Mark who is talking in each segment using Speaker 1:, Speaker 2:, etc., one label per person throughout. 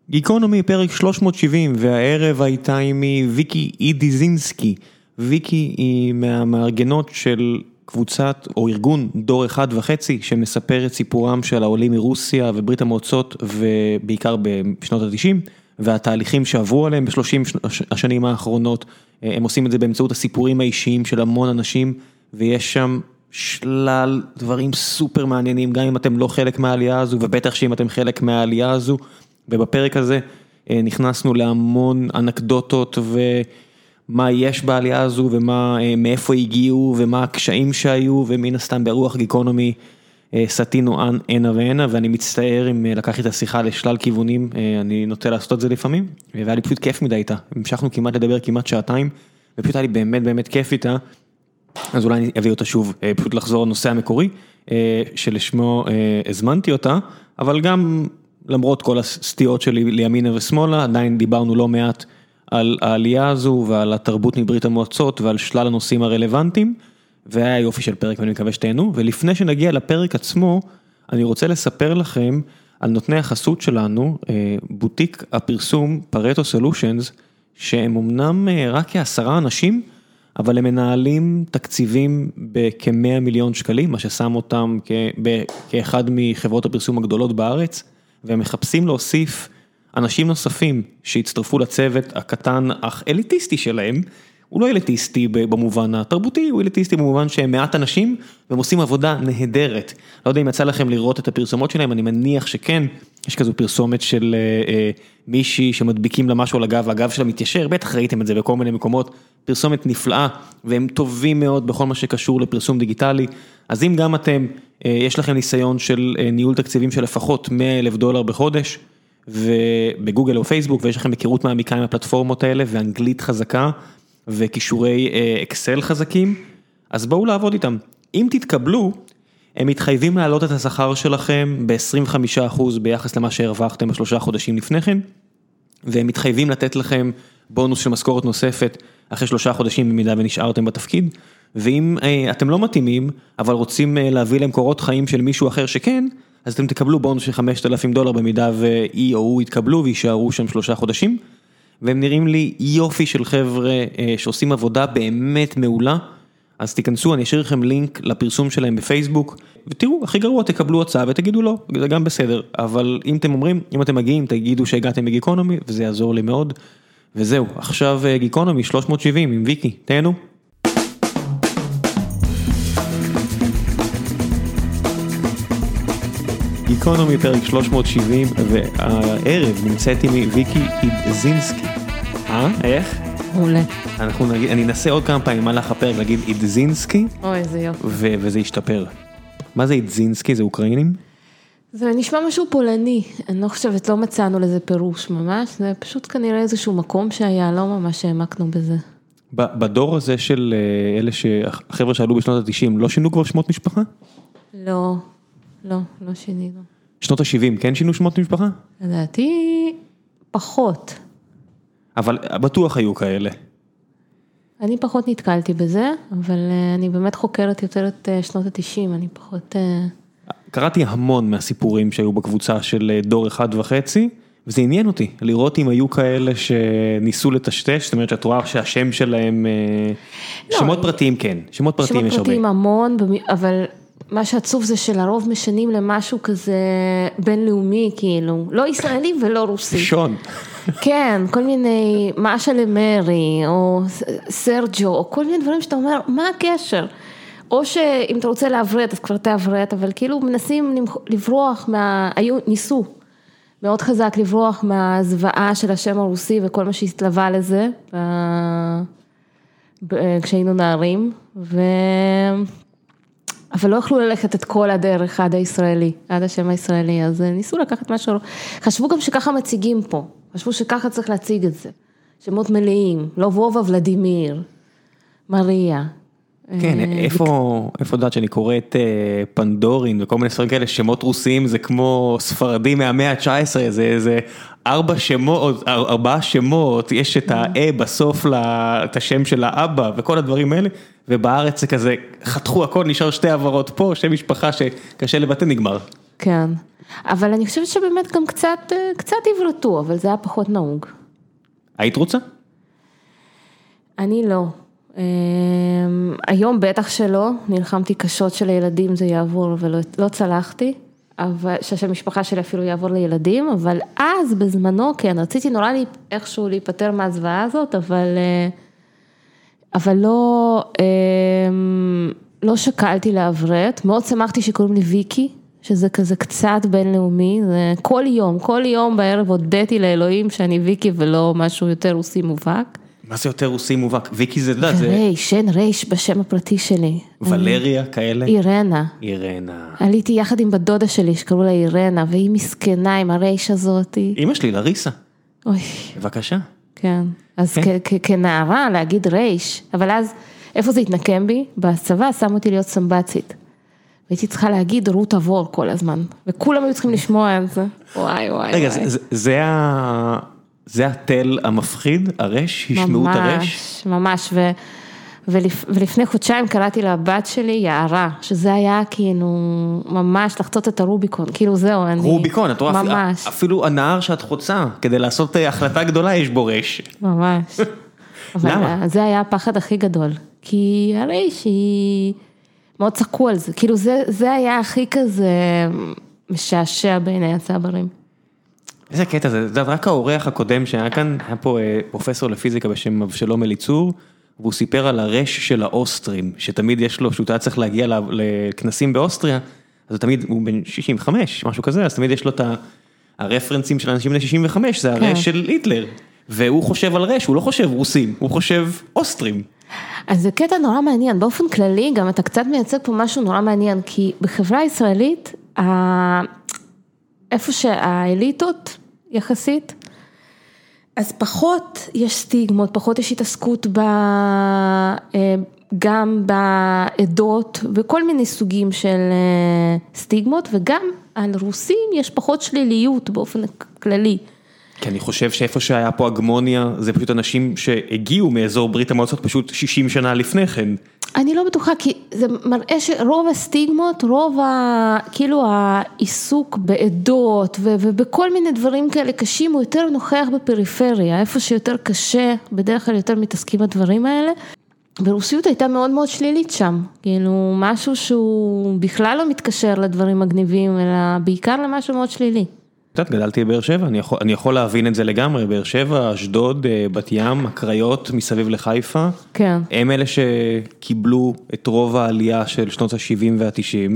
Speaker 1: גיקונומי פרק 370, והערב הייתה עימי ויקי אידיזינסקי. ויקי היא מהמארגנות של קבוצת או ארגון דור 1.5, שמספר את סיפורם של העולים מרוסיה וברית המועצות, ובעיקר בשנות ה-90, והתהליכים שעברו עליהם ב-30 השנים האחרונות. הם עושים את זה באמצעות הסיפורים האישיים של המון אנשים, ויש שם שלל דברים סופר מעניינים, גם אם אתם לא חלק מהעלייה הזו, ובטח שאם אתם חלק מהעלייה הזו. ובפרק הזה נכנסנו להמון אנקדוטות ומה יש בעלייה הזו ומאיפה הגיעו ומה הקשיים שהיו, ומן הסתם ברוח גיקונומי סתינו הנה והנה, ואני מצטער אם לקחתי את השיחה לשלל כיוונים, אני נוטה לעשות את זה לפעמים, והיה לי פשוט כיף מדי איתה, המשכנו כמעט לדבר כמעט שעתיים, ופשוט היה לי באמת באמת כיף איתה, אז אולי אני אביא אותה שוב, פשוט לחזור לנושא המקורי, שלשמו הזמנתי אותה, אבל גם למרות כל הסטיות שלי לימינה ושמאלה, עדיין דיברנו לא מעט על העלייה הזו ועל התרבות מברית המועצות ועל שלל הנושאים הרלוונטיים, והיה יופי של פרק ואני מקווה שתהנו, ולפני שנגיע לפרק עצמו, אני רוצה לספר לכם על נותני החסות שלנו, בוטיק הפרסום פרטו סולושנס, שהם אמנם רק כ10 אנשים, אבל הם מנהלים תקציבים בכ100 מיליון שקלים, מה ששם אותם כאחד מחברות הפרסום הגדולות בארץ, והם מחפשים להוסיף אנשים נוספים שיצטרפו לצוות הקטן אך אליטיסטי שלהם. הוא לא אליטיסטי במובן התרבותי, הוא אליטיסטי במובן שהם מעט אנשים, והם עושים עבודה נהדרת. לא יודע אם יצא לכם לראות את הפרסומות שלהם, אני מניח שכן, יש כזו פרסומת של מישהי שמדביקים לה משהו על הגב, והגב שלה מתיישר, בטח ראיתם את זה בכל מיני מקומות, פרסומת נפלאה, והם טובים מאוד בכל מה שקשור לפרסום דיגיטלי, אז אם גם אתם, יש לכם ניסיון של ניהול תקציבים של לפחות $100,000 בחודש, ובגוגל או פייסבוק, ויש לכם היכרות מעמיקה עם הפלטפורמות האלה, ואנגלית חזקה, וקישורי אקסל חזקים, אז בואו לעבוד איתם. אם תתקבלו, הם מתחייבים להעלות את השכר שלכם ב-25% ביחס למה שהרווחתם ב3 חודשים לפני כן, והם מתחייבים לתת לכם בונוס של משכורת נוספת אחרי 3 חודשים במידה ונשארתם בתפקיד, ואם אתם לא מתאימים, אבל רוצים להביא להם קורות חיים של מישהו אחר שכן, אז אתם תקבלו בונוס של $5,000 במידה והיא או הוא יתקבלו ויישארו שם 3 חודשים, והם נראים לי יופי של חבר'ה שעושים עבודה באמת מעולה, אז תיכנסו, אני אשאיר לכם לינק לפרסום שלהם בפייסבוק, ותראו, הכי גרוע תקבלו הצעה ותגידו לא, זה גם בסדר, אבל אם אתם אומרים, אם אתם מגיעים, תגידו שהגעתם מגיקונומי, וזה יעזור לי מאוד, וזהו, עכשיו גיקונומי 370 עם ויקי, תהנו. גיקונומי פרק 370, והערב נמצאת עם ויקי אידזינסקי. איך?
Speaker 2: מעולה.
Speaker 1: אני אנסה עוד כמה פעמים במהלך הפרק להגיד אידזינסקי.
Speaker 2: אוי, זה יופי.
Speaker 1: וזה ישתפר. מה זה אידזינסקי? זה אוקראינים?
Speaker 2: זה נשמע משהו פולני. אני לא חושבת, לא מצאנו לזה פירוש ממש. זה פשוט כנראה איזשהו מקום שהיה, לא ממש העמקנו בזה.
Speaker 1: בדור הזה של אלה שהחבר'ה שעלו בשנות ה-90, לא שינו כבר שמות משפחה?
Speaker 2: לא שינינו.
Speaker 1: שנות ה-70 כן שינו שמות משפחה?
Speaker 2: לדעתי פחות.
Speaker 1: אבל בטוח היו כאלה.
Speaker 2: אני פחות נתקלתי בזה, אבל אני באמת חוקרת יותר את שנות ה-90, אני פחות...
Speaker 1: קראתי המון מהסיפורים שהיו בקבוצה של דור 1.5, וזה עניין אותי, לראות אם היו כאלה שניסו לטשטש, זאת אומרת שאת רואה שהשם שלהם, שמות פרטיים כן, שמות פרטיים יש הרבה.
Speaker 2: שמות פרטיים המון, אבל מה שעצוב זה שלרוב משנים למשהו כזה בינלאומי, כאילו, לא ישראלי ולא רוסי.
Speaker 1: שון.
Speaker 2: כן, כל מיני, מאשה למרי, או סרג'ו, או כל מיני דברים שאתה אומר, מה הקשר? או שאם אתה רוצה לעברת, אז כבר תעברת, אבל כאילו מנסים לברוח ניסו מאוד חזק לברוח מהזוועה של השם הרוסי, וכל מה שהסתלווה לזה, כשהיינו נערים, אבל לא יכלו ללכת את כל הדרך עד הישראלי, עד השם הישראלי, אז ניסו לקחת משהו, חשבו גם שככה מציגים פה, חשבו שככה צריך להציג את זה, שמות מלאים, לא וובה ולדימיר, מריה.
Speaker 1: כן, איפה דעת שאני קורא את פנדורין וכל מיני ספרים כאלה, שמות רוסיים זה כמו ספרדים מהמאה ה-19, זה 4 שמות, יש את ה-A בסוף, את השם של האבא וכל הדברים האלה, ובארץ זה כזה, חתכו הכל, נשאר 2 עברות פה, שם משפחה שקשה לבטא נגמר.
Speaker 2: כן. אבל אני חושבת שבאמת גם קצת עברתו, אבל זה היה פחות נהוג.
Speaker 1: היית רוצה?
Speaker 2: אני לא. היום בטח שלא, נלחמתי קשות של הילדים זה יעבור, ולא צלחתי, שהמשפחה שלי אפילו יעבור לילדים, אבל אז בזמנו, כן, רציתי נורא איכשהו להיפטר מהזוועה הזאת, אבל לא שקלתי לעברת, מאוד שמחתי שקוראים לי ויקי, שזה כזה קצת בינלאומי, זה כל יום בערב הודיתי לאלוהים שאני ויקי ולא משהו יותר רוסי מובהק.
Speaker 1: מה זה יותר רוסי מובהק? ויקי זה דעת, זה...
Speaker 2: רייש, אין רייש בשם הפרטי שלי.
Speaker 1: ולריה כאלה?
Speaker 2: אירנה.
Speaker 1: אירנה.
Speaker 2: עליתי יחד עם בדודה שלי שקראו לה אירנה, והיא מסכנה עם הרייש הזאת.
Speaker 1: אמא שלי, לריסה.
Speaker 2: אוי.
Speaker 1: בבקשה.
Speaker 2: כן, אז כנערה להגיד רייש, אבל אז איפה זה התנקם בי? בצבא שם אותי להיות סמבצית. והייתי צריכה להגיד רות עבור כל הזמן, וכולם היו צריכים לשמוע את זה. וואי.
Speaker 1: רגע, זה התל המפחיד, הרש, השמעו את הרש?
Speaker 2: ממש, ולפני חודשיים קראתי לבת שלי יערה, שזה היה כאילו ממש לחצות את הרוביקון, כאילו זהו, אני...
Speaker 1: רוביקון, את רואה, אפילו הנהר שאת חוצה, כדי לעשות החלטה גדולה יש בו רש.
Speaker 2: ממש. למה? זה היה הפחד הכי גדול, כי הרש היא... מאוד צחקו על זה, כאילו זה היה הכי כזה משעשע בעיני הצברים.
Speaker 1: איזה קטע זה, זה רק האורח הקודם שהיה כאן, היה פה פרופסור לפיזיקה בשם אבשלום אליצור, והוא סיפר על הרש של האוסטרים, שתמיד יש לו, שהוא צריך להגיע לכנסים באוסטריה, אז תמיד, הוא בן 65, משהו כזה, אז תמיד יש לו את הרפרנסים של אנשים בני 65, זה הרש של היטלר, והוא חושב על רש, הוא לא חושב רוסים, הוא חושב אוסטרים.
Speaker 2: אז זה קטע נורא מעניין, באופן כללי, גם אתה קצת מייצג פה משהו נורא מעניין, כי בחברה הישראלית, איפה שהאליטות יחסית, אז פחות יש סטיגמות, פחות יש התעסקות גם בעדות, וכל מיני סוגים של סטיגמות, וגם על רוסים יש פחות שליליות באופן כללי.
Speaker 1: כי אני חושב שאיפה שהיה פה הגמוניה, זה פשוט אנשים שהגיעו מאזור ברית המועצות פשוט 60 שנה לפני כן.
Speaker 2: אני לא בטוחה, כי זה מראה שרוב הסטיגמות, כאילו העיסוק בעדות ובכל מיני דברים כאלה קשים, הוא יותר נוכח בפריפריה, איפה שיותר קשה, בדרך כלל יותר מתעסקים בדברים האלה. ברוסיות הייתה מאוד מאוד שלילית שם, כאילו משהו שהוא בכלל לא מתקשר לדברים מגניבים, אלא בעיקר למשהו מאוד שלילי.
Speaker 1: קצת גדלתי בבאר שבע, אני יכול להבין את זה לגמרי, באר שבע, אשדוד, בת ים, הקריות מסביב לחיפה,
Speaker 2: כן.
Speaker 1: הם אלה שקיבלו את רוב העלייה של שנות ה-70 וה-90,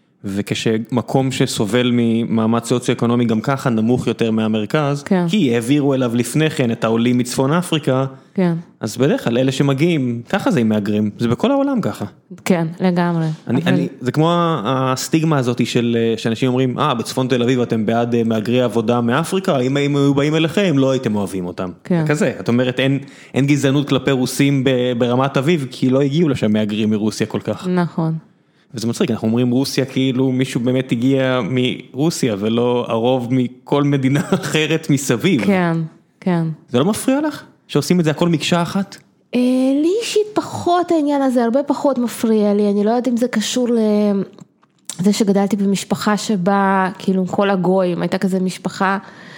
Speaker 1: וכשמקום שסובל ממאמץ סוציו-אקונומי גם ככה נמוך יותר מהמרכז,
Speaker 2: כן.
Speaker 1: כי העבירו אליו לפני כן את העולים מצפון אפריקה,
Speaker 2: כן.
Speaker 1: אז בדרך כלל אלה שמגיעים, ככה זה עם מהגרים, זה בכל העולם ככה.
Speaker 2: כן, לגמרי.
Speaker 1: זה כמו הסטיגמה הזאת שאנשים אומרים, בצפון תל אביב אתם בעד מהגרי עבודה מאפריקה, אם הם היו באים אליכם, לא הייתם אוהבים אותם.
Speaker 2: כן.
Speaker 1: כזה, את אומרת, אין גזענות כלפי רוסים ברמת אביב, כי לא הגיעו לשם מהגרים מרוסיה כל כך.
Speaker 2: נכון.
Speaker 1: וזה מצחיק, אנחנו אומרים רוסיה כאילו מישהו באמת הגיע מרוסיה, ולא הרוב מכל מדינה אחרת מסביב.
Speaker 2: כן, כן.
Speaker 1: זה לא מפריע לך? שעושים את זה הכל מקשה אחת?
Speaker 2: לי אישית פחות העניין הזה, הרבה פחות מפריע לי, אני לא יודעת אם זה קשור לזה שגדלתי במשפחה שבה, כאילו כל הגויים, הייתה כזה משפחה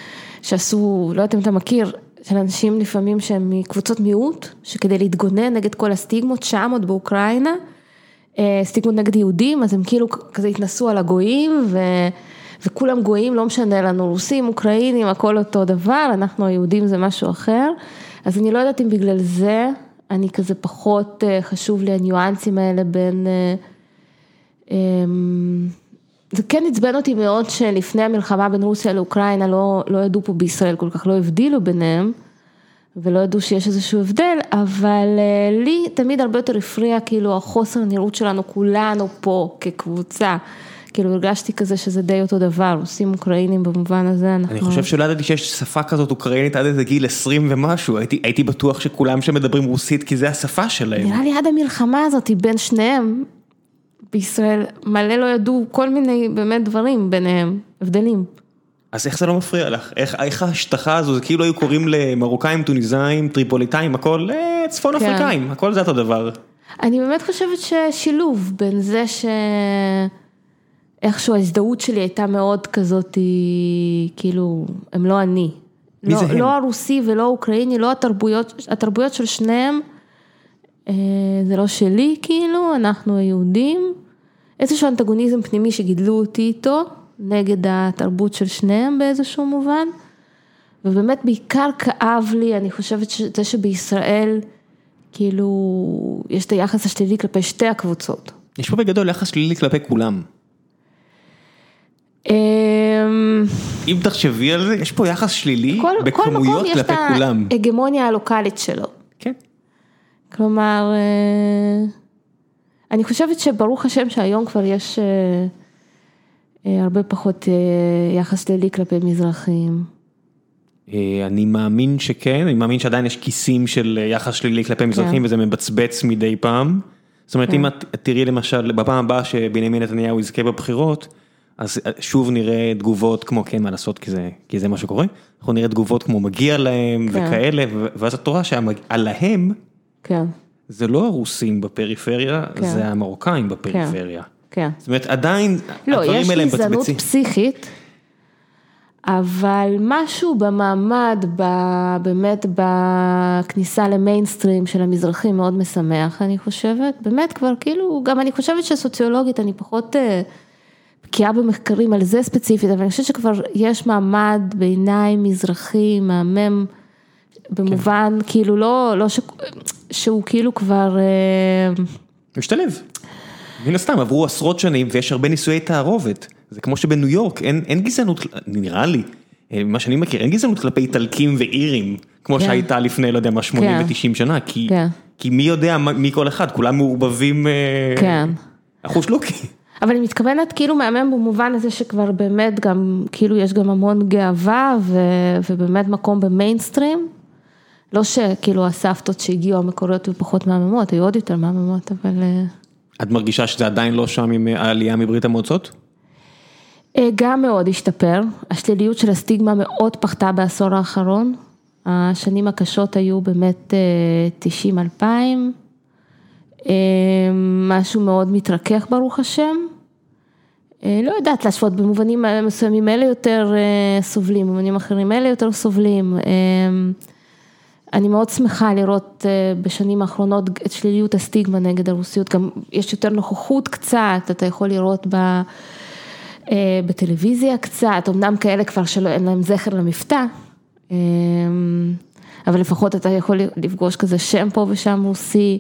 Speaker 2: שעשו, לא יודעת אם אתה מכיר, של אנשים לפעמים שהם מקבוצות מיעוט, שכדי להתגונן נגד כל הסטיגמות שם עוד באוקראינה, סטיגמות נגד יהודים, אז הם כאילו כזה התנסו על הגויים, וכולם גויים, לא משנה לנו, רוסים, אוקראינים, הכל אותו דבר, אנחנו היהודים זה משהו אחר, אז אני לא יודעת אם בגלל זה, אני כזה פחות חשוב לי הניואנסים האלה בין, זה כן עצבן אותי מאוד שלפני המלחמה בין רוסיה לאוקראינה, לא ידעו פה בישראל, כל כך לא הבדילו ביניהם, ולא ידעו שיש איזשהו הבדל, אבל לי תמיד הרבה יותר הפריע, כאילו החוסר הנראות שלנו, כולנו פה כקבוצה, כאילו הרגשתי כזה שזה די אותו דבר, רוסים אוקראינים במובן הזה.
Speaker 1: אני חושב שלא ידעתי שיש שפה כזאת אוקראינית עד איזה גיל 20 ומשהו, הייתי בטוח שכולם שמדברים רוסית כי זה השפה שלהם.
Speaker 2: נראה לי עד המלחמה הזאת בין שניהם, בישראל מלא לא ידעו כל מיני באמת דברים ביניהם, הבדלים.
Speaker 1: אז איך זה לא מפריע לך? איך ההשטחה הזו, זה כאילו היו קוראים למרוקאים, טוניסאים, טריפוליטאים, הכל צפון אפריקאים, הכל זה אותו דבר.
Speaker 2: אני באמת חושבת ששילוב בין זה איכשהו ההזדהות שלי הייתה מאוד כזאת, כאילו, הם לא אני.
Speaker 1: מי זה הם?
Speaker 2: לא הרוסי ולא אוקראיני, לא התרבויות של שניהם, זה לא שלי כאילו, אנחנו היהודים, איזשהו אנטגוניזם פנימי שגידלו אותי איתו, נגד התרבות של שניהם באיזשהו מובן, ובאמת בעיקר כאב לי, אני חושבת שזה שבישראל, כאילו, יש את היחס השלילי כלפי שתי הקבוצות.
Speaker 1: יש פה בגדול יחס שלילי כלפי כולם. אם תחשבי על זה, יש פה יחס שלילי בכמויות כלפי כולם.
Speaker 2: כל מקום יש את ההגמוניה הלוקלית שלו.
Speaker 1: כן.
Speaker 2: כלומר, אני חושבת שברוך השם שהיום כבר יש הרבה פחות יחס שלילי כלפי מזרחים.
Speaker 1: אני מאמין שכן, אני מאמין שעדיין יש כיסים של יחס שלילי כלפי מזרחים, וזה מבצבץ מדי פעם. זאת אומרת, אם את תראי למשל, בפעם הבאה שבנימין נתניהו יזכה בבחירות, אז שוב נראה תגובות כמו, כן, מה לעשות, כי זה מה שקורה. אנחנו נראה תגובות כמו מגיע להם וכאלה, ואז את רואה שעליהם, זה לא הרוסים בפריפריה, זה המרוקאים בפריפריה. זאת אומרת, עדיין הדברים האלה הם
Speaker 2: יש גזענות פסיכית, אבל משהו במעמד, באמת בכניסה למיינסטרים של המזרחים מאוד משמח, אני חושבת. באמת כבר כאילו, גם אני חושבת שסוציולוגית אני פחות בקיאה במחקרים על זה ספציפית, אבל אני חושבת שכבר יש מעמד ביניים מזרחי, מהמם, במובן כאילו לא שהוא כאילו כבר
Speaker 1: משתלב. מן הסתם, עברו עשרות שנים ויש הרבה ניסויי תערובת. זה כמו שבניו יורק, אין גזענות, נראה לי, מה שאני מכיר, אין גזענות כלפי איטלקים ואירים, כמו שהייתה לפני, לא יודע מה, 80 ו-90 שנה, כי מי יודע מי כל אחד, כולם מעורבבים אחוש לוקי.
Speaker 2: אבל אני מתכוונת כאילו מהמם במובן הזה שכבר באמת גם, כאילו יש גם המון גאווה ובאמת מקום במיינסטרים, לא שכאילו הסבתות שהגיעו המקוריות היו פחות מהממות, היו עוד יותר מהממות, אבל
Speaker 1: את מרגישה שזה עדיין לא שם עם העלייה מברית המועצות?
Speaker 2: גם מאוד השתפר, השליליות של הסטיגמה מאוד פחתה בעשור האחרון, השנים הקשות היו באמת 90-2000, משהו מאוד מתרכך ברוך השם, לא יודעת להשוות, במובנים מסוימים אלה יותר סובלים, במובנים אחרים אלה יותר סובלים, אני מאוד שמחה לראות בשנים האחרונות את שליליות הסטיגמה נגד הרוסיות, גם יש יותר נוכחות קצת, אתה יכול לראות בטלוויזיה קצת, אמנם כאלה כבר שלא אין להם זכר למבטא, אבל לפחות אתה יכול לפגוש כזה שם פה ושם רוסי,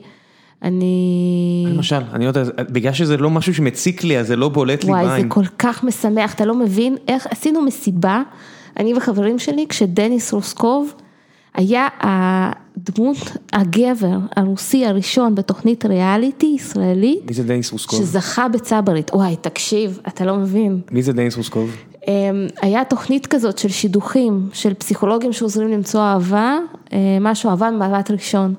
Speaker 1: למשל, אני לא יודע, בגלל שזה לא משהו שמציק לי, אז זה לא בולט לי בעין.
Speaker 2: וואי, זה כל כך משמח, אתה לא מבין איך עשינו מסיבה, אני וחברים שלי, כשדניס רוסקוב, היה הדמות הגבר הרוסי הראשון בתוכנית ריאליטי ישראלית.
Speaker 1: מי זה דניס רוסקוב?
Speaker 2: שזכה בצברית. וואי, תקשיב, אתה לא מבין.
Speaker 1: מי זה דניס רוסקוב?
Speaker 2: היה תוכנית כזאת של שידוכים, של פסיכולוגים שעוזרים למצוא אהבה, משהו אהבה ממבט ראשון.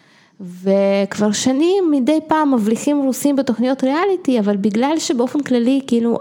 Speaker 2: וכבר שנים מדי פעם מבליחים רוסים בתוכניות ריאליטי, אבל בגלל שבאופן כללי, כאילו,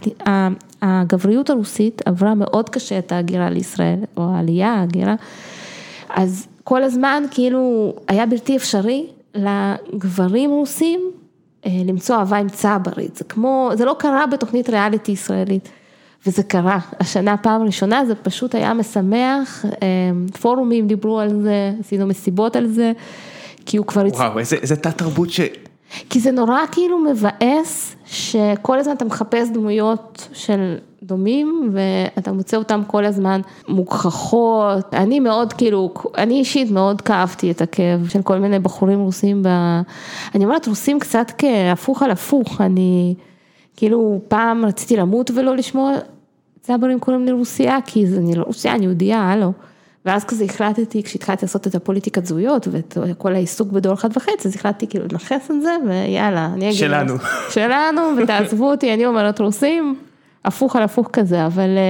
Speaker 2: הגבריות הרוסית עברה מאוד קשה את ההגירה לישראל, או העלייה, ההגירה, אז כל הזמן כאילו היה בלתי אפשרי לגברים רוסים למצוא אהבה עם צברית, זה לא קרה בתוכנית ריאליטי ישראלית, וזה קרה, השנה פעם ראשונה, זה פשוט היה משמח, פורומים דיברו על זה, עשינו מסיבות על זה, כי הוא כבר...
Speaker 1: וואו, איזה תת תרבות
Speaker 2: כי זה נורא כאילו מבאס, שכל הזמן אתה מחפש דמויות של דומים, ואתה מוצא אותם כל הזמן מוכחחות. אני מאוד כאילו, אני אישית מאוד כאבתי את הכאב של כל מיני בחורים רוסים, אני אומרת רוסים קצת כהפוך על הפוך, אני כאילו פעם רציתי למות ולא לשמוע צברים קוראים לי רוסיה, כי אני לא רוסיה, אני יהודיה, הלו. ואז כזה החלטתי, כשהתחלתי לעשות את הפוליטיקת זהויות, וכל העיסוק בדור 1.5, אז החלטתי כאילו לנחס את זה, ויאללה, אני אגיד... שלנו, ותעזבו אותי, אני אומרת רוסים, הפוך על הפוך כזה,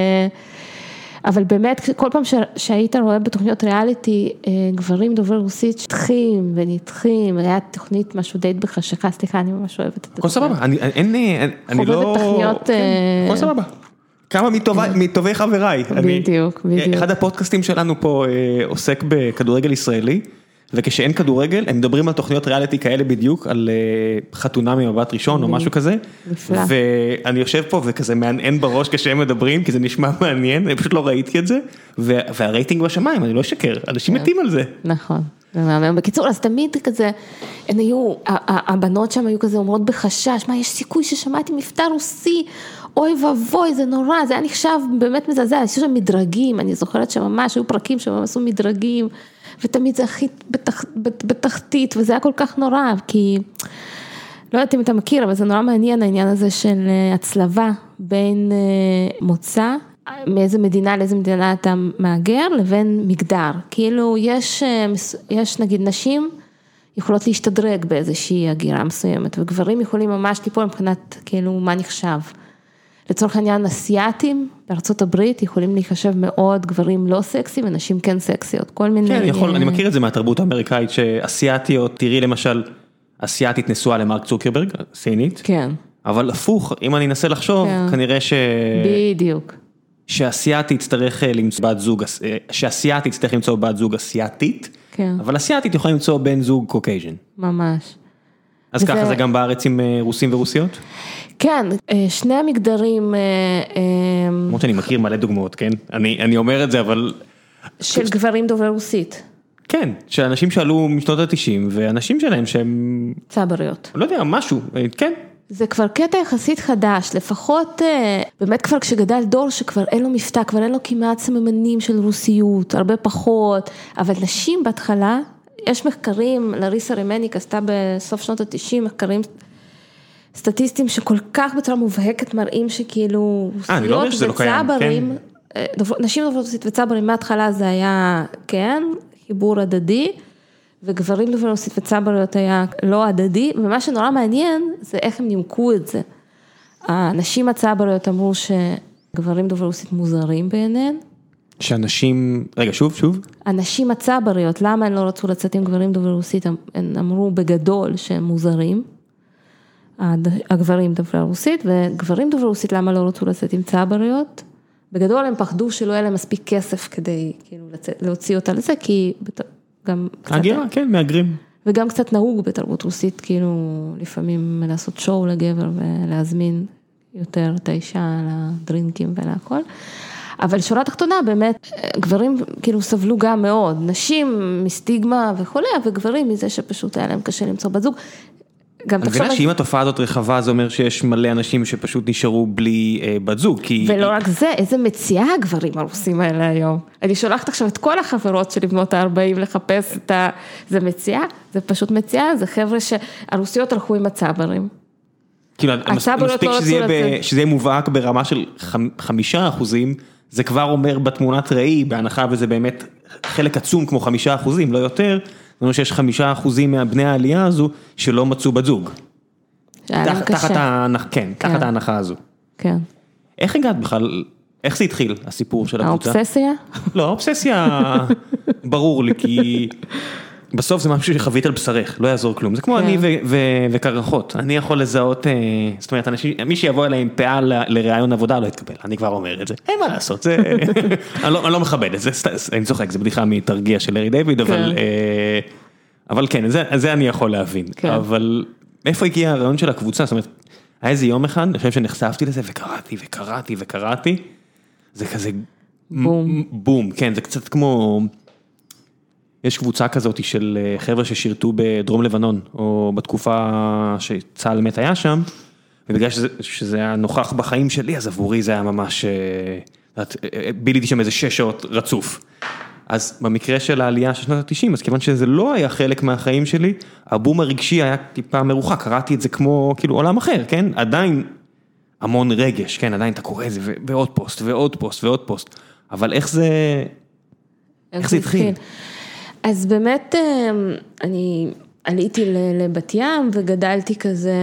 Speaker 2: אבל באמת, כל פעם שהיית רואה בתוכניות ריאליטי, גברים דוברי רוסית שטחים ונתחים, היה תוכנית משהו דייט בחשכה, סליחה, אני ממש אוהבת את זה.
Speaker 1: כל סבבה, אני לא...
Speaker 2: חובבת תכניות...
Speaker 1: כל סבבה. כמה מטובי חבריי.
Speaker 2: בדיוק.
Speaker 1: אחד הפודקאסטים שלנו פה עוסק בכדורגל ישראלי, וכשאין כדורגל, הם מדברים על תוכניות ריאליטי כאלה בדיוק, על חתונה ממבט ראשון או משהו כזה, ואני יושב פה וכזה מעניין בראש כשהם מדברים, כי זה נשמע מעניין, אני פשוט לא ראיתי את זה, והרייטינג בשמיים, אני לא אשקר, אנשים מתים על זה.
Speaker 2: נכון. בקיצור, אז תמיד כזה, הן היו, הבנות שם היו כזה אומרות בחשש, מה, יש סיכוי ששמעתי מבטא רוסי, אוי ובוי, זה נורא, זה היה נחשב באמת מזעזע, עשו שם מדרגים, אני זוכרת שממש, היו פרקים שהם עשו מדרגים, ותמיד זה הכי בתחתית, וזה היה כל כך נורא, כי, לא יודעת אם אתה מכיר, אבל זה נורא מעניין, העניין הזה של הצלבה, בין מוצא, מאיזה מדינה לאיזה מדינה אתה מאגר, לבין מגדר. כאילו יש נגיד נשים יכולות להשתדרג באיזושהי הגירה מסוימת, וגברים יכולים ממש ליפול מבחינת כאילו מה נחשב. לצורך העניין אסיאטים בארצות הברית יכולים להיחשב מאוד גברים לא סקסיים, ונשים כן סקסיות. כל מיני...
Speaker 1: כן, אני מכיר את זה מהתרבות האמריקאית, שאסיאטיות, תראי למשל, אסיאטית נשואה למרק צוקרברג, סינית.
Speaker 2: כן.
Speaker 1: אבל הפוך, אם אני אנסה לחשוב, כנראה
Speaker 2: בדיוק.
Speaker 1: שאסיאטית יצטרך למצוא בת זוג אסיאטית, אבל אסיאטית יכולה למצוא בן זוג קוקייז'ן.
Speaker 2: ממש.
Speaker 1: אז ככה זה גם בארץ עם רוסים ורוסיות?
Speaker 2: כן, שני המגדרים...
Speaker 1: כמו שאני מכיר מלא דוגמאות, כן? אני אומר את זה, אבל...
Speaker 2: של גברים דובר רוסית.
Speaker 1: כן, שאנשים שעלו משנות ה-90, ואנשים שלהם שהם...
Speaker 2: צבריות.
Speaker 1: לא יודע, משהו, כן.
Speaker 2: זה כבר קטע יחסית חדש, לפחות באמת כבר כשגדל דור שכבר אין לו מבטא, כבר אין לו כמעט סממנים של רוסיות, הרבה פחות, אבל נשים בהתחלה, יש מחקרים, לריסה רמניק עשתה בסוף שנות ה-90, מחקרים סטטיסטיים שכל כך בצורה מובהקת מראים שכאילו רוסיות וצברים, נשים דוברות רוסית וצברים מההתחלה זה היה, כן, חיבור הדדי, וגברים דובר רוסית וצבריות היה לא הדדי, ומה שנורא מעניין זה איך הם נימקו את זה. הנשים הצבריות אמרו שגברים דובר רוסית מוזרים בעיניהן.
Speaker 1: שאנשים, רגע שוב.
Speaker 2: הנשים הצבריות, למה הן לא רצו לצאת עם גברים דובר רוסית, הן אמרו בגדול שהם מוזרים, הגברים דובר רוסית, וגברים דובר רוסית למה לא רצו לצאת עם צבריות, בגדול הם פחדו שלא יהיה להם מספיק כסף כדי כאילו, להוציא אותה לזה, כי... גם
Speaker 1: הגירה, כן, מאגרים.
Speaker 2: וגם קצת נהוג בתרבות רוסית, כאילו לפעמים לעשות שואו לגבר ולהזמין יותר את האישה לדרינקים ולהכל. אבל שורה תחתונה באמת, גברים כאילו סבלו גם מאוד, נשים מסטיגמה וכולי, וגברים מזה שפשוט היה להם קשה למצוא בזוג.
Speaker 1: אני מבינה שאם התופעה הזאת רחבה, זה אומר שיש מלא אנשים שפשוט נשארו בלי בת זוג, כי...
Speaker 2: ולא רק זה, איזה מציאה הגברים הרוסים האלה היום. אני שולחת עכשיו את כל החברות שלי בנות ה-40 לחפש את ה... זה מציאה, זה פשוט מציאה, זה חבר'ה שהרוסיות הלכו עם הצברים.
Speaker 1: כאילו, מספיק שזה יהיה מובהק ברמה של 5%, זה כבר אומר בתמונת ראי, בהנחה וזה באמת חלק עצום כמו 5%, לא יותר, זאת אומרת שיש 5% מהבני העלייה הזו שלא מצאו בת זוג. תחת ההנחה הזו.
Speaker 2: כן.
Speaker 1: איך הגעת בכלל, איך זה התחיל הסיפור של הקבוצה?
Speaker 2: האובססיה?
Speaker 1: לא, האובססיה ברור לי, כי בסוף זה משהו שחווית על בשרך, לא יעזור כלום. זה כמו אני וקרחות. אני יכול לזהות, זאת אומרת, מי שיבוא אליי עם פאה לרעיון עבודה לא יתקבל, אני כבר אומר את זה. אין מה לעשות, אני לא מכבד את זה, אני צוחק, זה בדיחה מתרגיע של לארי דיוויד, אבל כן, זה אני יכול להבין. אבל איפה הגיע הרעיון של הקבוצה? זאת אומרת, היה איזה יום אחד, אני חושב שנחשפתי לזה, וקראתי, זה כזה בום, כן, זה קצת כמו... יש קבוצה כזאת של חבר'ה ששירתו בדרום לבנון, או בתקופה שצהל מת היה שם, ובגלל שזה היה נוכח בחיים שלי, אז עבורי זה היה ממש, ביליתי שם איזה 6 שעות רצוף. אז במקרה של העלייה של שנות ה-90, אז כיוון שזה לא היה חלק מהחיים שלי, הבום הרגשי היה טיפה מרוחק, קראתי את זה כמו כאילו עולם אחר, כן? עדיין המון רגש, כן? עדיין אתה קורא את זה, ועוד פוסט, ועוד פוסט, ועוד פוסט. אבל איך זה התחיל?
Speaker 2: אז באמת אני עליתי לבת ים וגדלתי כזה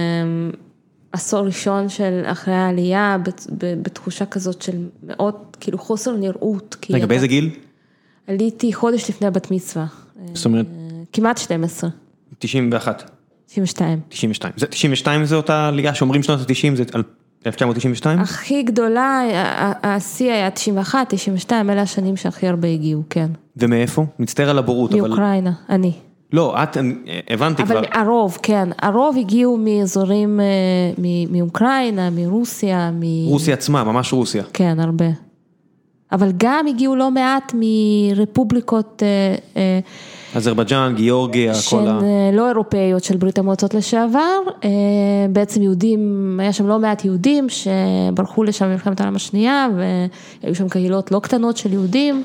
Speaker 2: עשור ראשון של אחרי העלייה בתחושה כזאת של מאוד כאילו חוסר נראות.
Speaker 1: רגע, באיזה גיל?
Speaker 2: עליתי חודש לפני הבת מצווה.
Speaker 1: זאת אומרת?
Speaker 2: כמעט 12.
Speaker 1: 91.
Speaker 2: 92.
Speaker 1: 92. 92 זה אותה עלייה שאומרים שנות ה-90 זה 1992?
Speaker 2: הכי גדולה, השיא היה 91, 92, אלה השנים שהכי הרבה הגיעו, כן.
Speaker 1: ומאיפה? מצטער על הבורות, אבל...
Speaker 2: מאוקראינה, אני.
Speaker 1: לא, הבנתי כבר.
Speaker 2: אבל הרוב, כן, הרוב הגיעו מאזורים, מאוקראינה, מרוסיה,
Speaker 1: רוסיה עצמה, ממש רוסיה.
Speaker 2: כן, הרבה. אבל גם הגיעו לא מעט מרפובליקות...
Speaker 1: אזרבייג'אן, גיאורגיה, כל ה...
Speaker 2: שהן לא אירופאיות של ברית המועצות לשעבר, בעצם יהודים, היה שם לא מעט יהודים שברחו לשם במלחמת העולם השנייה, והיו שם קהילות לא קטנות של יהודים.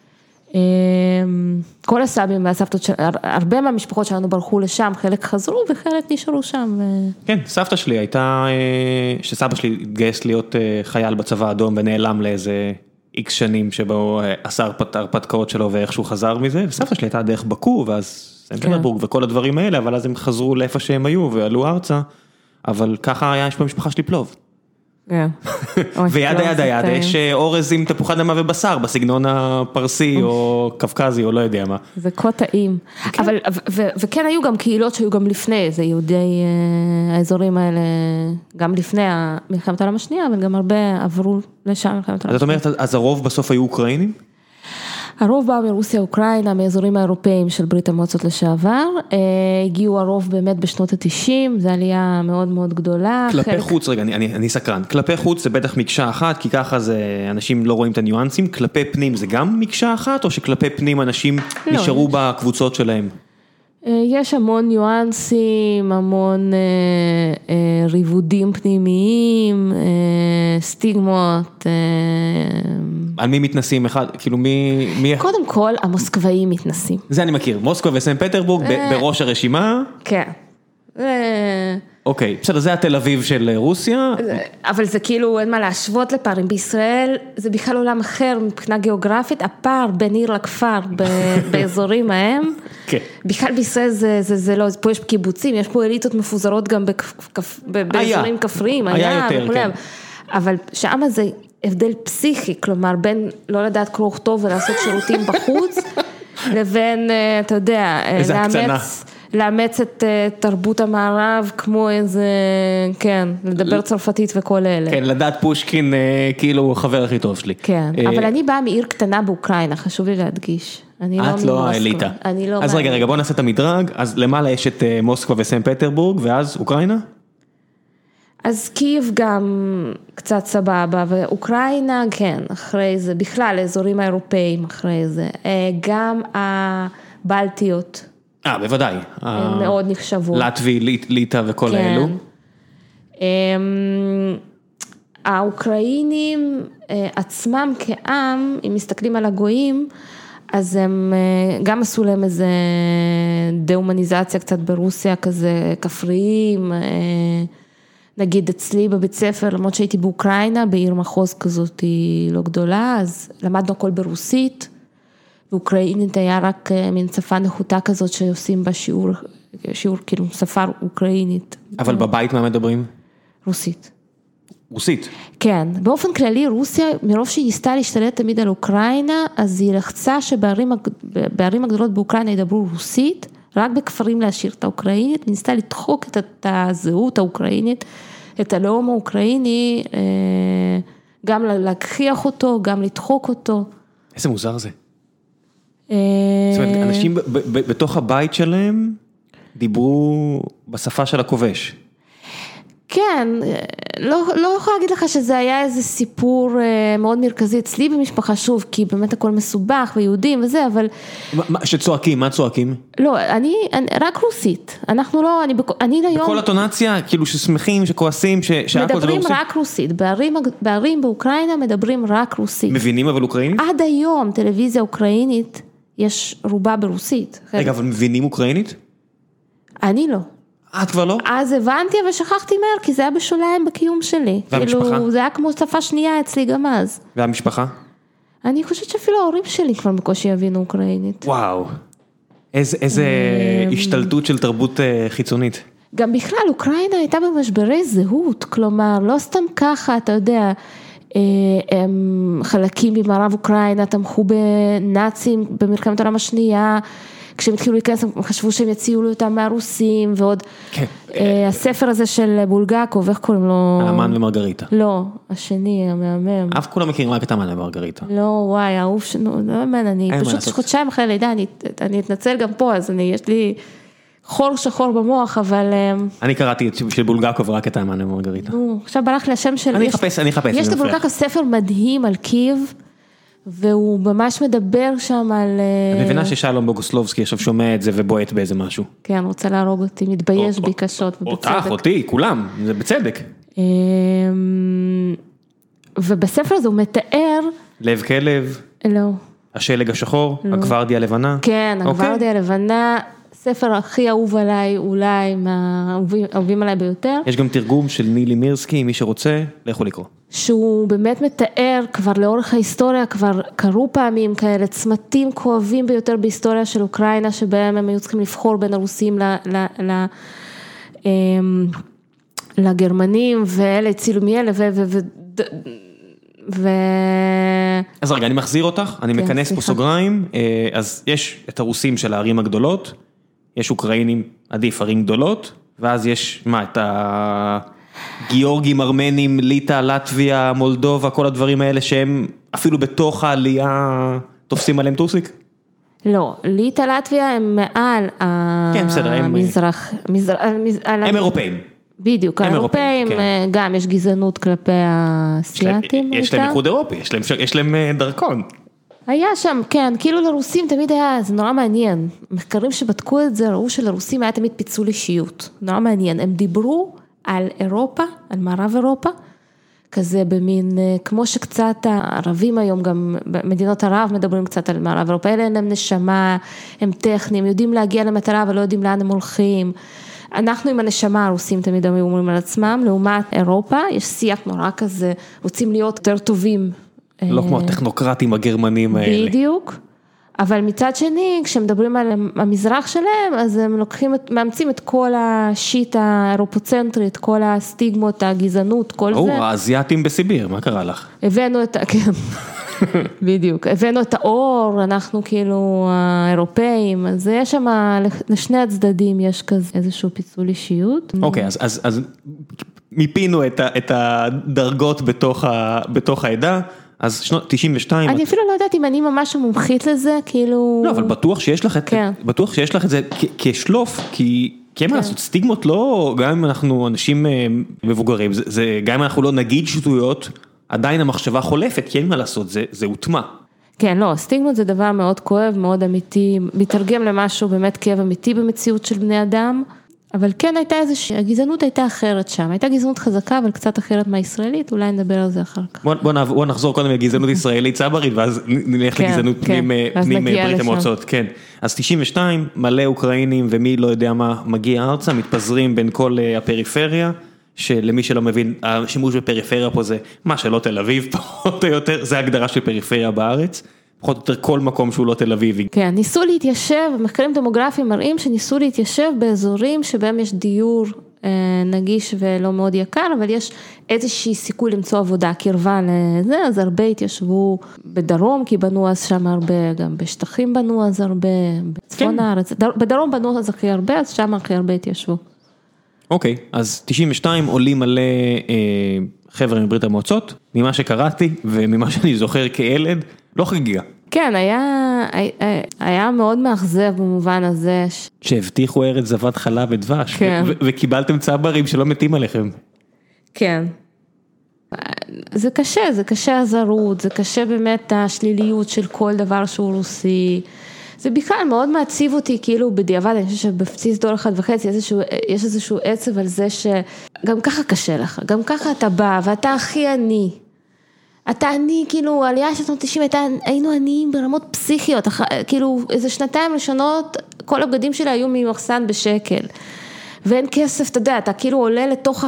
Speaker 2: כל הסבים והסבתות, הרבה מהמשפחות שלנו ברחו לשם, חלק חזרו וחלק נשארו שם.
Speaker 1: כן, סבתא שלי הייתה, שסבא שלי התגייס להיות חייל בצבא האדום ונעלם לאיזה איקס שנים שבו עשה הרפתקאות שלו ואיכשהו חזר מזה, וסבתא שלי הייתה דרך בקו ואז סן פטרבורג וכל הדברים האלה, אבל אז הם חזרו לאיפה שהם היו ועלו ארצה, אבל ככה היה, יש במשפחה שלי פלוב. ויד היד היד, יש אורז עם תפוחי אדמה ובשר, בסגנון הפרסי או קווקזי או לא יודע מה.
Speaker 2: זה כה טעים. וכן היו גם קהילות שהיו גם לפני, זה יהודי האזורים האלה, גם לפני מלחמת העולם השנייה, אבל גם הרבה עברו לשם מלחמת העולם השנייה.
Speaker 1: זאת אומרת, אז הרוב בסוף היו אוקראינים?
Speaker 2: הרוב באו מרוסיה, אוקראינה, מאזורים האירופאים של ברית המועצות לשעבר, הגיעו הרוב באמת בשנות ה-90, זו עלייה מאוד מאוד גדולה.
Speaker 1: כלפי חוץ, רגע, אני סקרן, כלפי חוץ זה בטח מקשה אחת, כי ככה זה, אנשים לא רואים את הניואנסים, כלפי פנים זה גם מקשה אחת, או שכלפי פנים אנשים נשארו בקבוצות שלהם?
Speaker 2: יש המון ניואנסים, המון ריבודים פנימיים, סטיגמות.
Speaker 1: על מי מתנסים אחד, כאילו מי...
Speaker 2: קודם כל, המוסקבאים מתנסים.
Speaker 1: זה אני מכיר, מוסקבה וסן פטרבורג בראש הרשימה.
Speaker 2: כן.
Speaker 1: אוקיי, בסדר, זה התל אביב של רוסיה.
Speaker 2: אבל זה כאילו, אין מה להשוות לפערים. בישראל זה בכלל עולם אחר מבחינה גיאוגרפית, הפער בין עיר לכפר באזורים ההם.
Speaker 1: כן.
Speaker 2: בכלל בישראל זה לא, פה יש קיבוצים, יש פה אליטות מפוזרות גם באזורים כפריים.
Speaker 1: היה יותר, כן.
Speaker 2: אבל שם זה הבדל פסיכי, כלומר, בין לא לדעת קרוא וכתוב ולעשות שירותים בחוץ, לבין, אתה יודע, לאמץ את תרבות המערב, כמו איזה, כן, לדבר צרפתית וכל אלה.
Speaker 1: כן, לדעת פושקין, כאילו הוא החבר הכי טוב שלי.
Speaker 2: כן, אבל אני באה מעיר קטנה באוקראינה, חשוב לי להדגיש.
Speaker 1: את לא האליטה. אז רגע, בוא נעשה את המדרג, אז למעלה יש את מוסקבה וסן פטרבורג, ואז אוקראינה?
Speaker 2: אז קייב גם קצת סבבה, ואוקראינה, כן, אחרי זה, בכלל, האזורים האירופאים אחרי זה, גם הבלטיות.
Speaker 1: בוודאי.
Speaker 2: הן מאוד נחשבו.
Speaker 1: לטבי, ליטא וכל האלו.
Speaker 2: האוקראינים עצמם כעם, אם מסתכלים על הגויים, אז הם גם עשו להם איזה דה-הומניזציה קצת ברוסיה, כזה כפריים, נגיד אצלי בבית ספר, למרות שהייתי באוקראינה, בעיר מחוז כזאת היא לא גדולה, אז למדנו הכל ברוסית, ואוקראינית היה רק מין שפה נחותה כזאת שעושים בה שיעור כאילו שפה אוקראינית.
Speaker 1: אבל בבית מה מדברים?
Speaker 2: רוסית.
Speaker 1: רוסית?
Speaker 2: כן, באופן כללי רוסיה, מרוב שהיא ניסתה להשתלט תמיד על אוקראינה, אז היא לחצה שבערים הגדולות באוקראינה ידברו רוסית, רק בכפרים להשאיר את האוקראינית, ניסתה לדחוק את הזהות האוקראינית, את הלאום האוקראיני, גם להכריח אותו, גם לדחוק אותו.
Speaker 1: איזה מוזר זה. זאת אומרת, אנשים בתוך הבית שלהם דיברו בשפה של הכובש.
Speaker 2: כן, לא יכולה להגיד לך שזה היה איזה סיפור מאוד מרכזי אצלי במשפחה, שוב, כי באמת הכל מסובך ויהודים וזה, אבל...
Speaker 1: שצועקים, מה צועקים?
Speaker 2: לא, אני רק רוסית, אנחנו לא, אני ליום...
Speaker 1: בכל הטונציה, כאילו ששמחים, שכועסים,
Speaker 2: מדברים רק רוסית, בערים באוקראינה מדברים רק רוסית.
Speaker 1: מבינים אבל אוקראינית?
Speaker 2: עד היום, טלוויזיה אוקראינית, יש רובה ברוסית.
Speaker 1: רגע, אבל מבינים אוקראינית?
Speaker 2: אני לא.
Speaker 1: את כבר לא?
Speaker 2: אז הבנתי, אבל שכחתי מהר, כי זה היה בשוליים בקיום שלי.
Speaker 1: והמשפחה?
Speaker 2: כאילו, זה היה כמו שפה שנייה אצלי גם אז.
Speaker 1: והמשפחה?
Speaker 2: אני חושבת שאפילו ההורים שלי כבר בקושי יבינו אוקראינית.
Speaker 1: וואו. איזה השתלטות של תרבות חיצונית.
Speaker 2: גם בכלל, אוקראינה הייתה במשברי זהות, כלומר, לא סתם ככה, אתה יודע, חלקים במערב אוקראינה, תמכו בנאצים במלחמת העולם השנייה, כשהם התחילו להיכנס, הם חשבו שהם יציעו לו אותם מהרוסים, ועוד הספר הזה של בולגקוב, איך קוראים לו?
Speaker 1: האמן ומרגריטה.
Speaker 2: לא, השני, המהמם.
Speaker 1: אף כולם מכירים רק את האמן ומרגריטה.
Speaker 2: לא, וואי, האהוב שלנו, לא האמן, אני פשוט חודשיים אחרי לידה, אני אתנצל גם פה, אז יש לי חור שחור במוח, אבל...
Speaker 1: אני קראתי של בולגקוב רק את האמן ומרגריטה.
Speaker 2: עכשיו בא לך לי השם של...
Speaker 1: אני אחפש.
Speaker 2: יש לבולגקוב ספר מדהים על קייב, והוא ממש מדבר שם על...
Speaker 1: אני מבינה ששלום בוגוסלובסקי עכשיו שומע את זה ובועט באיזה משהו.
Speaker 2: כן, רוצה להרוג אותי, מתבייש בי קשות.
Speaker 1: אותי, כולם, זה בצדק.
Speaker 2: ובספר הזה הוא מתאר...
Speaker 1: לב כלב.
Speaker 2: לא.
Speaker 1: השלג השחור, הגוורדיה הלבנה.
Speaker 2: כן, הגוורדיה הלבנה, ספר הכי אהוב עליי, אולי מהאהובים עליי ביותר.
Speaker 1: יש גם תרגום של נילי מירסקי, מי שרוצה, לכו לקרוא.
Speaker 2: שהוא באמת מתאר, כבר לאורך ההיסטוריה, כבר קרו פעמים כאלה, צמתים כואבים ביותר בהיסטוריה של אוקראינה, שבהם הם היו צריכים לבחור בין הרוסים לגרמנים, ואלה הצילו מאלה,
Speaker 1: אז רגע, אני מחזיר אותך, אני מכנס פה סוגריים, אז יש את הרוסים של הערים הגדולות, יש אוקראינים, עדיף ערים גדולות, ואז יש, את הגיאורגים, ארמנים, ליטא, לטביה, מולדובה, כל הדברים האלה שהם אפילו בתוך העלייה תופסים עליהם טוסיק?
Speaker 2: לא, ליטא, לטביה הם מעל המזרח,
Speaker 1: הם אירופאים.
Speaker 2: בדיוק, האירופאים, גם יש גזענות כלפי האסייתים.
Speaker 1: יש להם איחוד אירופי, יש להם דרכון.
Speaker 2: היה שם, כן, כאילו לרוסים תמיד היה, זה נורא מעניין. מחקרים שבדקו את זה, ראו שלרוסים היה תמיד פיצול אישיות. נורא מעניין, הם דיברו על אירופה, על מערב אירופה, כזה במין, כמו שקצת הערבים היום, גם במדינות ערב מדברים קצת על מערב אירופה, אלה הם נשמה, הם טכניים, יודעים להגיע למטרה, אבל לא יודעים לאן הם הולכים. אנחנו עם הנשמה הרוסים תמיד אומרים על עצמם, לעומת אירופה, יש שיח נורא כזה, רוצים להיות יותר טובים.
Speaker 1: לא כמו הטכנוקרטים הגרמנים האלה.
Speaker 2: בדיוק, אבל מצד שני, כשמדברים על המזרח שלהם, אז הם מאמצים את כל השיט האירופוצנטרית, כל הסטיגמות, הגזענות, כל זה.
Speaker 1: האזייתים בסיביר, מה קרה לך?
Speaker 2: הבאנו את, כן, בדיוק, הבאנו את האור, אנחנו כאילו האירופאים, אז יש שם, לשני הצדדים יש כזה איזשהו פיצול אישיות.
Speaker 1: אוקיי, אז מיפינו את הדרגות בתוך העדה, אז שנות 92.
Speaker 2: אני אפילו לא יודעת אם אני ממש מומחית לזה, כאילו...
Speaker 1: לא, אבל בטוח שיש לך את זה כשלוף, כי אין מה לעשות, סטיגמות לא, גם אם אנחנו אנשים מבוגרים, גם אם אנחנו לא נגיד שטויות, עדיין המחשבה חולפת, כי אין מה לעשות, זה הוטמע.
Speaker 2: כן, לא, סטיגמות זה דבר מאוד כואב, מאוד אמיתי, מתרגם למשהו באמת כאב אמיתי במציאות של בני אדם, אבל כן הייתה איזושהי, הגזענות הייתה אחרת שם, הייתה גזענות חזקה, אבל קצת אחרת מהישראלית, אולי נדבר על זה אחר כך.
Speaker 1: בוא נחזור קודם לגזענות ישראלית צברית, ואז נלך לגזענות פנים ברית המועצות, כן. אז 92, מלא אוקראינים, ומי לא יודע מה מגיע ארצה, מתפזרים בין כל הפריפריה, שלמי שלא מבין, השימוש בפריפריה פה זה מה שלא תל אביב, פחות או יותר, זה ההגדרה של פריפריה בארץ, פחות או יותר כל מקום שהוא לא תל אביבי.
Speaker 2: כן, ניסו להתיישב, מחקרים דמוגרפיים מראים שניסו להתיישב באזורים שבהם יש דיור נגיש ולא מאוד יקר, אבל יש איזושהי סיכוי למצוא עבודה, קרבה לזה, אז הרבה התיישבו בדרום, כי בנו אז שם הרבה, גם בשטחים בנו אז הרבה, בצפון הארץ, בדרום בנו אז הכי הרבה, אז שם הכי הרבה התיישבו.
Speaker 1: אוקיי, אז 92 עולים מלא חבר'ה מברית המועצות, ממה שקראתי וממה שאני זוכר כילד, לא חגיגה.
Speaker 2: כן, היה מאוד מאכזב במובן הזה.
Speaker 1: שהבטיחו ארץ זבת חלב ודבש, וקיבלתם צברים שלא מתים עליכם.
Speaker 2: כן. זה קשה הזרות, זה קשה באמת השליליות של כל דבר שהוא רוסי. זה בכלל מאוד מעציב אותי, כאילו בדיעבד, אני חושבת שבפציץ דור 1.5, יש איזשהו עצב על זה שגם ככה קשה לך, גם ככה אתה בא, ואתה הכי עני. אתה עני, כאילו, העלייה של 90 היינו עניים ברמות פסיכיות, כאילו, איזה שנתיים ראשונות, כל הבגדים שלה היו ממחסן בשקל, ואין כסף, אתה יודע, אתה כאילו עולה לתוך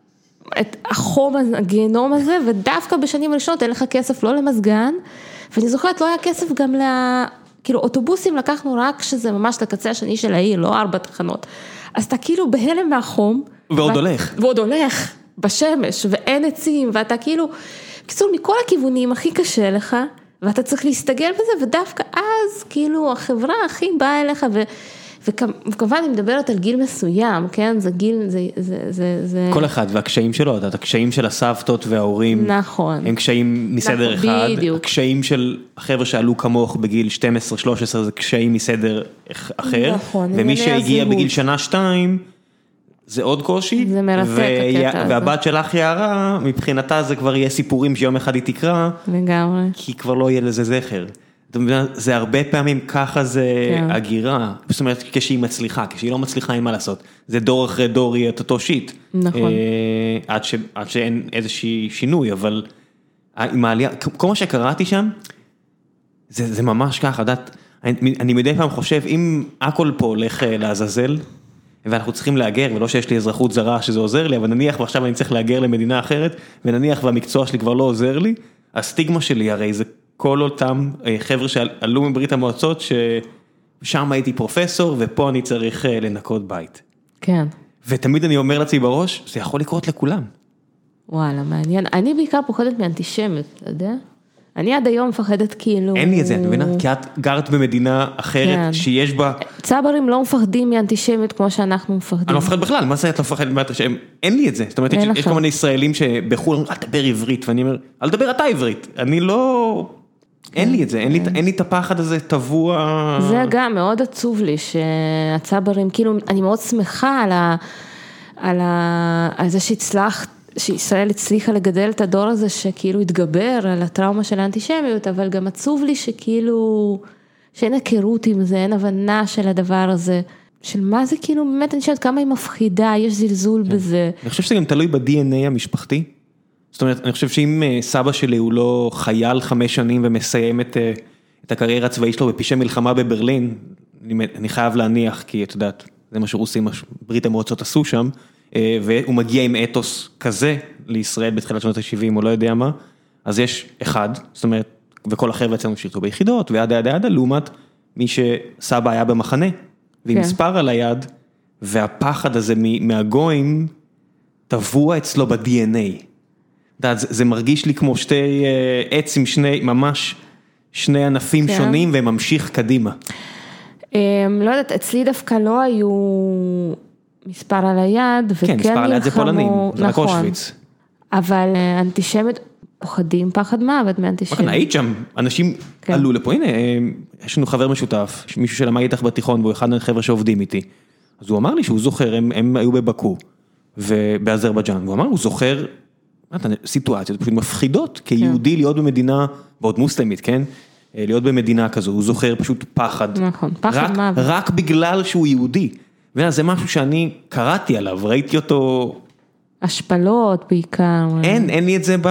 Speaker 2: החום, הגיהנום הזה, ודווקא בשנים הראשונות אין לך כסף לא למסגן, ואני זוכרת, לא היה כסף גם כאילו אוטובוסים לקחנו רק שזה ממש לקצה השני של העיר, לא 4 תחנות. אז אתה כאילו בהלם מהחום. ועוד הולך בשמש, ואין עצים, ואתה כאילו, קיצור, מכל הכיוונים הכי קשה לך, ואתה צריך להסתגל בזה, ודווקא אז, כאילו, החברה הכי באה אליך, וכמובן, אני מדברת על גיל מסוים, כן? זה גיל, זה...
Speaker 1: כל אחד, והקשיים שלו, את הקשיים של הסבתות וההורים,
Speaker 2: נכון.
Speaker 1: הם קשיים מסדר אחד,
Speaker 2: בדיוק.
Speaker 1: הקשיים של החבר'ה שעלו כמוך בגיל 12-13, זה קשיים מסדר אחר,
Speaker 2: נכון,
Speaker 1: ומי שהגיע בגיל שנה-שתיים, זה עוד קושי,
Speaker 2: זה מרתק הקטע הזה.
Speaker 1: והבת שלך יערה, מבחינתה זה כבר יהיה סיפורים שיום אחד היא תקרא,
Speaker 2: לגמרי.
Speaker 1: כי כבר לא יהיה לזה זכר. זה הרבה פעמים ככה זה הגירה, זאת אומרת כשהיא מצליחה, כשהיא לא מצליחה אין מה לעשות, זה דור אחרי דור יהיה את אותו שיט,
Speaker 2: נכון.
Speaker 1: עד שאין איזושהי שינוי, אבל עם העלייה, כל מה שקראתי שם, זה ממש ככה, אני מדי פעם חושב, אם הכל פה הולך לעזאזל, ואנחנו צריכים להגר, ולא שיש לי אזרחות זרה שזה עוזר לי, אבל נניח ועכשיו אני צריך להגר למדינה אחרת, ונניח והמקצוע שלי כבר לא עוזר לי, הסטיגמה שלי הרי זה כל אותם חבר'ה שעלו מברית המועצות, ששם הייתי פרופסור, ופה אני צריך לנקות בית.
Speaker 2: כן.
Speaker 1: ותמיד אני אומר לעצמי בראש, זה יכול לקרות לכולם.
Speaker 2: וואלה, מעניין. אני בעיקר פוחדת מאנטישמיות, אתה יודע? אני עד היום מפחדת כאילו...
Speaker 1: אין לי את זה, את מבינה? כי את גרת במדינה אחרת שיש בה...
Speaker 2: צברים לא מפחדים מאנטישמיות כמו שאנחנו מפחדים.
Speaker 1: אני לא מפחד בכלל, מה זה את לא מפחד מאנטישמיות? אין לי את זה. זאת אומרת, יש כל מיני ישראלים שבחו"ל, אל תדבר עברית, ואני אומר, אל תדבר אתה עברית. אני לא... אין לי את זה, אין לי את הפחד הזה טבוע...
Speaker 2: זה גם מאוד עצוב לי שהצברים, כאילו, אני מאוד שמחה על זה שישראל הצליחה לגדל את הדור הזה שכאילו התגבר על הטראומה של האנטישמיות, אבל גם עצוב לי שכאילו, שאין הכירות עם זה, אין הבנה של הדבר הזה, של מה זה כאילו, באמת אני חושבת כמה היא מפחידה, יש זלזול בזה.
Speaker 1: אני חושב שזה גם תלוי ב-DNA המשפחתי, זאת אומרת, אני חושב שאם סבא שלי הוא לא חייל 5 שנים ומסיים את הקריירה הצבאית שלו בפשעי מלחמה בברלין, אני חייב להניח, כי את יודעת, זה מה שרוסים, ברית המועצות עשו שם, והוא מגיע עם אתוס כזה לישראל בתחילת שנות ה-70 או לא יודע מה, אז יש אחד, זאת אומרת, וכל החבר'ה אצלנו שירתו ביחידות, וידה, לעומת מי שסבא היה במחנה, ועם מספר על היד, והפחד הזה מהגויים, טבוע אצלו ב-DNA. זה מרגיש לי כמו שתי עץ עם ממש שני ענפים שונים, והם ממשיך קדימה.
Speaker 2: לא יודעת, אצלי דווקא לא היו מספר על היד,
Speaker 1: כן, מספר על היד זה פולנים, זה רק אושוויץ.
Speaker 2: אבל אנטישמיות פוחדים פחד מוות מאנטישמיות.
Speaker 1: היית שם, אנשים עלו לפה, הנה, יש לנו חבר משותף, מישהו שלמד איתך בתיכון, והוא אחד החבר'ה שעובדים איתי, אז הוא אמר לי שהוא זוכר, הם היו בבקו, ובאזרבייג'אן, והוא אמר, הוא זוכר, סיטואציות פשוט מפחידות, כיהודי להיות במדינה, ועוד מוסלמית, כן? להיות במדינה כזו, הוא זוכר פשוט פחד.
Speaker 2: נכון, פחד מוות.
Speaker 1: רק בגלל שהוא יהודי. וזה משהו שאני קראתי עליו, ראיתי אותו...
Speaker 2: השפלות בעיקר.
Speaker 1: אין לי את זה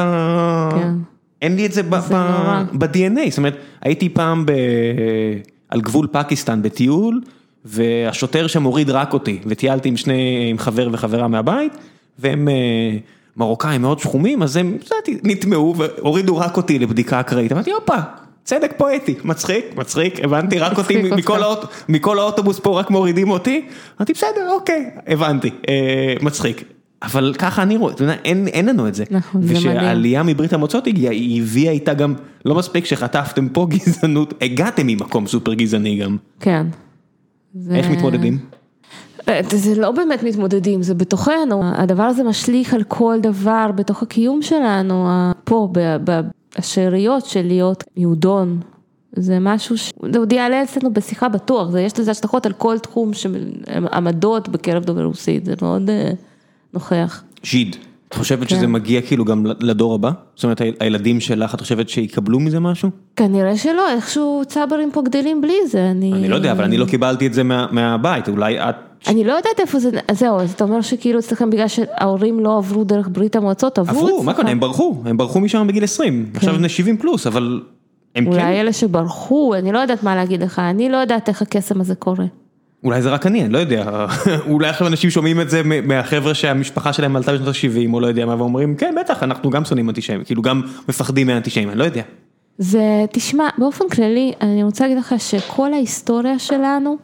Speaker 1: אין לי את זה ב-DNA, זאת אומרת, הייתי פעם על גבול פקיסטן בטיול, והשוטר שם הוריד רק אותי, וטיילתי עם חבר וחברה מהבית, והם מרוקאים מאוד שחומים, אז הם נטמעו והורידו רק אותי לבדיקה אקראית. אמרתי, אופה, צדק פואטי, מצחיק, הבנתי, רק אותי, מכל האוטובוס פה רק מורידים אותי, אמרתי, בסדר, אוקיי, הבנתי, מצחיק. אבל ככה אני רואה, אין לנו את זה. ושהעלייה מברית המועצות הגיעה, היא הביאה איתה גם, לא מספיק שחטפתם פה גזענות, הגעתם ממקום סופר גזעני גם.
Speaker 2: כן.
Speaker 1: איך מתמודדים?
Speaker 2: זה לא באמת מתמודדים, זה בתוכנו, הדבר הזה משליך על כל דבר בתוך הקיום שלנו, פה, בשאריות של להיות יהודון, זה משהו זה עוד יעלה אצלנו בשיחה בטוח, יש לזה השלכות על כל תחום של עמדות בקרב דובר רוסית, זה מאוד נוכח.
Speaker 1: ז'יד, את חושבת שזה מגיע כאילו גם לדור הבא? זאת אומרת, הילדים שלך, את חושבת שיקבלו מזה משהו?
Speaker 2: כנראה שלא, איכשהו צברים פה גדלים בלי זה.
Speaker 1: אני לא יודע, אבל אני לא קיבלתי את זה מהבית, אולי את...
Speaker 2: אני לא יודעת איפה זה, זהו, אז אתה אומר שכאילו אצלכם בגלל שההורים לא עברו דרך ברית המועצות,
Speaker 1: עברו, מה כאן, הם ברחו משם בגיל 20, עכשיו בני 70 פלוס, אבל הם כן...
Speaker 2: אולי אלה שברחו, אני לא יודעת מה להגיד לך, אני לא יודעת איך הקסם הזה קורה.
Speaker 1: אולי זה רק אני לא יודע, אולי עכשיו אנשים שומעים את זה מהחבר'ה שהמשפחה שלהם עלתה בשנות ה-70, או לא יודע מה, ואומרים, כן, בטח, אנחנו גם שונאים אנטישמים, כאילו גם מפחדים מאנטישמים, אני לא יודע.
Speaker 2: זה, תשמע, באופן כללי, אני רוצה להגיד לך שכל ההיסטוריה שלנו,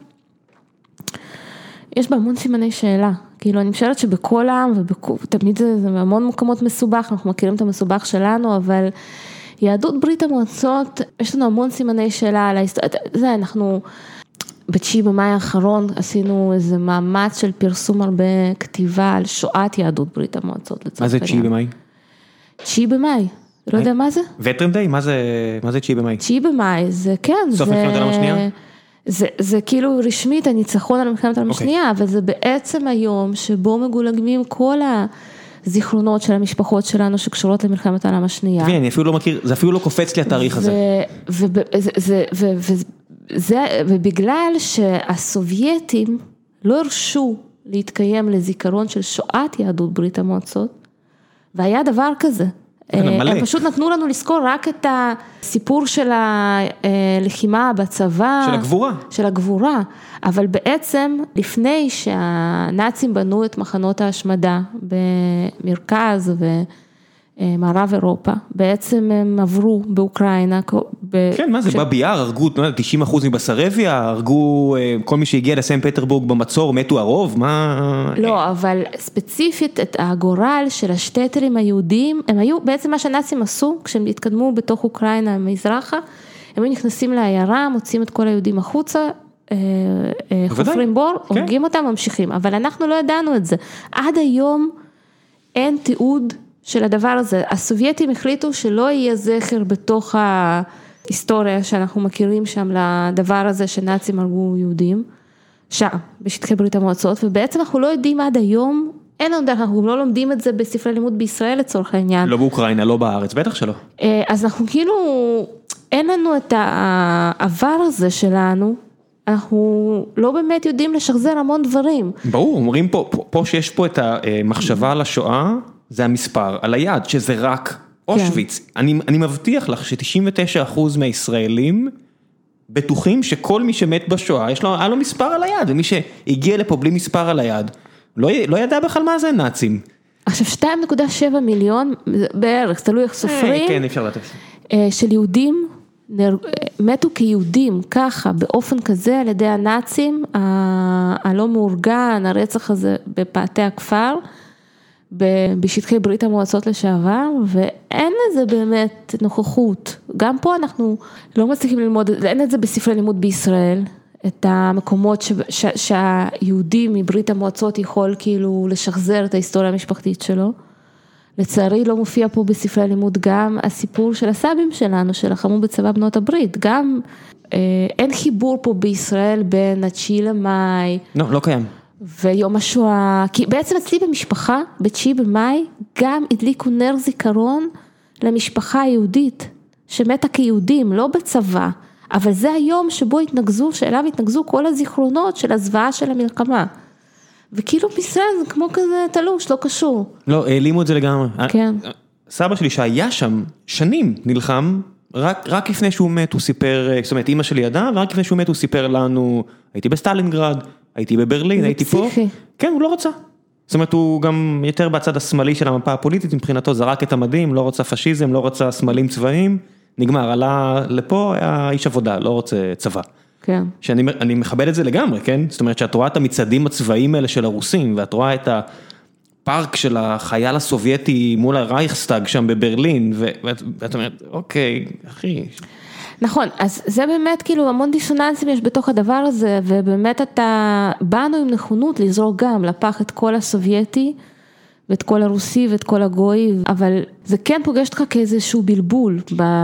Speaker 2: יש בה המון סימני שאלה, כאילו אני משאלת שבכל העם, ותמיד זה בהמון מקומות מסובך, אנחנו מכירים את המסובך שלנו, אבל יהדות ברית המועצות, יש לנו המון סימני שאלה על ההיסטוריה, זה אנחנו, ב9 במאי האחרון עשינו איזה מאמץ של פרסום הרבה כתיבה על שואת יהדות ברית המועצות.
Speaker 1: מה זה 9 במאי?
Speaker 2: 9 במאי, לא יודע מה זה?
Speaker 1: וטרן דיי, מה זה 9 במאי?
Speaker 2: 9 במאי, זה כן,
Speaker 1: סוף מלחמת העולם השנייה?
Speaker 2: זה כאילו רשמית הניצחון על מלחמת העולם השנייה, אבל זה בעצם היום שבו מגולגמים כל הזיכרונות של המשפחות שלנו שקשורות למלחמת העולם השנייה.
Speaker 1: תבין, אני אפילו לא מכיר, זה אפילו לא קופץ לי התאריך הזה.
Speaker 2: ובגלל שהסובייטים לא הרשו להתקיים לזיכרון של שואת יהדות ברית המועצות, והיה דבר כזה. הם פשוט נתנו לנו לזכור רק את הסיפור של הלחימה בצבא. של הגבורה. אבל בעצם, לפני שהנאצים בנו את מחנות ההשמדה במרכז ומערב אירופה, בעצם הם עברו באוקראינה.
Speaker 1: כן, מה זה? בביאר, הרגו 90% מבסרביה, הרגו כל מי שהגיע לסן פטרבורג במצור, מתו הרוב, מה...
Speaker 2: לא, אבל ספציפית את הגורל של השטטלים היהודים, הם היו, בעצם מה שהנאצים עשו, כשהם התקדמו בתוך אוקראינה מזרחה, הם היו נכנסים לעיירה, מוצאים את כל היהודים החוצה, חופרים בור, הורגים אותם, ממשיכים, אבל אנחנו לא ידענו את זה. עד היום אין תיעוד של הדבר הזה. הסובייטים החליטו שלא יהיה זכר בתוך ההיסטוריה שאנחנו מכירים שם לדבר הזה שנאצים הרגו יהודים, שם, בשטחי ברית המועצות, ובעצם אנחנו לא יודעים עד היום, אין לנו דרך, אנחנו לא לומדים את זה בספרי לימוד בישראל לצורך העניין.
Speaker 1: לא באוקראינה, לא בארץ, בטח שלא.
Speaker 2: אז אנחנו כאילו, אין לנו את העבר הזה שלנו, אנחנו לא באמת יודעים לשחזר המון דברים.
Speaker 1: ברור, אומרים פה שיש פה את המחשבה על השואה, זה המספר על היד, שזה רק אושוויץ. אני מבטיח לך ש99% מהישראלים בטוחים שכל מי שמת בשואה, היה לו מספר על היד, ומי שהגיע לפה בלי מספר על היד, לא ידע בכלל מה זה נאצים.
Speaker 2: עכשיו 2.7 מיליון בערך, תלוי איך סופרים,
Speaker 1: כן, אפשר לתת.
Speaker 2: של יהודים, מתו כיהודים ככה, באופן כזה על ידי הנאצים, הלא מאורגן, הרצח הזה בפאתי הכפר, בשטחי ברית המועצות לשעבר, ואין לזה באמת נוכחות. גם פה אנחנו לא מצליחים ללמוד, אין את זה בספרי לימוד בישראל, את המקומות שהיהודי מברית המועצות יכול כאילו לשחזר את ההיסטוריה המשפחתית שלו. לצערי לא מופיע פה בספרי לימוד גם הסיפור של הסבים שלנו, שלחמו בצבא בנות הברית, גם אין חיבור פה בישראל בין 9 למאי.
Speaker 1: לא קיים.
Speaker 2: ויום השואה, כי בעצם אצלי במשפחה, ב9 במאי, גם הדליקו נר זיכרון למשפחה היהודית, שמתה כיהודים, לא בצבא, אבל זה היום שבו התנגזו, שאליו התנגזו כל הזיכרונות של הזוועה של המלחמה. וכאילו בישראל זה כמו כזה תלוש, לא קשור.
Speaker 1: לא, העלימו את זה לגמרי.
Speaker 2: כן.
Speaker 1: סבא שלי שהיה שם שנים נלחם, רק לפני שהוא מת הוא סיפר, זאת אומרת אמא שלי ידעה, ורק לפני שהוא מת הוא סיפר לנו, הייתי בסטלינגרד, הייתי בברלין, הייתי פה. כן, הוא לא רצה. זאת אומרת, הוא גם יותר בצד השמאלי של המפה הפוליטית, מבחינתו זרק את המדים, לא רצה פשיזם, לא רצה סמלים צבאיים, נגמר, עלה לפה, היה איש עבודה, לא רוצה צבא.
Speaker 2: כן.
Speaker 1: שאני מכבד את זה לגמרי, כן? זאת אומרת, שאת רואה את המצעדים הצבאיים האלה של הרוסים, ואת רואה את הפארק של החייל הסובייטי מול הרייכסטאג שם בברלין, ואת אומרת, אוקיי, אחי.
Speaker 2: נכון, אז זה באמת כאילו המון דיסוננסים יש בתוך הדבר הזה, ובאמת באנו עם נכונות לזרוק גם לפח את כל הסובייטי, ואת כל הרוסי ואת כל הגוי, אבל זה כן פוגש אותך כאיזשהו בלבול,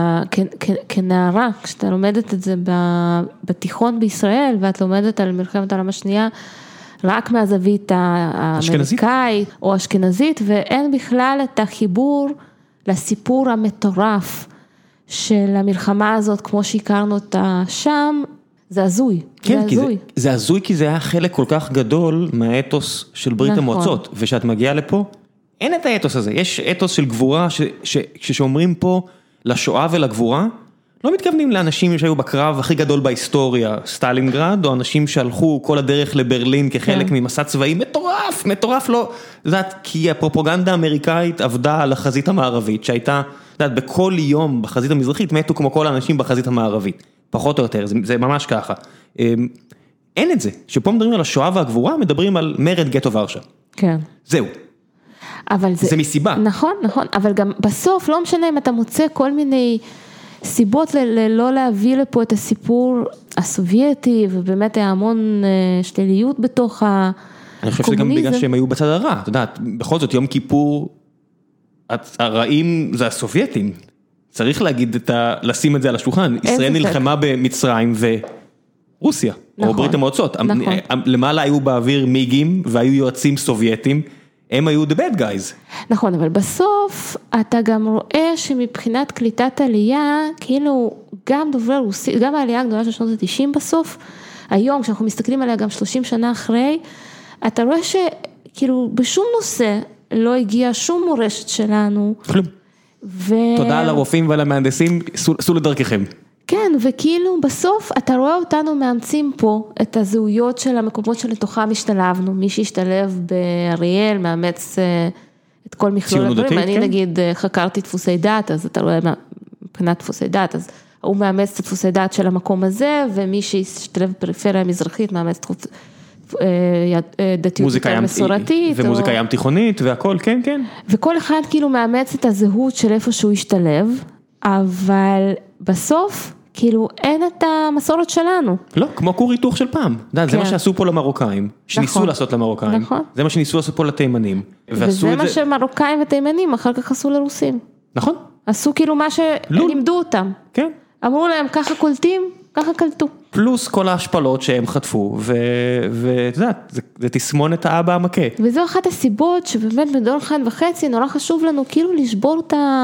Speaker 2: כנערה, כשאתה לומדת את זה בתיכון בישראל, ואת לומדת על מלחמת העולם השנייה, רק מהזווית האמריקאית או אשכנזית, ואין בכלל את החיבור לסיפור המטורף של המלחמה הזאת, כמו שהכרנו אותה שם, זה הזוי.
Speaker 1: כן, זה הזוי כי זה היה חלק כל כך גדול מהאתוס של ברית המועצות, ושאת מגיעה לפה, אין את האתוס הזה, יש אתוס של גבורה, כשאומרים פה לשואה ולגבורה, לא מתכוונים לאנשים שהיו בקרב הכי גדול בהיסטוריה, סטלינגרד, או אנשים שהלכו כל הדרך לברלין כחלק ממסע צבאי, מטורף, מטורף לא, זאת כי הפרופוגנדה האמריקאית עבדה על החזית המערבית, שהייתה, בכל יום בחזית המזרחית מתו כמו כל האנשים בחזית המערבית, פחות או יותר, זה ממש ככה. אין את זה, שפה מדברים על השואה והגבורה, מדברים על מרד גטו ורשה.
Speaker 2: כן.
Speaker 1: זהו. זה מסיבה.
Speaker 2: נכון, נכון, אבל גם בסוף לא משנה אם אתה מוצא כל מיני סיבות לא להביא לפה את הסיפור הסובייטי, ובאמת היה המון שליליות בתוך הקומוניזם.
Speaker 1: אני חושב שזה גם בגלל שהם היו בצד הרע, אתה יודעת, בכל זאת יום כיפור, הרעים זה הסובייטים, צריך להגיד לשים את זה על השולחן, ישראל נלחמה במצרים ורוסיה, או ברית המועצות, למעלה היו באוויר מיגים, והיו יועצים סובייטים, הם היו the bad guys.
Speaker 2: נכון, אבל בסוף אתה גם רואה שמבחינת קליטת עלייה, כאילו גם דוברי רוסית, גם העלייה הגדולה של שנות ה-90 בסוף, היום כשאנחנו מסתכלים עליה גם 30 שנה אחרי, אתה רואה שכאילו בשום נושא לא הגיע שום מורשת שלנו.
Speaker 1: כלום. תודה על הרופאים ועל המהנדסים, סעו לדרככם.
Speaker 2: כן, וכאילו בסוף אתה רואה אותנו מאמצים פה את הזהויות של המקומות שלתוכם השתלבנו, מי שהשתלב באריאל מאמץ את כל מכלול הדברים, אני נגיד חקרתי דפוסי דת, אז אתה רואה מבחינת דפוסי דת, אז הוא מאמץ את דפוסי דת של המקום הזה, ומי שהשתלב בפריפריה המזרחית מאמץ דתיות יותר מסורתית.
Speaker 1: ומוזיקה ים תיכונית והכל, כן, כן.
Speaker 2: וכל אחד כאילו מאמץ את הזהות של איפה שהוא השתלב, אבל בסוף, כאילו, אין את המסורת שלנו.
Speaker 1: לא, כמו כור היתוך של פעם. זה מה שעשו פה למרוקאים, שניסו לעשות למרוקאים. זה מה שניסו לעשות פה לתימנים.
Speaker 2: וזה מה שמרוקאים ותימנים אחר כך עשו לרוסים.
Speaker 1: נכון.
Speaker 2: עשו כאילו מה שלימדו אותם.
Speaker 1: כן.
Speaker 2: אמרו להם, ככה קולטים, ככה קלטו.
Speaker 1: פלוס כל ההשפלות שהם חטפו, ואת יודעת, זה תסמון את האבא המכה.
Speaker 2: וזו אחת הסיבות שבאמת בדור 1.5 נורא חשוב לנו כאילו לשבור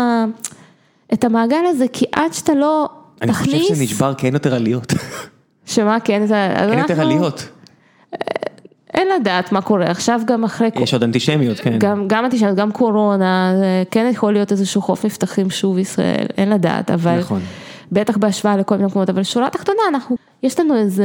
Speaker 2: את המעגל הזה, כי עד שאתה לא
Speaker 1: אני חושב שזה נשבר כי אין יותר עליות.
Speaker 2: שמה כן?
Speaker 1: אין יותר עליות.
Speaker 2: אין לדעת מה קורה, עכשיו גם אחרי...
Speaker 1: יש עוד אנטישמיות, כן.
Speaker 2: גם אנטישמיות, גם קורונה, כן יכול להיות איזשהו חוף מבטחים שוב ישראל, אין לדעת, אבל...
Speaker 1: נכון.
Speaker 2: בטח בהשוואה לכל מיני מקומות, אבל שורה תחתונה, יש לנו איזה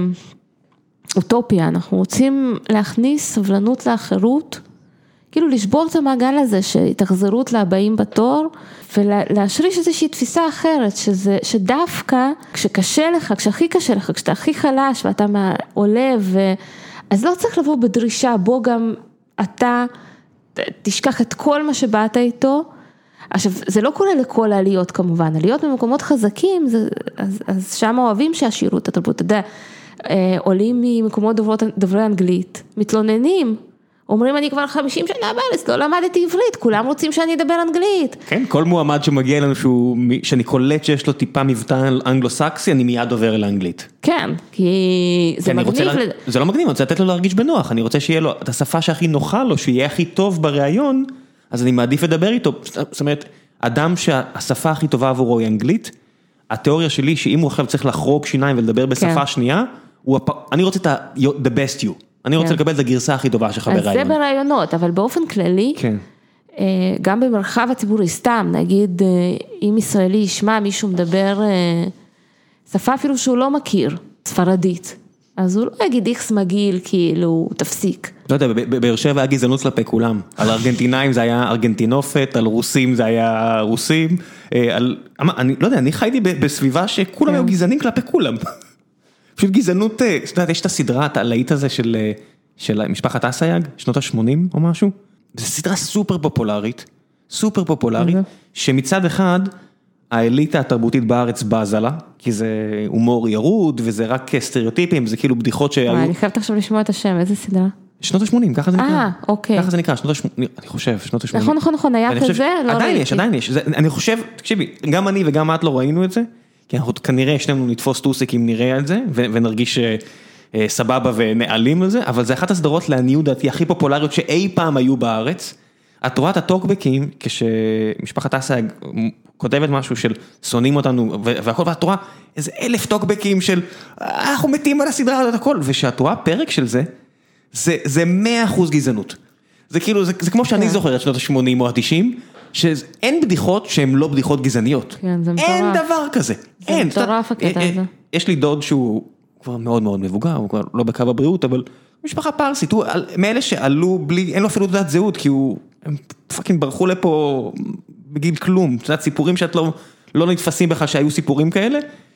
Speaker 2: אוטופיה, אנחנו רוצים להכניס סבלנות לאחרות, כאילו לשבור את המעגל הזה, שהתאכזרות לבאים בתור, ולהשריש איזושהי תפיסה אחרת, שדווקא כשקשה לך, כשהכי קשה לך, כשאתה הכי חלש, ואתה עולה, אז לא צריך לבוא בדרישה, בו גם אתה תשכח את כל מה שבאת איתו, עכשיו, זה לא קורה לכל העליות כמובן, עליות במקומות חזקים, אז שם אוהבים שהשירו את התרבות, אתה יודע, עולים ממקומות דוברי אנגלית, מתלוננים, אומרים אני כבר 50 שנה בארץ, לא למדתי עברית, כולם רוצים שאני אדבר אנגלית.
Speaker 1: כן, כל מועמד שמגיע אלינו שאני קולט שיש לו טיפה מבטא אנגלו-סקסי, אני מיד עובר אל האנגלית.
Speaker 2: כן, כי זה מגניב.
Speaker 1: זה לא מגניב, אני רוצה לתת לו להרגיש בנוח, אני רוצה שיהיה לו את השפה שהכי נוחה לו, שיהיה הכי טוב בראיון, אז אני מעדיף לדבר איתו, זאת אומרת, אדם שהשפה הכי טובה עבורו היא אנגלית, התיאוריה שלי שאם הוא עכשיו צריך לחרוג שיניים ולדבר בשפה שנייה, אני רוצה את the best you, אני רוצה לקבל את הגרסה הכי טובה שלך בראיון.
Speaker 2: אז זה ברעיונות, אבל באופן כללי, גם במרחב הציבורי, סתם, נגיד, אם ישראלי ישמע מישהו מדבר שפה אפילו שהוא לא מכיר, ספרדית, אז הוא לא יגיד איכס מגיל, כאילו, תפסיק.
Speaker 1: לא יודע, בבאר שבע היה גזענות כלפי כולם, על ארגנטינאים זה היה ארגנטינופת, על רוסים זה היה רוסים, אני לא יודע, אני חייתי בסביבה שכולם היו גזענים כלפי כולם. פשוט גזענות, אתה יודע, יש את הסדרה, את הלהיט הזה של משפחת אסייג, שנות ה-80 או משהו, זו סדרה סופר פופולרית, שמצד אחד, האליטה התרבותית בארץ בזה לה, כי זה הומור ירוד, וזה רק סטריאוטיפים, זה כאילו בדיחות שהיו...
Speaker 2: אני חייבת עכשיו לשמוע את השם, איזה סדרה?
Speaker 1: שנות ה-80, ככה זה נקרא.
Speaker 2: אוקיי.
Speaker 1: ככה זה נקרא, שנות ה-80, אני חושב, שנות ה-80.
Speaker 2: נכון, היה כזה, לא ראיתי.
Speaker 1: עדיין יש. אני חושב, תקשיבי, גם אני וגם את לא ראינו את זה, כי אנחנו כנראה שנינו נתפוס טוסיק אם נראה את זה, ונרגיש סבבה ונעלים על זה, אבל זה אחת הסדרות לעניות דעתי הכי פופולריות שאי פעם היו בארץ. את רואה את הטוקבקים, כשמשפחת אסייג כותבת משהו של שונאים אותנו והכל, ואת רואה איזה 1000 טוקבקים של אנחנו מתים על הסדרה הזאת הכל, ושאת רואה פרק של זה, זה 100% גזענות. זה כאילו, זה כמו שאני זוכר את שנות ה-80 או ה-90, שאין בדיחות שהן לא בדיחות גזעניות. אין דבר כזה.
Speaker 2: זה מטורף הקטע הזה.
Speaker 1: יש לי דוד שהוא כבר מאוד מאוד מבוגר, הוא כבר לא בקו הבריאות, אבל משפחה פרסית, הוא מאלה שעלו בלי, אין לו אפילו תעודת זהות, כי הם פאקינג ברחו לפה בגיל כלום, זאת אומרת, סיפורים שאת לא נתפסים בך שהיו סיפורים כאלה,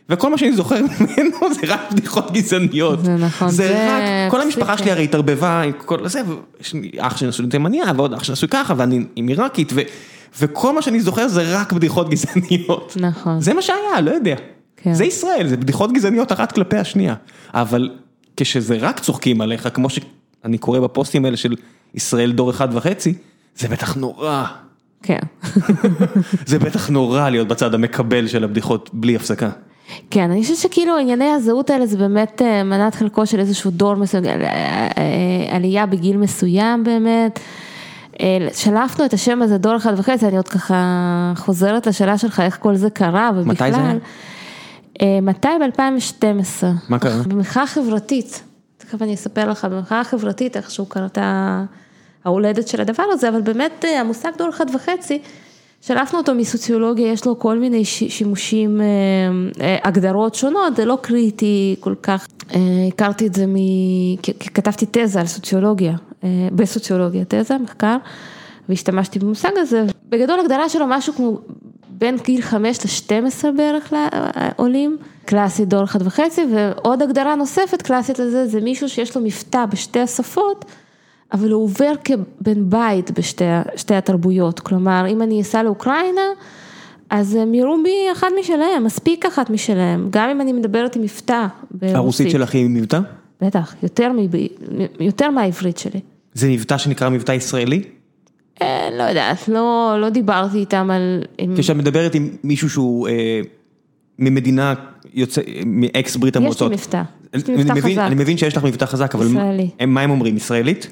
Speaker 1: וכל מה שאני זוכר ממנו זה רק בדיחות גזעניות.
Speaker 2: זה נכון.
Speaker 1: זה רק, כל המשפחה שלי הרי התערבבה עם כל זה, אח שלי נשוי תימניה, ועוד אח שלי נשוי ככה, ואני עם עיראקית, וכל מה שאני זוכר זה רק בדיחות גזעניות.
Speaker 2: נכון.
Speaker 1: זה מה שהיה, לא יודע. זה ישראל, זה בדיחות גזעניות אחת כלפי השנייה. אבל כשזה רק צוחקים עליך, כמו שאני קורא בפוסטים האלה של ישראל דור 1.5, זה בטח נורא.
Speaker 2: כן.
Speaker 1: זה בטח נורא להיות בצד המקבל של הבדיחות בלי הפסקה.
Speaker 2: כן, אני חושבת שכאילו ענייני הזהות האלה זה באמת מנת חלקו של איזשהו דור מסוים, עלייה בגיל מסוים באמת. שלפנו את השם הזה דור 1.5, אני עוד ככה חוזרת לשאלה שלך איך כל זה קרה ובכלל.
Speaker 1: מתי זה היה?
Speaker 2: מתי ב-2012.
Speaker 1: מה קרה?
Speaker 2: במחאה חברתית. תכף אני אספר לך, במחאה חברתית איכשהו קרתה ההולדת של הדבר הזה, אבל באמת המושג דור 1.5, שלפנו אותו מסוציולוגיה, יש לו כל מיני שימושים, הגדרות שונות, זה לא קריטי כל כך. הכרתי את זה כתבתי תזה על סוציולוגיה, בסוציולוגיה, תזה, מחקר, והשתמשתי במושג הזה. בגדול הגדרה שלו משהו כמו בין גיל 5 ל-12 בערך לעולים, קלאסית דור 1.5, ועוד הגדרה נוספת קלאסית לזה, זה מישהו שיש לו מבטא בשתי השפות, אבל הוא עובר כבן בית בשתי התרבויות, כלומר, אם אני אסע לאוקראינה, אז הם יראו בי אחד משלהם, מספיק אחת משלהם, גם אם אני מדברת עם מבטא ברוסית.
Speaker 1: הרוסית שלך היא מבטא?
Speaker 2: בטח, יותר מהעברית שלי.
Speaker 1: זה מבטא שנקרא מבטא ישראלי?
Speaker 2: לא יודעת, לא דיברתי איתם על...
Speaker 1: כשאת מדברת עם מישהו שהוא ממדינה יוצא, מאקס ברית המועצות.
Speaker 2: יש לי מבטא חזק.
Speaker 1: אני מבין שיש לך מבטא חזק, אבל מה הם אומרים, ישראלית?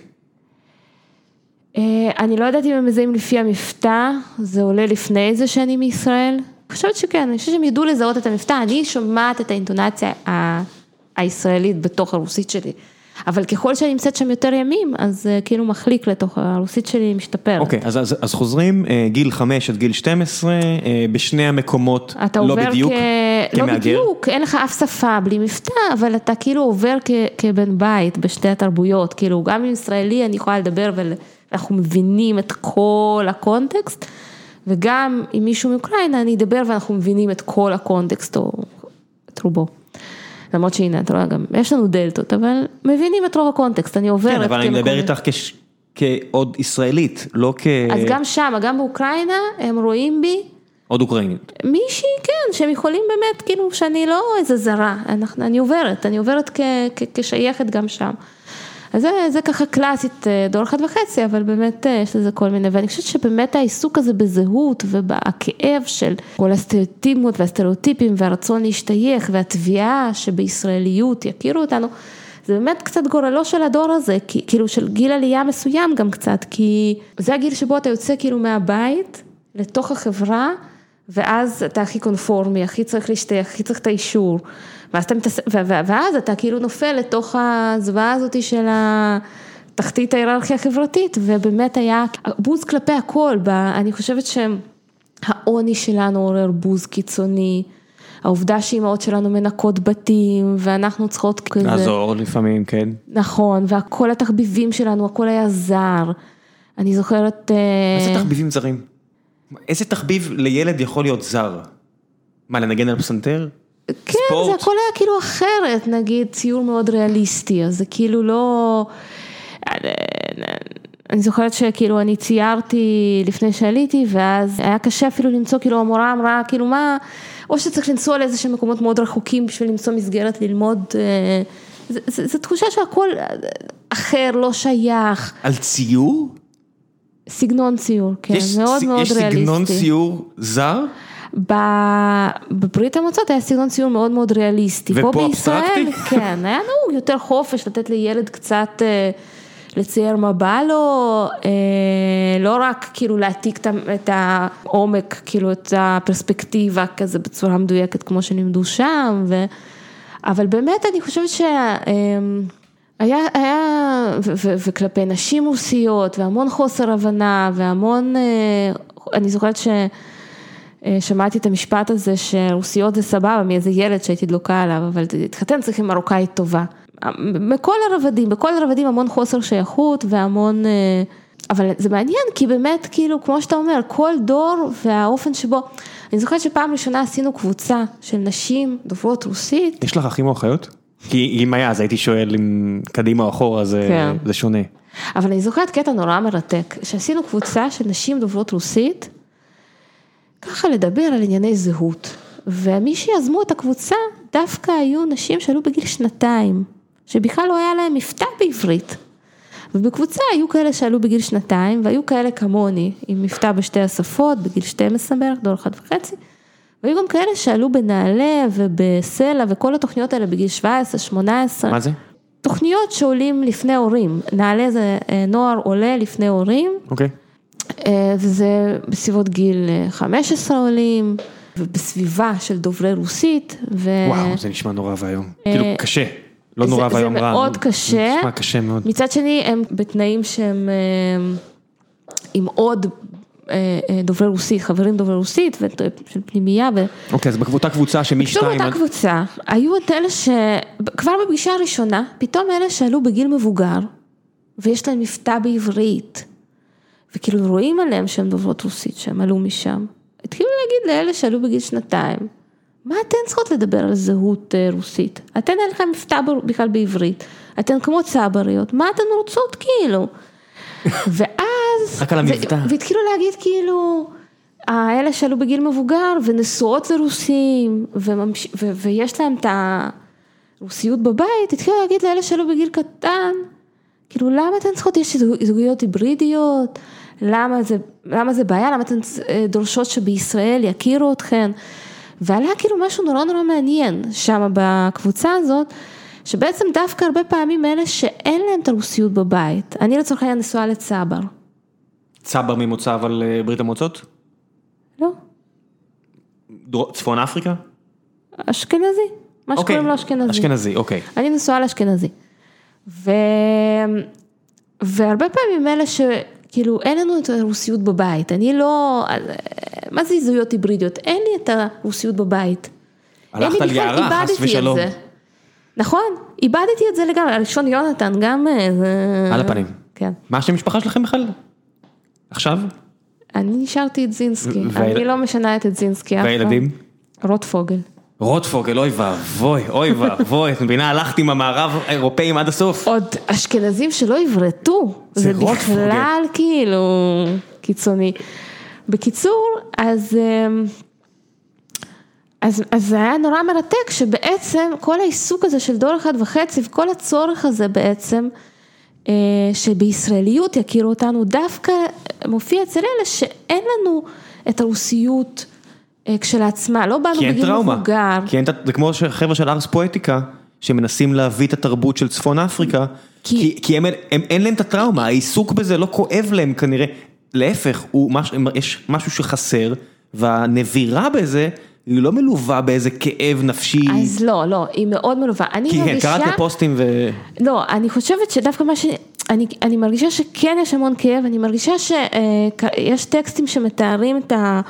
Speaker 2: אני לא יודעת אם הם מזהים לפי המבטא, זה עולה לפני זה שאני מישראל. אני חושבת שכן, אני חושבת שהם ידעו לזהות את המבטא, אני שומעת את האינטונציה הישראלית בתוך הרוסית שלי. אבל ככל שאני נמצאת שם יותר ימים, אז כאילו מחליק לתוך הרוסית שלי משתפר.
Speaker 1: אוקיי, אז חוזרים, גיל 5 עד גיל 12, בשני המקומות, לא בדיוק,
Speaker 2: לא בדיוק, אין לך אף שפה בלי מבטא, אבל אתה כאילו עובר כבן בית בשתי התרבויות, כאילו גם עם ישראלי אני יכולה לדבר, ואנחנו מבינים את כל הקונטקסט, וגם עם מישהו מאוקראינה אני אדבר, ואנחנו מבינים את כל הקונטקסט, או את רובו. למרות שהנה, אתה רואה גם, יש לנו דלתות, אבל מבינים את רוב הקונטקסט, אני עוברת.
Speaker 1: כן, אבל אני מדבר איתך כעוד ישראלית, לא
Speaker 2: אז גם שם, גם באוקראינה, הם רואים בי.
Speaker 1: עוד אוקראינית.
Speaker 2: מישהי, כן, שהם יכולים באמת, כאילו, שאני לא איזה זרה, אני עוברת כשייכת גם שם. אז זה ככה קלאסית דור 1.5, אבל באמת יש לזה כל מיני, ואני חושבת שבאמת העיסוק הזה בזהות ובכאב של כל הסטריאוטיפות והסטריאוטיפים והרצון להשתייך והתביעה שבישראליות יכירו אותנו, זה באמת קצת גורלו של הדור הזה, כאילו של גיל עלייה מסוים גם קצת, כי זה הגיל שבו אתה יוצא כאילו מהבית לתוך החברה, ואז אתה הכי קונפורמי, הכי צריך להשתייך, הכי צריך את האישור, ואז אתה כאילו נופל לתוך הזוועה הזאת של תחתית ההיררכיה החברתית, ובאמת היה בוז כלפי הכל, אני חושבת שהעוני שלנו עורר בוז קיצוני, העובדה שאימהות שלנו מנקות בתים, ואנחנו צריכות כזה...
Speaker 1: לעזור לפעמים, כן.
Speaker 2: נכון, וכל התחביבים שלנו, הכל היה זר, אני זוכרת...
Speaker 1: איזה תחביבים זרים? איזה תחביב לילד יכול להיות זר? מה, לנגן על פסנתר?
Speaker 2: כן, זה הכל היה כאילו אחרת, נגיד ציור מאוד ריאליסטי, אז זה כאילו לא... אני זוכרת שכאילו אני ציירתי לפני שעליתי, ואז היה קשה אפילו למצוא, כאילו המורה אמרה, כאילו מה, או שצריך לנסוע לאיזה שהם מקומות מאוד רחוקים, בשביל למצוא מסגרת ללמוד, זו תחושה שהכל אחר, לא שייך.
Speaker 1: על ציור?
Speaker 2: סגנון ציור, כן, מאוד מאוד ריאליסטי.
Speaker 1: יש סגנון ציור זר?
Speaker 2: בברית המועצות היה סגנון ציור מאוד מאוד ריאליסטי.
Speaker 1: ופה אבסטרקטי?
Speaker 2: כן, היה נהוג יותר חופש לתת לילד קצת לצייר מה בא לו, לא רק כאילו להעתיק את העומק, כאילו את הפרספקטיבה כזה בצורה מדויקת כמו שלימדו שם, אבל באמת אני חושבת היה, וכלפי נשים רוסיות, והמון חוסר הבנה, והמון, אני זוכרת שמעתי את המשפט הזה, שרוסיות זה סבבה, מאיזה ילד שהייתי דלוקה עליו, אבל תתחתן צריכים מרוקאית טובה. בכל הרבדים המון חוסר שייכות, והמון אבל זה מעניין, כי באמת, כאילו, כמו שאתה אומר, כל דור והאופן שבו, אני זוכרת שפעם ראשונה עשינו קבוצה של נשים דוברות רוסית.
Speaker 1: יש לך אחים או אחיות? כי אם היה, אז הייתי שואל אם קדימה או אחורה, זה שונה.
Speaker 2: אבל אני זוכרת קטע נורא מרתק, שעשינו קבוצה של נשים דוברות רוסית, ככה לדבר על ענייני זהות, ומי שיזמו את הקבוצה, דווקא היו נשים שעלו בגיל 2, שבכלל לא היה להם מבטא בעברית, ובקבוצה היו כאלה שעלו בגיל 2, והיו כאלה כמוני, עם מבטא בשתי השפות, בגיל 12 בערך, דור 1.5, והיו גם כאלה שעלו בנעלה ובסלע, וכל התוכניות האלה בגיל 17, 18.
Speaker 1: מה זה?
Speaker 2: תוכניות שעולים לפני הורים, נעלה זה נוער עולה לפני הורים.
Speaker 1: אוקיי.
Speaker 2: וזה בסביבות גיל 15 עולים, ובסביבה של דוברי רוסית.
Speaker 1: וואו, זה נשמע נורא והיום. כאילו קשה, לא נורא והיום רע.
Speaker 2: זה מאוד קשה.
Speaker 1: נשמע קשה מאוד.
Speaker 2: מצד שני, הם בתנאים שהם עם עוד דוברי רוסית, חברים דוברי רוסית, של פנימייה.
Speaker 1: אוקיי, אז בקבוצה קבוצה שמי שתיים...
Speaker 2: באותה קבוצה, היו את אלה שכבר בפגישה הראשונה, פתאום אלה שעלו בגיל מבוגר, ויש להם מבטא בעברית, וכאילו רואים עליהם שהם דוברות רוסית, שהם עלו משם. התחילו להגיד לאלה שעלו בגיל 2, מה אתן צריכות לדבר על זהות רוסית? אתן אין לכם מבטא בכלל בעברית, אתן כמו צבריות, מה אתן רוצות כאילו? ואז,
Speaker 1: רק על המבטא.
Speaker 2: והתחילו להגיד כאילו, האלה שעלו בגיל מבוגר, ונשואות לרוסים, ויש להם את הרוסיות בבית, התחילו להגיד לאלה שעלו בגיל קטן, כאילו למה אתן צריכות, יש זוגיות היברידיות, למה זה בעיה, למה אתן דורשות שבישראל יכירו אתכן, ועלה כאילו משהו נורא נורא מעניין שם בקבוצה הזאת, שבעצם דווקא הרבה פעמים אלה שאין להם את הרוסיות בבית, אני לצורך העניין נשואה לצבר.
Speaker 1: צבר ממוצא אבל ברית המועצות?
Speaker 2: לא.
Speaker 1: צפון אפריקה?
Speaker 2: אשכנזי, מה שקוראים לו אשכנזי.
Speaker 1: אשכנזי, אוקיי.
Speaker 2: אני נשואה לאשכנזי. והרבה פעמים אלה שכאילו אין לנו את הרוסיות בבית, אני לא, מה זה זהויות היברידיות? אין לי את הרוסיות בבית.
Speaker 1: הלכת על יערה, חס ושלום.
Speaker 2: נכון, איבדתי את זה לגמרי, הראשון יונתן גם...
Speaker 1: על הפנים.
Speaker 2: כן.
Speaker 1: מה השם משפחה שלכם בכלל? עכשיו?
Speaker 2: אני נשארתי את זינסקי, אני לא משנה את זינסקי.
Speaker 1: והילדים?
Speaker 2: רוטפוגל.
Speaker 1: רוטפוגל, אוי ואבוי, את מבינה, הלכתי עם המערב האירופאים עד הסוף.
Speaker 2: עוד אשכנזים שלא יברטו, זה בכלל כאילו קיצוני. בקיצור, אז זה היה נורא מרתק, שבעצם כל העיסוק הזה של דור 1.5, וכל הצורך הזה בעצם, שבישראליות יכירו אותנו, דווקא מופיע אצל אלה שאין לנו את הרוסיות כשלעצמה, לא באנו בגיל מבוגר.
Speaker 1: כי זה כמו חבר'ה של ארס פואטיקה, שמנסים להביא את התרבות של צפון אפריקה, כי אין להם את הטראומה, העיסוק בזה לא כואב להם כנראה, להפך, יש משהו שחסר, והנבירה בזה, היא לא מלווה באיזה כאב נפשי.
Speaker 2: אז לא, היא מאוד מלווה.
Speaker 1: כי כן, קראת לפוסטים ו...
Speaker 2: לא, אני חושבת שדווקא מה אני מרגישה שכן יש המון כאב, אני מרגישה שיש טקסטים שמתארים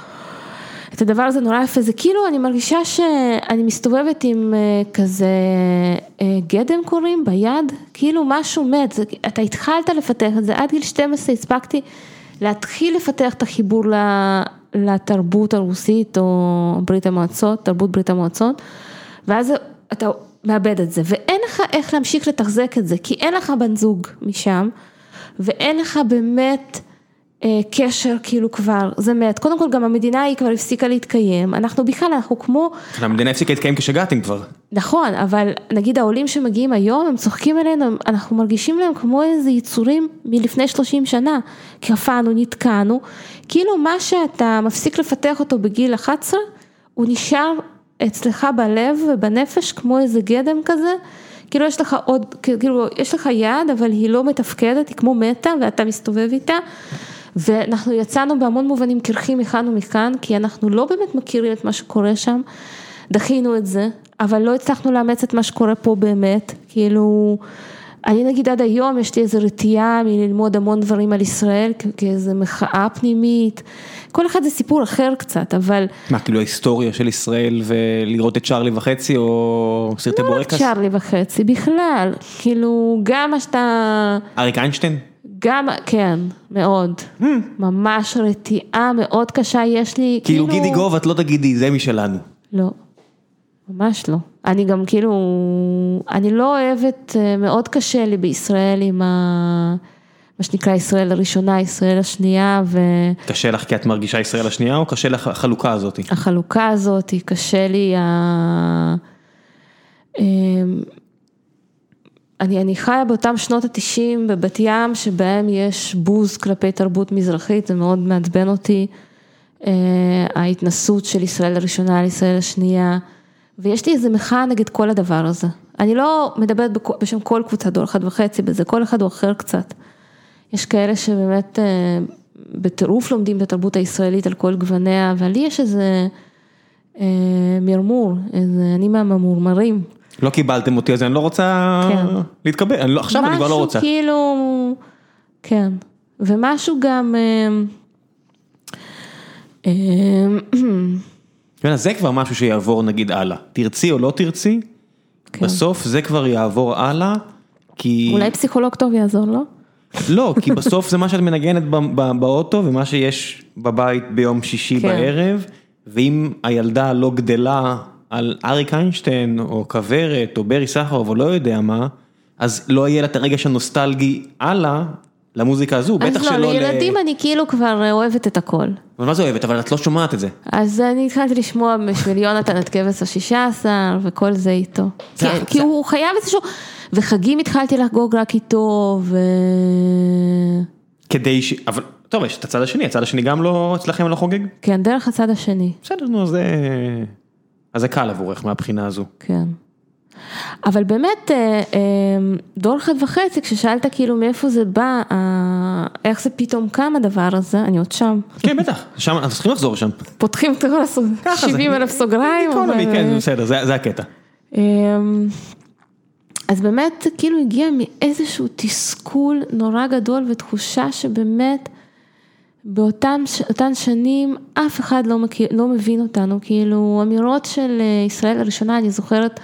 Speaker 2: את הדבר הזה נורא יפה, זה כאילו אני מרגישה שאני מסתובבת עם כזה גדם קוראים ביד, כאילו משהו מת, אתה התחלת לפתח את זה, עד גיל 12 הספקתי להתחיל לפתח את החיבור לתרבות הרוסית או ברית המועצות, תרבות ברית המועצות, ואז אתה מאבד את זה, ואין לך איך להמשיך לתחזק את זה, כי אין לך בן זוג משם, ואין לך באמת קשר כאילו כבר, זה מת. קודם כל גם המדינה היא כבר הפסיקה להתקיים, אנחנו בכלל, אנחנו כמו...
Speaker 1: המדינה הפסיקה להתקיים כשגעתם כבר.
Speaker 2: נכון, אבל נגיד העולים שמגיעים היום, הם צוחקים עלינו, אנחנו מרגישים להם כמו איזה יצורים מלפני 30 שנה, קפאנו, נתקענו, כאילו מה שאתה מפסיק לפתח אותו בגיל 11, הוא נשאר אצלך בלב ובנפש כמו איזה גדם כזה, כאילו יש לך עוד, כאילו יש לך יד, אבל היא לא מתפקדת, היא כמו מתה ואתה מסתובב איתה, ואנחנו יצאנו בהמון מובנים קרחים מכאן ומכאן, כי אנחנו לא באמת מכירים את מה שקורה שם, דחינו את זה, אבל לא הצלחנו לאמץ את מה שקורה פה באמת, כאילו, אני נגיד עד היום יש לי איזו רתיעה מללמוד המון דברים על ישראל, כאיזו מחאה פנימית, כל אחד זה סיפור אחר קצת, אבל...
Speaker 1: מה, כאילו ההיסטוריה של ישראל ולראות את צ'רלי וחצי או סרטי בורקס?
Speaker 2: לא רק צ'רלי וחצי, בכלל, כאילו, גם מה שאתה...
Speaker 1: אריק איינשטיין?
Speaker 2: גם, כן, מאוד. ממש רתיעה מאוד קשה, יש לי
Speaker 1: כאילו גידי גוב, את לא תגידי, זה משלנו.
Speaker 2: לא, ממש לא. אני גם כאילו, אני לא אוהבת, מאוד קשה לי בישראל עם מה שנקרא ישראל הראשונה, ישראל השנייה.
Speaker 1: קשה לך כי את מרגישה ישראל השנייה, או קשה לך החלוקה הזאת?
Speaker 2: החלוקה הזאת, קשה לי, אני חיה באותם שנות ה-90 בבת ים, שבהם יש בוז כלפי תרבות מזרחית, זה מאוד מעצבן אותי, ההתנסות של ישראל הראשונה על ישראל השנייה, ויש לי איזה מחאה נגד כל הדבר הזה. אני לא מדברת בשם כל קבוצה דור 1.5, בזה כל אחד הוא אחר קצת. יש כאלה שבאמת בטירוף לומדים את התרבות הישראלית על כל גווניה, אבל לי יש איזה מרמור, אני מהממורמרים.
Speaker 1: לא קיבלתם אותי, אז אני לא רוצה להתקבל, עכשיו אני כבר לא רוצה.
Speaker 2: משהו כאילו, כן, ומשהו גם,
Speaker 1: זה כבר משהו שיעבור נגיד הלאה, תרצי או לא תרצי, בסוף זה כבר יעבור הלאה, כי...
Speaker 2: אולי פסיכולוג טוב יעזור, לא?
Speaker 1: לא, כי בסוף זה מה שאת מנגנת באוטו, ומה שיש בבית ביום שישי בערב, ואם הילדה לא גדלה על אריק איינשטיין, או כברת, או ברי סחרוף, או לא יודע מה, אז לא יהיה לה את הרגש הנוסטלגי הלאה, למוזיקה הזו, בטח שלא...
Speaker 2: אז לא, לילדים אני כאילו כבר אוהבת את הכל.
Speaker 1: אבל מה זה אוהבת? אבל את לא שומעת את זה.
Speaker 2: אז אני התחלתי לשמוע בשביל יונתן את כבש ה-16, וכל זה איתו. כי הוא חייב איזשהו... וחגים התחלתי לחגוג רק איתו,
Speaker 1: כדי ש... אבל, טוב, יש את הצד השני, הצד השני גם לא, אצלכם לא חוגג?
Speaker 2: כן, דרך הצד השני.
Speaker 1: בסדר, נו, אז זה קל עבורך מהבחינה הזו.
Speaker 2: כן. אבל באמת, דור 1.5, כששאלת כאילו מאיפה זה בא, איך זה פתאום קם הדבר הזה, אני עוד שם.
Speaker 1: כן, בטח, שם, אנחנו צריכים לחזור שם.
Speaker 2: פותחים את כל 70,000 סוגריים.
Speaker 1: כן, בסדר, זה הקטע.
Speaker 2: אז באמת כאילו הגיע מאיזשהו תסכול נורא גדול ותחושה שבאמת באותן שנים אף אחד לא מבין אותנו, כאילו אמירות של ישראל הראשונה, אני זוכרת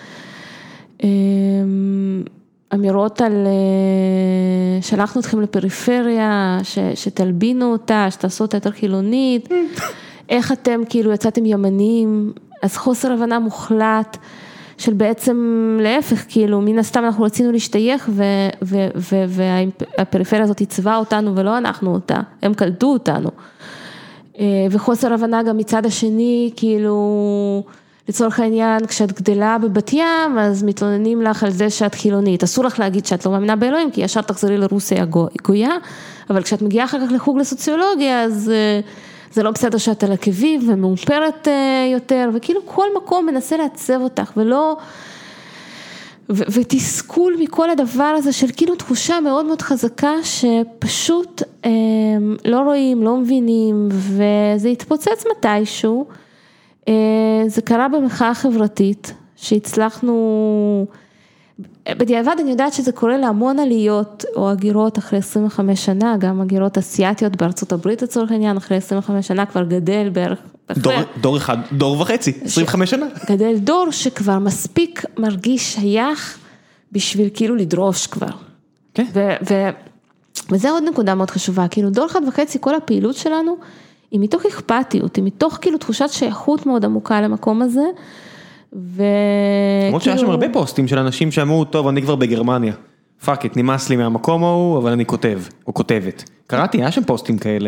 Speaker 2: אמירות על שלחנו אתכם לפריפריה, שתלבינו אותה, שתעשו אותה יותר חילונית, איך אתם כאילו יצאתם ימנים, אז חוסר הבנה מוחלט, של בעצם להפך, כאילו, מן הסתם אנחנו רצינו להשתייך, והפריפריה הזאת הצבעה אותנו, ולא אנחנו אותה, הם קלטו אותנו. וחוסר הבנה גם מצד השני, כאילו, לצורך העניין, כשאת גדלה בבת ים, אז מתלוננים לך על זה שאת חילונית. אסור לך להגיד שאת לא מאמינה באלוהים, כי ישר תחזרי לרוסיה הגויה, אבל כשאת מגיעה אחר כך לחוג לסוציולוגיה, אז... זה לא בסדר שאת על עקביב ומאופרת יותר, וכאילו כל מקום מנסה לעצב אותך, ולא, ותסכול מכל הדבר הזה, של כאילו תחושה מאוד מאוד חזקה, שפשוט לא רואים, לא מבינים, וזה התפוצץ מתישהו, זה קרה במחאה חברתית, שהצלחנו, בדיעבד אני יודעת שזה קורה להמון עליות או הגירות אחרי 25 שנה, גם הגירות אסיאטיות בארצות הברית לצורך העניין, אחרי 25 שנה כבר גדל בערך.
Speaker 1: דור אחד, דור וחצי, 25 שנה.
Speaker 2: גדל דור שכבר מספיק מרגיש שייך בשביל כאילו לדרוש כבר.
Speaker 1: כן.
Speaker 2: וזה עוד נקודה מאוד חשובה, כאילו דור 1.5, כל הפעילות שלנו היא מתוך אכפתיות, היא מתוך כאילו תחושת שייכות מאוד עמוקה למקום הזה,
Speaker 1: למרות שהיה שם הרבה פוסטים של אנשים שאמרו, טוב, אני כבר בגרמניה, פאק, נמאס לי מהמקום ההוא, אבל אני כותב, או כותבת. קראתי, היה שם פוסטים כאלה.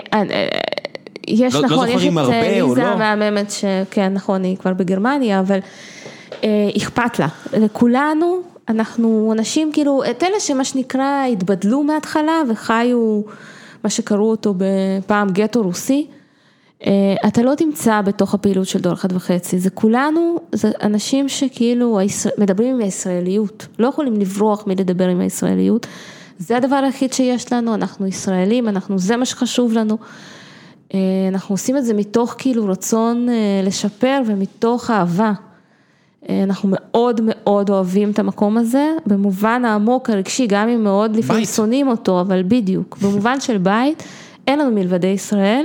Speaker 2: יש נכון, יש את
Speaker 1: ליזה
Speaker 2: המהממת שכן, נכון, היא כבר בגרמניה, אבל אכפת לה. לכולנו, אנחנו אנשים כאילו, את אלה שמה שנקרא, התבדלו מההתחלה, וחיו מה שקראו אותו בפעם גטו רוסי, אתה לא תמצא בתוך הפעילות של דור 1.5, זה כולנו, זה אנשים שכאילו מדברים עם הישראליות, לא יכולים לברוח מלדבר עם הישראליות, זה הדבר היחיד שיש לנו, אנחנו ישראלים, זה מה שחשוב לנו, אנחנו עושים את זה מתוך כאילו רצון לשפר ומתוך אהבה, אנחנו מאוד מאוד אוהבים את המקום הזה, במובן העמוק הרגשי, גם אם מאוד לפעמים שונאים אותו, אבל בדיוק, במובן של בית, אין לנו מלבדי ישראל,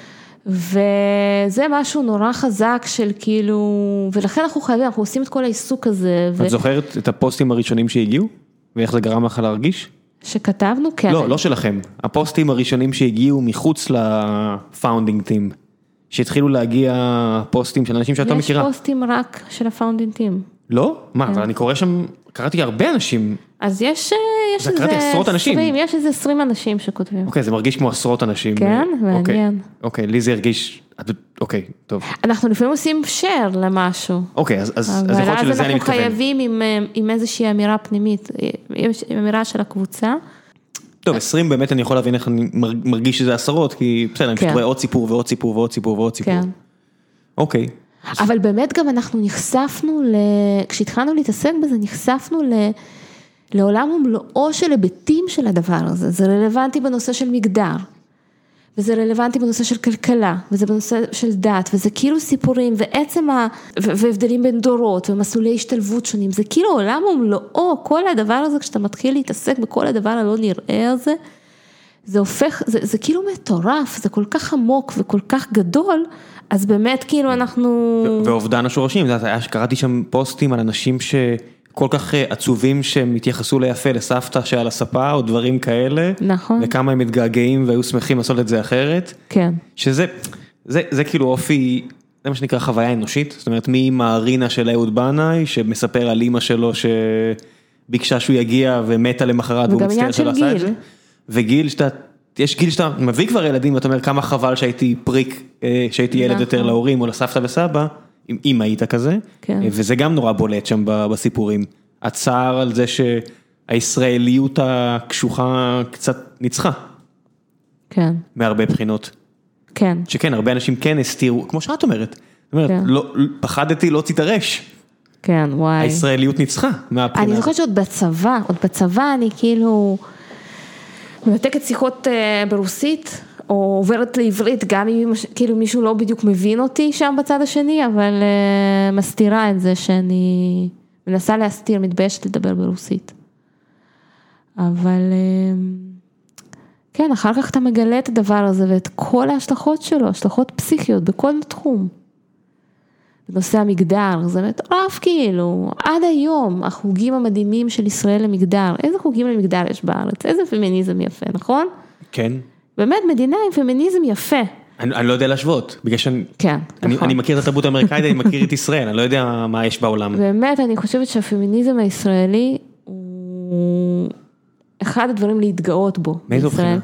Speaker 2: וזה משהו נורא חזק של כאילו, ולכן אנחנו חייבים, אנחנו עושים את כל העיסוק הזה.
Speaker 1: את זוכרת את הפוסטים הראשונים שהגיעו? ואיך זה גרם לך להרגיש?
Speaker 2: שכתבנו, כן.
Speaker 1: לא, לא שלכם. הפוסטים הראשונים שהגיעו מחוץ לפאונדינג טים, שהתחילו להגיע פוסטים של אנשים שאתה מכירה.
Speaker 2: יש פוסטים רק של הפאונדינג טים.
Speaker 1: לא? מה, אבל אני קורא שם, קראתי הרבה אנשים.
Speaker 2: אז יש איזה
Speaker 1: קראתי עשרות אנשים.
Speaker 2: יש איזה 20 אנשים שכותבים.
Speaker 1: אוקיי, זה מרגיש כמו עשרות אנשים.
Speaker 2: כן, מעניין.
Speaker 1: אוקיי, לי זה הרגיש, אוקיי, טוב.
Speaker 2: אנחנו לפעמים עושים share למשהו.
Speaker 1: אוקיי, אז יכול להיות שלזה אני מתכוון.
Speaker 2: אנחנו חייבים עם איזושהי אמירה פנימית, אמירה של הקבוצה.
Speaker 1: טוב, 20 באמת אני יכול להבין איך אני מרגיש שזה עשרות, כי בסדר, אני פשוט רואה עוד סיפור ועוד סיפור ועוד סיפור ועוד סיפור.
Speaker 2: כן.
Speaker 1: אוקיי.
Speaker 2: אבל באמת גם אנחנו נחשפנו, כשהתחלנו להתעסק בזה, נחשפנו לעולם ומלואו של היבטים של הדבר הזה. זה רלוונטי בנושא של מגדר, וזה רלוונטי בנושא של כלכלה, וזה בנושא של דת, וזה כאילו סיפורים, והבדלים בין דורות, ומסלולי השתלבות שונים, זה כאילו עולם ומלואו, כל הדבר הזה, כשאתה מתחיל להתעסק בכל הדבר הלא נראה הזה, זה הופך, זה כאילו מטורף, זה כל כך עמוק וכל כך גדול, אז באמת כאילו אנחנו...
Speaker 1: ואובדן השורשים, קראתי שם פוסטים על אנשים שכל כך עצובים שהם התייחסו ליפה לסבתא שעל הספה או דברים כאלה.
Speaker 2: נכון.
Speaker 1: וכמה הם מתגעגעים והיו שמחים לעשות את זה אחרת.
Speaker 2: כן.
Speaker 1: שזה כאילו אופי, זה מה שנקרא חוויה אנושית, זאת אומרת מי מהרינה של אהוד בנאי שמספר על אמא שלו שביקשה שהוא יגיע ומתה למחרת והוא מצטער שלא עשה את זה. וגיל יש גיל שאתה מביא כבר ילדים ואתה אומר כמה חבל שהייתי פריק, שהייתי ילד יותר להורים או לסבתא וסבא, אם היית כזה, וזה גם נורא בולט שם בסיפורים. הצער על זה שהישראליות הקשוחה קצת ניצחה.
Speaker 2: כן.
Speaker 1: מהרבה בחינות.
Speaker 2: כן.
Speaker 1: שכן, הרבה אנשים כן הסתירו, כמו שאת אומרת. פחדתי לא תתרש.
Speaker 2: כן, וואי.
Speaker 1: הישראליות ניצחה מהבחינה.
Speaker 2: אני זוכרת שעוד בצבא אני כאילו... מנתקת שיחות ברוסית, או עוברת לעברית, גם אם כאילו מישהו לא בדיוק מבין אותי שם בצד השני, אבל מסתירה את זה שאני מנסה להסתיר, מתביישת לדבר ברוסית. אבל כן, אחר כך אתה מגלה את הדבר הזה, ואת כל ההשלכות שלו, השלכות פסיכיות בכל תחום. בנושא המגדר, זה מטורף כאילו, עד היום החוגים המדהימים של ישראל למגדר, איזה חוגים למגדר יש בארץ, איזה פמיניזם יפה, נכון?
Speaker 1: כן.
Speaker 2: באמת מדינה עם פמיניזם יפה.
Speaker 1: אני לא יודע להשוות, בגלל שאני
Speaker 2: כן, נכון.
Speaker 1: אני מכיר את התרבות האמריקאית, אני מכיר את ישראל, אני לא יודע מה יש בעולם.
Speaker 2: באמת, אני חושבת שהפמיניזם הישראלי הוא אחד הדברים להתגאות בו.
Speaker 1: מאיזו בחינה?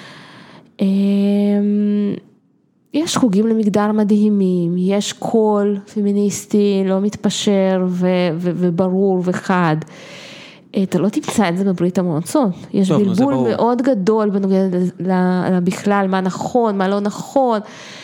Speaker 2: יש חוגים למגדר מדהימים, יש קול פמיניסטי לא מתפשר וברור וחד. אתה לא תמצא את זה בברית המועצות. יש בלבול מאוד גדול בנוגע בכלל מה נכון, מה לא נכון.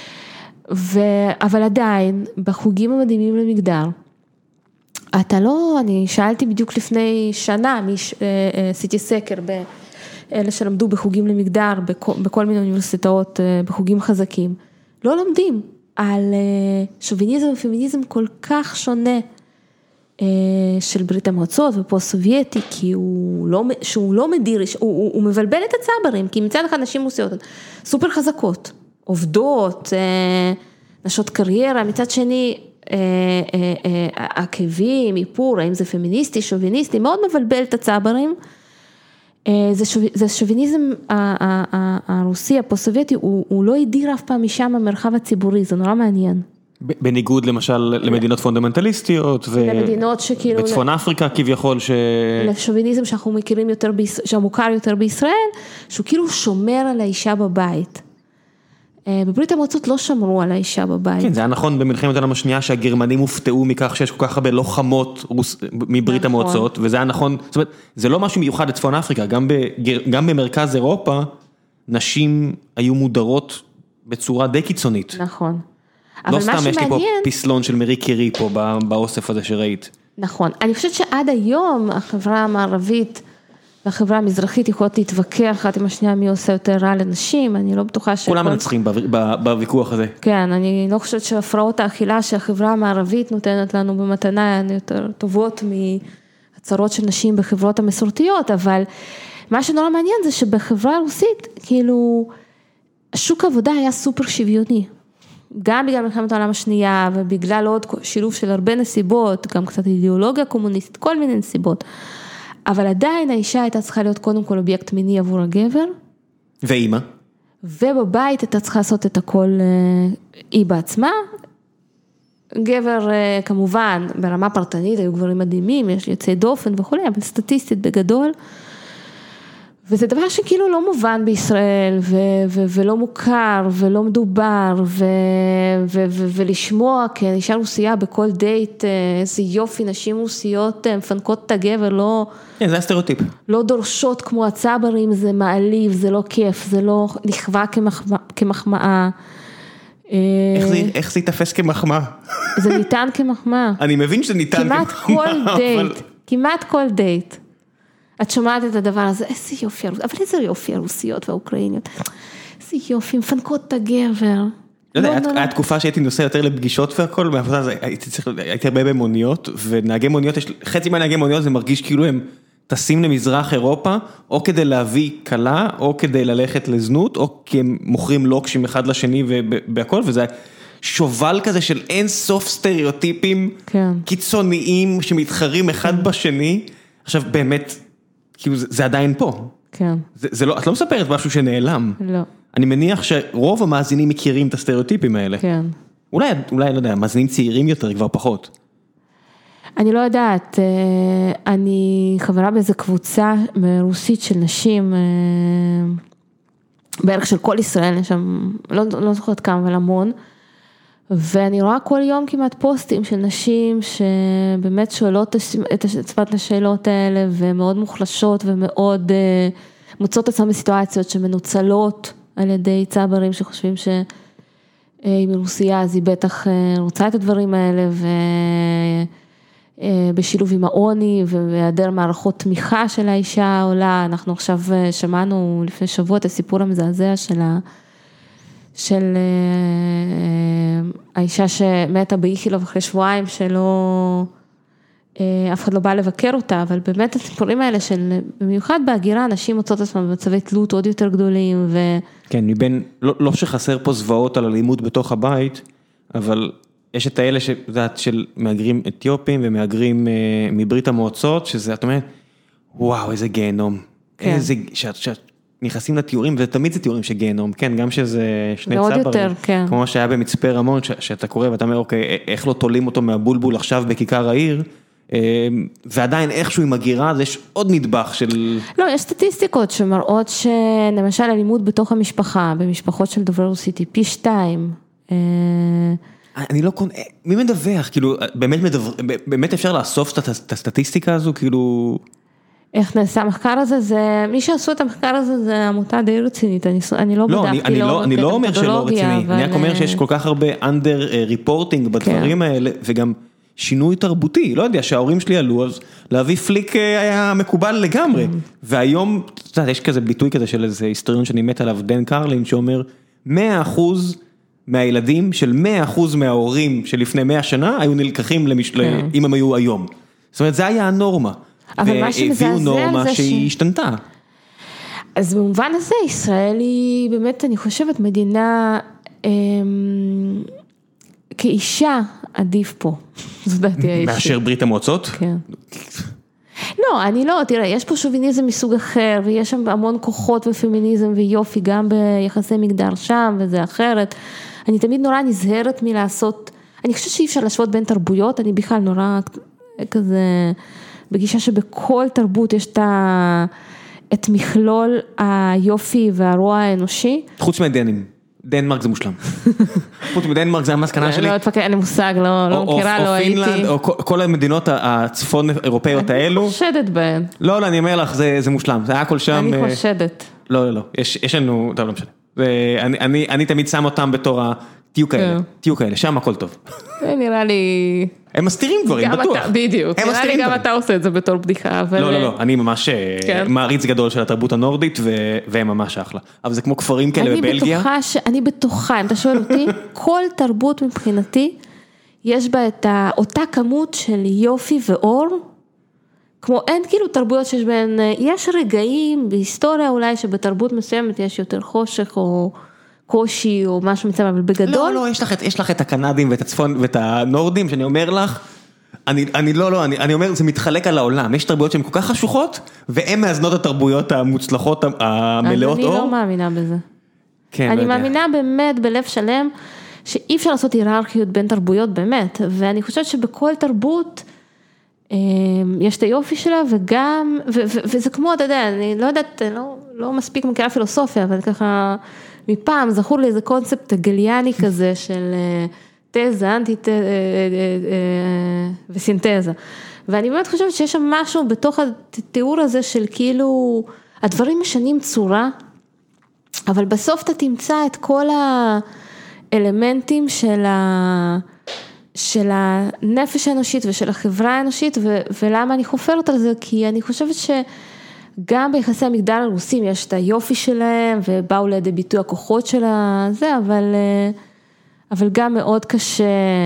Speaker 2: אבל עדיין, בחוגים המדהימים למגדר, אתה לא, אני שאלתי בדיוק לפני שנה, עשיתי סקר אלה שלמדו בחוגים למגדר, בכל מיני אוניברסיטאות, בחוגים חזקים, לא לומדים על שוביניזם ופמיניזם כל כך שונה של ברית המועצות ופוסט סובייטי, כי שהוא לא מדיר, הוא מבלבל את הצברים, כי מצד אחד נשים רוסיות סופר חזקות, עובדות, נשות קריירה, מצד שני עקבים, איפור, האם זה פמיניסטי, שוביניסטי, מאוד מבלבל את הצברים. זה שוביניזם הרוסי, הפוסט-סובייטי, הוא לא הדיר אף פעם משם המרחב הציבורי, זה נורא מעניין.
Speaker 1: בניגוד למשל למדינות פונדמנטליסטיות,
Speaker 2: למדינות שכאילו...
Speaker 1: בצפון אפריקה כביכול
Speaker 2: לשוביניזם שאנחנו מכירים יותר, שהמוכר יותר בישראל, שהוא כאילו שומר על האישה בבית. בברית המועצות לא שמרו על האישה בבית.
Speaker 1: כן, זה היה נכון במלחמת העולם השנייה שהגרמנים הופתעו מכך שיש כל כך הרבה לוחמות מברית המועצות, וזה היה נכון, זאת אומרת, זה לא משהו מיוחד לצפון אפריקה, גם במרכז אירופה, נשים היו מודרות בצורה די קיצונית.
Speaker 2: נכון.
Speaker 1: לא סתם יש לי פה פסלון של מרי קירי פה באוסף הזה שראית.
Speaker 2: נכון. אני חושבת שעד היום החברה המערבית והחברה המזרחית יכולות להתווכח אחת עם השנייה מי עושה יותר רע לנשים, אני לא בטוחה
Speaker 1: כולם מנצחים בוויכוח הזה.
Speaker 2: כן, אני לא חושבת שהפרעות האכילה שהחברה המערבית נותנת לנו במתנה הן יותר טובות מהצרות של נשים בחברות המסורתיות, אבל מה שנורא מעניין זה שבחברה הרוסית, כאילו, השוק העבודה היה סופר שוויוני. גם בגלל מלחמת העולם השנייה, ובגלל עוד שילוב של הרבה נסיבות, גם קצת אידיאולוגיה קומוניסטית, כל מיני נסיבות. אבל עדיין האישה הייתה צריכה להיות קודם כל אובייקט מיני עבור הגבר.
Speaker 1: ואימא?
Speaker 2: ובבית הייתה צריכה לעשות את הכל היא בעצמה. גבר כמובן ברמה פרטנית, היו גברים מדהימים, יש יוצאי דופן וכולי, אבל סטטיסטית בגדול. וזה דבר שכאילו לא מובן בישראל, ולא מוכר, ולא מדובר, ולשמוע כאישה רוסיה בכל דייט, איזה יופי, נשים רוסיות מפנקות את הגבר, לא...
Speaker 1: כן, זה הסטריאוטיפ.
Speaker 2: לא דורשות כמו הצברים, זה מעליב, זה לא כיף, זה לא נכווה כמחמאה.
Speaker 1: איך זה יתפס כמחמאה?
Speaker 2: זה ניתן כמחמאה.
Speaker 1: אני מבין שזה ניתן כמחמאה.
Speaker 2: כמעט כל דייט. את שומעת את הדבר הזה, איזה יופי, אבל איזה יופי הרוסיות והאוקראיניות, איזה יופי, מפנקות את הגבר.
Speaker 1: לא יודע, היה תקופה שהייתי נוסע יותר לפגישות והכל, הייתי הרבה במוניות, ונהגי מוניות, חצי מהנהגי מוניות זה מרגיש כאילו הם טסים למזרח אירופה, או כדי להביא קלה, או כדי ללכת לזנות, או כי הם מוכרים לוקשים אחד לשני ובהכל, וזה שובל כזה של אין סוף סטריאוטיפים קיצוניים שמתחרים אחד בשני, עכשיו באמת, כאילו זה עדיין פה.
Speaker 2: כן.
Speaker 1: זה לא, את לא מספרת משהו שנעלם.
Speaker 2: לא.
Speaker 1: אני מניח שרוב המאזינים מכירים את הסטריאוטיפים האלה.
Speaker 2: כן.
Speaker 1: אולי, לא יודע, מאזינים צעירים יותר כבר פחות.
Speaker 2: אני לא יודעת, אני חברה באיזו קבוצה רוסית של נשים, בערך של כל ישראל, שם, לא זוכרת כמה, אבל המון, ואני רואה כל יום כמעט פוסטים של נשים שבאמת שואלות את עצמת השאלות האלה, ומאוד מוחלשות ומאוד מוצאות עצמם בסיטואציות שמנוצלות על ידי צברים שחושבים שאם היא רוסיה אז היא בטח רוצה את הדברים האלה, ובשילוב עם העוני ובהיעדר מערכות תמיכה של האישה העולה. אנחנו עכשיו שמענו לפני שבוע את הסיפור המזעזע של האישה שמתה באיכילוב אחרי שבועיים שלא, אף אחד לא בא לבקר אותה, אבל באמת הסיפורים האלה של, במיוחד בהגירה, אנשים מוצאות עצמם במצבי תלות עוד יותר גדולים.
Speaker 1: כן, מבין, לא שחסר פה זוועות על אלימות בתוך הבית, אבל יש את האלה של מהגרים אתיופים ומהגרים מברית המועצות, שזה, את אומרת, וואו, איזה גיהנום.
Speaker 2: כן.
Speaker 1: איזה, שאת נכנסים לתיאורים, ותמיד זה תיאורים של גיהנום, כן, גם שזה שני צברים,
Speaker 2: יותר, כן.
Speaker 1: כמו שהיה במצפה רמון, שאתה קורא ואתה אומר, אוקיי, איך לא תולים אותו מהבולבול עכשיו בכיכר העיר, ועדיין איכשהו עם הגירה, אז יש עוד נדבך של...
Speaker 2: לא, יש סטטיסטיקות שמראות שלמשל אלימות בתוך המשפחה, במשפחות של דובר רוסית, פי 2.
Speaker 1: אני לא קונה, מי מדווח? כאילו, באמת אפשר לאסוף את הסטטיסטיקה הזו, כאילו...
Speaker 2: איך נעשה המחקר הזה? מי שעשו את המחקר הזה זה עמותה די רצינית, אני לא בדקתי,
Speaker 1: אני לא אומר שלא רציני, אני רק אומר שיש כל כך הרבה under reporting בדברים האלה, וגם שינוי תרבותי, לא יודע, שההורים שלי עלו, אז להביא פליק היה מקובל לגמרי, והיום, אתה יודע, יש כזה ביטוי כזה של איזה היסטוריון שאני מת עליו, דן קרלין, שאומר, 100% מהילדים של 100% מההורים שלפני 100 שנה, היו נלקחים אם הם היו היום. זאת אומרת, זה היה הנורמה. והביאו נורמה שהיא השתנתה.
Speaker 2: אז במובן הזה, ישראל היא באמת, אני חושבת, מדינה כאישה עדיף פה. זו דעתי האישית.
Speaker 1: מאשר ברית המועצות?
Speaker 2: כן. לא, אני לא, תראה, יש פה שוביניזם מסוג אחר, ויש שם המון כוחות ופמיניזם ויופי, גם ביחסי מגדר שם, וזה אחרת. אני תמיד נורא נזהרת מלעשות, אני חושבת שאי אפשר להשוות בין תרבויות, אני בכלל נורא כזה... בגישה שבכל תרבות יש את מכלול היופי והרוע האנושי.
Speaker 1: חוץ מהדנים, דנמרק זה מושלם. חוץ מדנמרק זה המסקנה שלי.
Speaker 2: לא אתפקד, אין לי מושג, לא מכירה, לא הייתי. או פינלנד, או כל המדינות הצפון אירופאיות האלו. אני חושדת בהן.
Speaker 1: לא, אני אומר לך, זה מושלם, זה היה הכל שם.
Speaker 2: אני חושדת.
Speaker 1: לא, יש לנו, טוב, לא משנה. אני תמיד שם אותם בתור תהיו כאלה, שם הכל טוב.
Speaker 2: זה נראה לי...
Speaker 1: הם מסתירים דברים, בטוח.
Speaker 2: בדיוק, נראה לי גם אתה עושה את זה בתור בדיחה.
Speaker 1: לא, אני ממש מעריץ גדול של התרבות הנורדית, והם ממש אחלה. אבל זה כמו כפרים כאלה בבלגיה.
Speaker 2: אני בטוחה, אם אתה שואל אותי, כל תרבות מבחינתי, יש בה את אותה כמות של יופי ואור, כמו אין כאילו תרבויות שיש בהן, יש רגעים בהיסטוריה אולי שבתרבות מסוימת יש יותר חושך או... קושי או משהו מצב, אבל בגדול...
Speaker 1: לא, יש לך את הקנדים ואת הצפון ואת הנורדים, שאני אומר לך, אני אומר, זה מתחלק על העולם, יש תרבויות שהן כל כך חשוכות, והן מאזנות התרבויות המוצלחות, המלאות אור.
Speaker 2: אני לא מאמינה בזה.
Speaker 1: כן,
Speaker 2: אני מאמינה באמת בלב שלם, שאי אפשר לעשות היררכיות בין תרבויות באמת, ואני חושבת שבכל תרבות, יש את היופי שלה, וגם, וזה כמו, אתה יודע, אני לא יודעת, לא מספיק מכירה פילוסופיה, אבל ככה, מפעם זכור לי איזה קונספט גליאני כזה, של תזה, וסינתזה, ואני באמת חושבת שיש שם משהו בתוך התיאור הזה, של כאילו, הדברים משנים צורה, אבל בסוף אתה תמצא את כל האלמנטים של הנפש האנושית ושל החברה האנושית, ולמה אני חופרת על זה? כי אני חושבת שגם ביחסי המגדל הרוסים יש את היופי שלהם, ובאו לידי ביטוי הכוחות של זה, אבל גם מאוד קשה,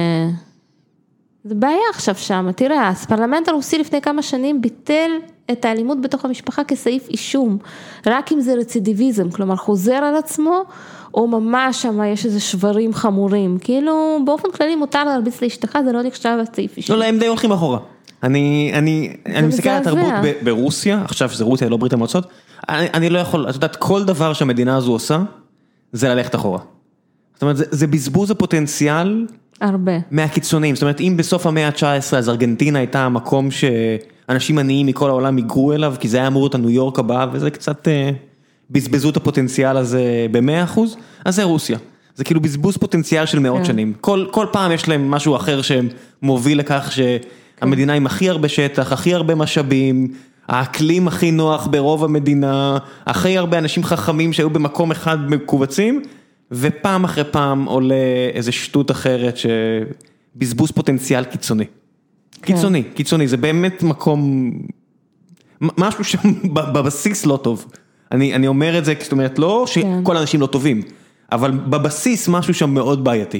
Speaker 2: זה בעיה עכשיו שם, תראה, הפרלמנט הרוסי לפני כמה שנים ביטל את האלימות בתוך המשפחה כסעיף אישום, רק אם זה רצידיביזם, כלומר חוזר על עצמו, או ממש שם יש איזה שברים חמורים, כאילו באופן כללי מותר להרביץ לאשתך, זה לא נחשב סעיף אישום.
Speaker 1: לא, הם די הולכים אחורה. אני מסתכל על התרבות ברוסיה, עכשיו שזה רוסיה, לא ברית המועצות, אני לא יכול, את יודעת, כל דבר שהמדינה הזו עושה, זה ללכת אחורה. זאת אומרת, זה בזבוז הפוטנציאל,
Speaker 2: הרבה.
Speaker 1: מהקיצונים, זאת אומרת, אם בסוף המאה ה-19, אז ארגנטינה הייתה המקום שאנשים עניים מכל העולם היגרו אליו, כי זה היה אמור את הניו יורק הבאה, וזה קצת בזבזו את הפוטנציאל הזה ב100%, אז זה רוסיה. זה כאילו בזבוז פוטנציאל של מאות שנים. כל פעם יש להם משהו אחר שמוביל לכך שהמדינה עם הכי הרבה שטח, הכי הרבה משאבים, האקלים הכי נוח ברוב המדינה, הכי הרבה אנשים חכמים שהיו במקום אחד מקובצים, ופעם אחרי פעם עולה איזו שטות אחרת שבזבוז פוטנציאל קיצוני. קיצוני, קיצוני, זה באמת מקום, משהו שם בבסיס לא טוב. אני אומר את זה, זאת אומרת, לא שכל האנשים לא טובים, אבל בבסיס משהו שם מאוד בעייתי.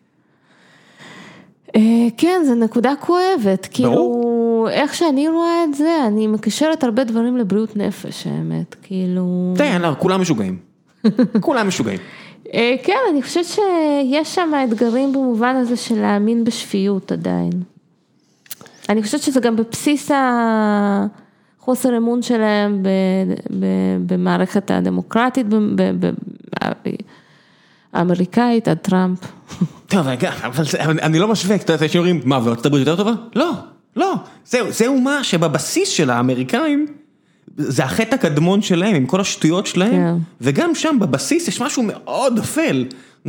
Speaker 2: כן, זו נקודה כואבת, כאילו, איך שאני רואה את זה, אני מקשרת הרבה דברים לבריאות נפש, האמת, כאילו...
Speaker 1: תראה, כולם משוגעים. כולם משוגעים.
Speaker 2: כן, אני חושבת שיש שם אתגרים במובן הזה של להאמין בשפיות עדיין. אני חושבת שזה גם בבסיס החוסר אמון שלהם במערכת הדמוקרטית, האמריקאית, עד טראמפ.
Speaker 1: טוב, רגע, אבל אני לא משווה, אתה יודע, שאומרים, מה, וארצות הברית יותר טובה? לא, לא, זהו מה שבבסיס של האמריקאים, זה החטא הקדמון שלהם, עם כל השטויות שלהם, וגם שם בבסיס יש משהו מאוד אפל.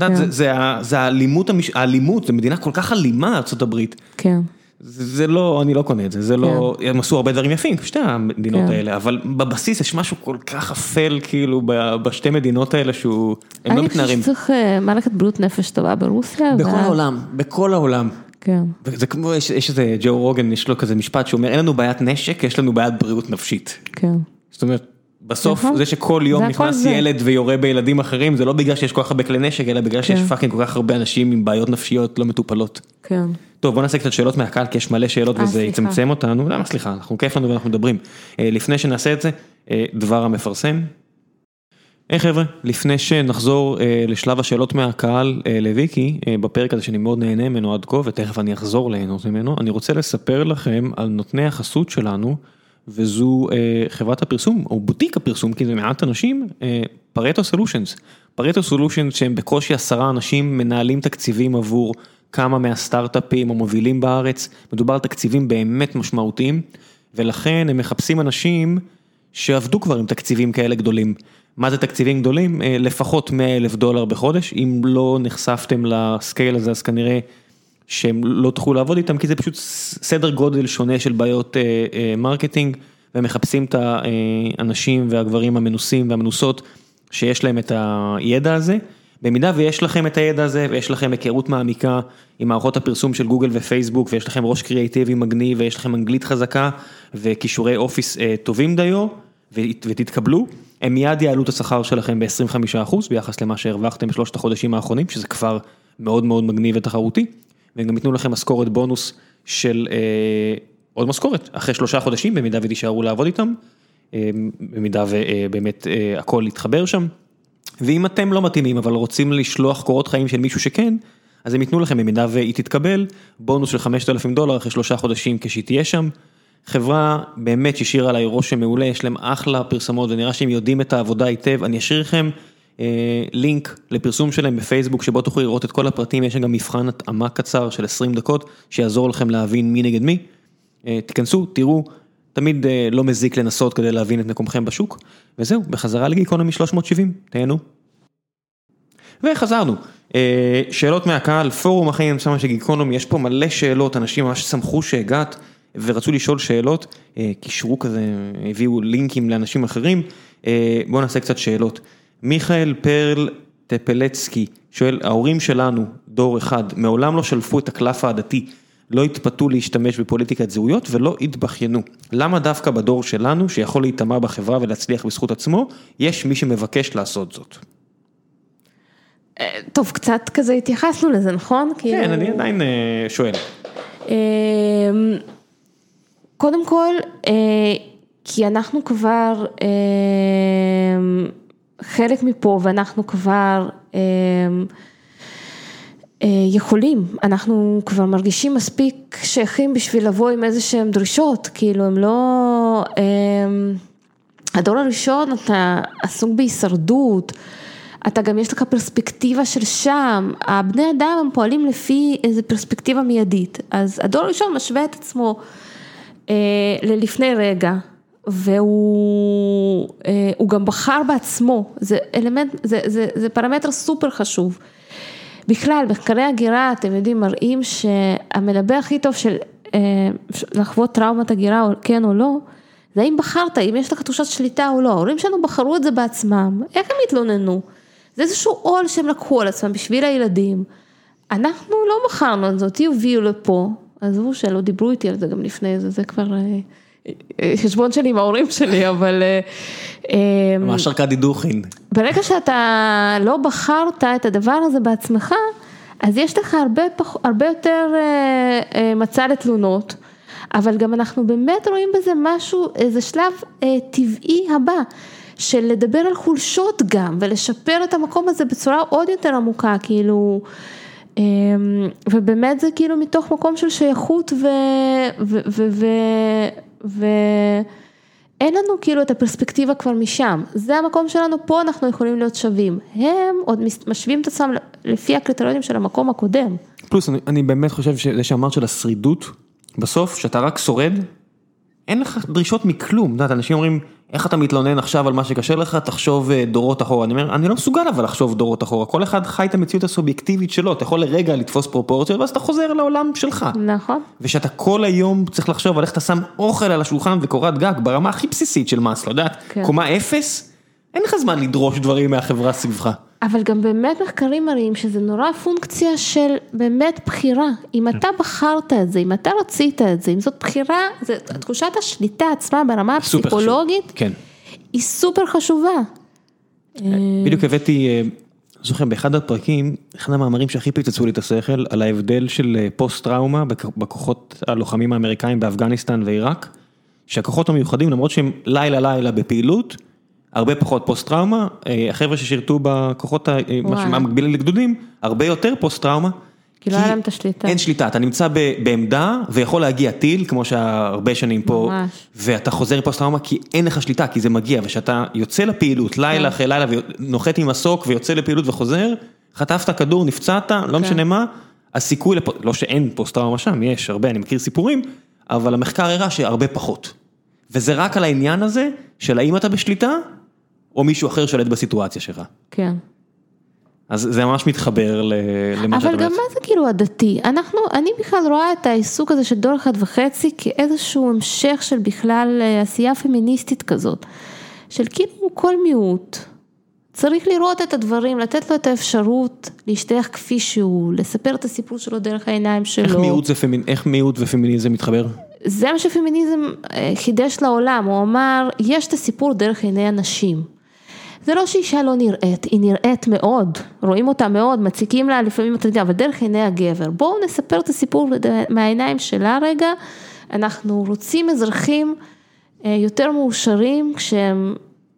Speaker 1: זה האלימות, זה מדינה כל כך אלימה, ארצות הברית.
Speaker 2: כן.
Speaker 1: זה לא, אני לא קונה את זה, זה לא, הם עשו הרבה דברים יפים, שתי המדינות האלה, אבל בבסיס יש משהו כל כך אפל, כאילו, בשתי מדינות האלה, שהוא, הם לא מתנערים.
Speaker 2: אני חושב שצריך מערכת בריאות נפש טובה ברוסיה.
Speaker 1: בכל העולם, בכל העולם.
Speaker 2: כן.
Speaker 1: זה כמו, יש איזה ג'ו רוגן, יש לו כזה משפט שאומר, אין לנו בעיית נשק, יש לנו בעיית בריאות נפשית.
Speaker 2: כן.
Speaker 1: זאת אומרת, בסוף זה שכל יום נכנס ילד ויורה בילדים אחרים, זה לא בגלל שיש כל כך הרבה כלי נשק, אלא בגלל שיש פאקינג כל כך הרבה אנשים עם בעיות נפשיות לא מטופלות.
Speaker 2: כן.
Speaker 1: טוב, בוא נעשה קצת שאלות מהקהל, כי יש מלא שאלות וזה יצמצם אותנו. למה, סליחה, אנחנו כיף לנו ואנחנו מדברים. לפני שנעשה את זה, דבר המפרסם. היי חבר'ה, לפני שנחזור לשלב השאלות מהקהל לויקי, בפרק הזה שאני מאוד נהנה ממנו עד כה, ותכף אני אחזור ליהנות ממנו, אני רוצה לספר לכם על נותני החסות שלנו, וזו חברת הפרסום, או בוטיק הפרסום, כי זה מעט אנשים, פרטו סולושנס. פרטו סולושנס שהם בקושי 10 אנשים מנהלים תקציבים עבור כמה מהסטארט-אפים המובילים בארץ, מדובר על תקציבים באמת משמעותיים, ולכן הם מחפשים אנשים שעבדו כבר עם תקציבים כאלה גדולים. מה זה תקציבים גדולים? לפחות $100,000 בחודש, אם לא נחשפתם לסקייל הזה, אז כנראה שהם לא תוכלו לעבוד איתם, כי זה פשוט סדר גודל שונה של בעיות מרקטינג, והם מחפשים את האנשים והגברים המנוסים והמנוסות, שיש להם את הידע הזה, במידה ויש לכם את הידע הזה, ויש לכם היכרות מעמיקה עם מערכות הפרסום של גוגל ופייסבוק, ויש לכם ראש קריאטיבי מגניב, ויש לכם אנגלית חזקה, וכישורי אופיס טובים דיו, ותתקבלו, הם מיד יעלו את השכר שלכם ב-25% ביחס למה שהרווחתם בשלושת החודשים האחרונים, שזה כבר מאוד מאוד מגניב ותחרותי, והם גם ייתנו לכם משכורת בונוס של עוד משכורת, אחרי 3 חודשים, במידה ותישארו לעבוד איתם, במידה ובאמת הכל יתחבר שם, ואם אתם לא מתאימים, אבל רוצים לשלוח קורות חיים של מישהו שכן, אז הם ייתנו לכם במידה והיא תתקבל, בונוס של $5,000 אחרי 3 חודשים כשהיא תהיה שם. חברה באמת שהשאירה עליי רושם מעולה, יש להם אחלה פרסמות, ונראה שהם יודעים את העבודה היטב. אני אשאיר לכם לינק לפרסום שלהם בפייסבוק, שבו תוכלו לראות את כל הפרטים, יש גם מבחן התאמה קצר של 20 דקות, שיעזור לכם להבין מי נגד מי. תיכנסו, תראו, תמיד לא מזיק לנסות כדי להבין את מקומכם בשוק, וזהו, בחזרה לגיקונומי 370, תהנו. וחזרנו, שאלות מהקהל, פורום החיים עצמם של גיקונומי, יש פה מלא שאלות, אנשים ממש שמחו שהגעת, ורצו לשאול שאלות, קישרו כזה, הביאו לינקים לאנשים אחרים, בואו נעשה קצת שאלות. מיכאל פרל טפלצקי שואל, ההורים שלנו, דור אחד, מעולם לא שלפו את הקלף העדתי, לא התפתו להשתמש בפוליטיקת זהויות ולא התבחיינו. למה דווקא בדור שלנו, שיכול להתאמה בחברה ולהצליח בזכות עצמו, יש מי שמבקש לעשות זאת?
Speaker 2: טוב, קצת כזה התייחסנו לזה, נכון?
Speaker 1: כן, אני עדיין שואל.
Speaker 2: קודם כל, כי אנחנו כבר חלק מפה, ואנחנו כבר יכולים, אנחנו כבר מרגישים מספיק שייכים בשביל לבוא עם איזה שהם דרישות, כאילו הם לא, הדור הראשון אתה עסוק בהישרדות, אתה גם יש לך פרספקטיבה של שם, הבני אדם הם פועלים לפי איזו פרספקטיבה מיידית, אז הדור הראשון משווה את עצמו ללפני רגע, והוא גם בחר בעצמו, זה אלמנט, זה פרמטר סופר חשוב. בכלל, מחקרי הגירה, אתם יודעים, מראים שהמנבא הכי טוב של לחוות טראומת הגירה, כן או לא, זה אם בחרת, אם יש לך תחושת שליטה או לא. ההורים שלנו בחרו את זה בעצמם, איך הם התלוננו? זה איזשהו עול שהם לקחו על עצמם בשביל הילדים. אנחנו לא בחרנו את זאת, הביאו לפה, עזבו שלא דיברו איתי על זה גם לפני זה, זה כבר חשבון שלי עם ההורים שלי, אבל
Speaker 1: ממש ארכדי דוכין.
Speaker 2: ברגע שאתה לא בחרת את הדבר הזה בעצמך, אז יש לך הרבה יותר מצע לתלונות, אבל גם אנחנו באמת רואים בזה משהו, איזה שלב טבעי הבא, של לדבר על חולשות גם, ולשפר את המקום הזה בצורה עוד יותר עמוקה, כאילו, ובאמת זה כאילו מתוך מקום של שייכות אין לנו כאילו את הפרספקטיבה כבר משם, זה המקום שלנו, פה אנחנו יכולים להיות שווים, הם עוד משווים את עצמם לפי הקריטריונים של המקום הקודם.
Speaker 1: פלוס, אני באמת חושב שזה שאמרת של השרידות, בסוף, שאתה רק שורד, אין לך דרישות מכלום, יודעת, אנשים אומרים, איך אתה מתלונן עכשיו על מה שקשה לך, תחשוב דורות אחורה, אני אומר, אני לא מסוגל אבל לחשוב דורות אחורה, כל אחד חי את המציאות הסובייקטיבית שלו, אתה יכול לרגע לתפוס פרופורציות, ואז אתה חוזר לעולם שלך.
Speaker 2: נכון.
Speaker 1: ושאתה כל היום צריך לחשוב על איך אתה שם אוכל על השולחן וקורת גג, ברמה הכי בסיסית של מס, לא יודעת, כן. קומה 0, אין לך זמן לדרוש דברים מהחברה סביבך.
Speaker 2: אבל גם באמת מחקרים מראים שזה נורא פונקציה של באמת בחירה, אם אתה בחרת את זה, אם אתה רצית את זה, אם זאת בחירה, תחושת השליטה עצמה ברמה הפסיכולוגית,
Speaker 1: כן.
Speaker 2: היא סופר חשובה.
Speaker 1: בדיוק הבאתי, זוכר, באחד הפרקים, אחד המאמרים שהכי פיצצו לי את השכל, על ההבדל של פוסט-טראומה בכוחות הלוחמים האמריקאים באפגניסטן ועיראק, שהכוחות המיוחדים, למרות שהם לילה בפעילות, הרבה פחות פוסט-טראומה, החבר'ה ששירתו בכוחות המקבילים לגדודים, הרבה יותר פוסט-טראומה.
Speaker 2: כי לא היה להם את השליטה. אין
Speaker 1: שליטה, אתה נמצא בעמדה ויכול להגיע טיל, כמו שהרבה שנים פה, ואתה חוזר פוסט-טראומה כי אין לך שליטה, כי זה מגיע, ושאתה יוצא לפעילות, לילה אחרי לילה, ונוחת עם מסוק ויוצא לפעילות וחוזר, חטפת כדור, נפצעת, לא משנה מה, הסיכוי, לא שאין פוסט-טראומה שם, יש הרבה, אני מכיר סיפורים, אבל המחקר הראה שהרבה פחות. וזה רק על העניין הזה, של האם אתה בשליטה, או מישהו אחר שולט בסיטואציה שלך.
Speaker 2: כן.
Speaker 1: אז זה ממש מתחבר למה שאתה
Speaker 2: אבל גם מה זה כאילו הדתי? אני בכלל רואה את העיסוק הזה של דור 1.5, כאיזשהו המשך של בכלל עשייה פמיניסטית כזאת, של כאילו כל מיעוט, צריך לראות את הדברים, לתת לו את האפשרות, להשתייך כפי שהוא, לספר את הסיפור שלו דרך העיניים שלו.
Speaker 1: איך מיעוט ופמיניזם מתחבר?
Speaker 2: זה מה שפמיניזם חידש לעולם, הוא אמר, יש את הסיפור דרך עיני אנשים. זה לא שאישה לא נראית, היא נראית מאוד, רואים אותה מאוד, מציקים לה לפעמים, אבל דרך עיני הגבר. בואו נספר את הסיפור מהעיניים שלה רגע, אנחנו רוצים אזרחים יותר מאושרים,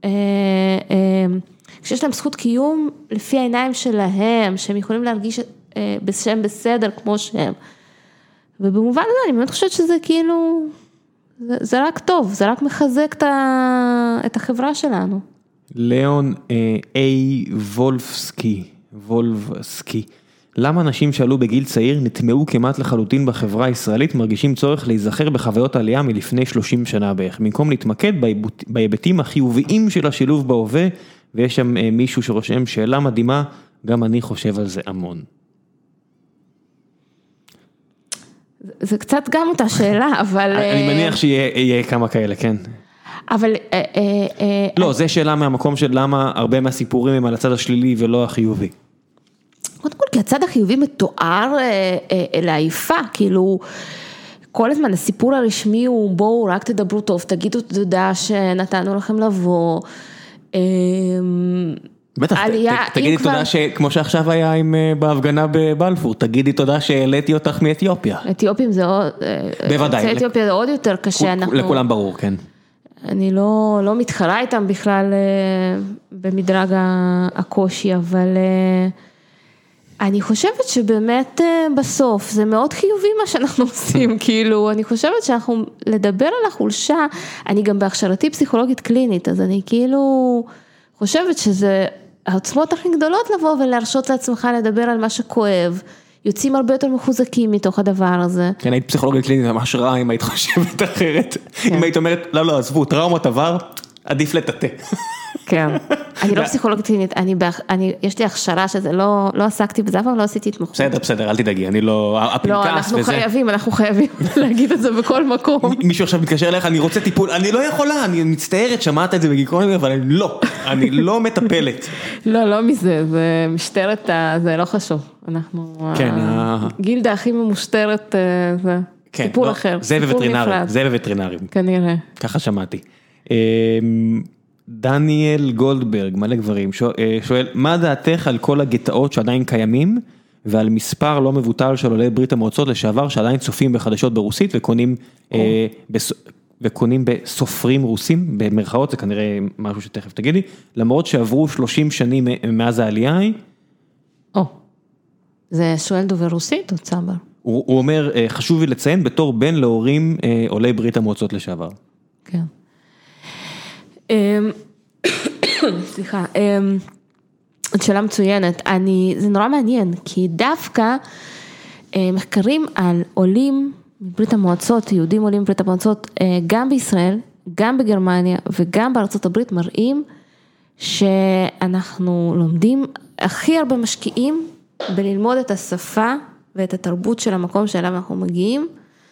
Speaker 2: כשיש להם זכות קיום לפי העיניים שלהם, שהם יכולים להרגיש בשם בסדר כמו שהם. ובמובן הזה אני באמת חושבת שזה כאילו, זה רק טוב, זה רק מחזק את החברה שלנו.
Speaker 1: ליאון וולפסקי, למה אנשים שעלו בגיל צעיר נטמעו כמעט לחלוטין בחברה הישראלית מרגישים צורך להיזכר בחוויות העלייה מלפני 30 שנה בערך, במקום להתמקד בהיבטים החיוביים של השילוב בהווה, ויש שם מישהו שרושם שאלה מדהימה, גם אני חושב על זה המון.
Speaker 2: זה קצת גם אותה שאלה, אבל...
Speaker 1: אני מניח שיהיה כמה כאלה, כן.
Speaker 2: אבל...
Speaker 1: לא, זה שאלה מהמקום של למה הרבה מהסיפורים הם על הצד השלילי ולא החיובי.
Speaker 2: קודם כל, כי הצד החיובי מתואר לעיפה, כאילו, כל הזמן הסיפור הרשמי הוא בואו רק תדברו טוב, תגידו תודה שנתנו לכם לבוא.
Speaker 1: בטח, תגידי תודה שכמו שעכשיו היה בהפגנה בבלפור, תגידי תודה שהעליתי אותך מאתיופיה.
Speaker 2: אתיופים זה עוד,
Speaker 1: בוודאי.
Speaker 2: אתיופיה זה עוד יותר קשה.
Speaker 1: לכולם ברור, כן.
Speaker 2: אני לא מתחרה איתם בכלל במדרג הקושי, אבל אני חושבת שבאמת בסוף זה מאוד חיובי מה שאנחנו עושים, כאילו אני חושבת שאנחנו לדבר על החולשה, אני גם בהכשרתי פסיכולוגית קלינית, אז אני כאילו חושבת שזה העוצמות הכי גדולות לבוא ולהרשות לעצמך לדבר על מה שכואב, יוצאים הרבה יותר מחוזקים מתוך הדבר הזה.
Speaker 1: כן, היית פסיכולוגית קלינית ממש רע אם היית חושבת אחרת, אם היית אומרת, לא, עזבו, טראומת עבר, עדיף לטאטא.
Speaker 2: כן, אני לא פסיכולוגית קלינית, יש לי הכשרה שזה לא עסקתי בזה, אבל לא עשיתי התמחות.
Speaker 1: בסדר, אל תדאגי, אני לא,
Speaker 2: לא, אנחנו חייבים להגיד את זה בכל מקום.
Speaker 1: מישהו עכשיו מתקשר אליך, אני רוצה טיפול, אני לא יכולה, אני מצטערת, שמעת את זה בגיקרון, אבל אני לא מטפלת.
Speaker 2: לא מזה, זה משטרת, זה לא חשוב, אנחנו, גילדה הכי ממושטרת, זה סיפור אחר.
Speaker 1: זה בווטרינרים.
Speaker 2: כנראה.
Speaker 1: ככה שמעתי. דניאל גולדברג, מלא גברים, שואל, מה דעתך על כל הגטאות שעדיין קיימים, ועל מספר לא מבוטל של עולי ברית המועצות לשעבר, שעדיין צופים בחדשות ברוסית, וקונים בסופרים רוסים, במרכאות, זה כנראה משהו שתכף תגידי, למרות שעברו 30 שנים מאז העלייה היא.
Speaker 2: זה שואל דובר רוסית או צבר?
Speaker 1: הוא אומר, חשוב לי לציין, בתור בן להורים עולי ברית המועצות לשעבר.
Speaker 2: כן. סליחה, שאלה מצוינת, זה נורא מעניין, כי דווקא מחקרים על עולים מברית המועצות, יהודים עולים מברית המועצות, גם בישראל, גם בגרמניה וגם בארצות הברית מראים שאנחנו לומדים הכי הרבה משקיעים בללמוד את השפה ואת התרבות של המקום שאליו אנחנו מגיעים,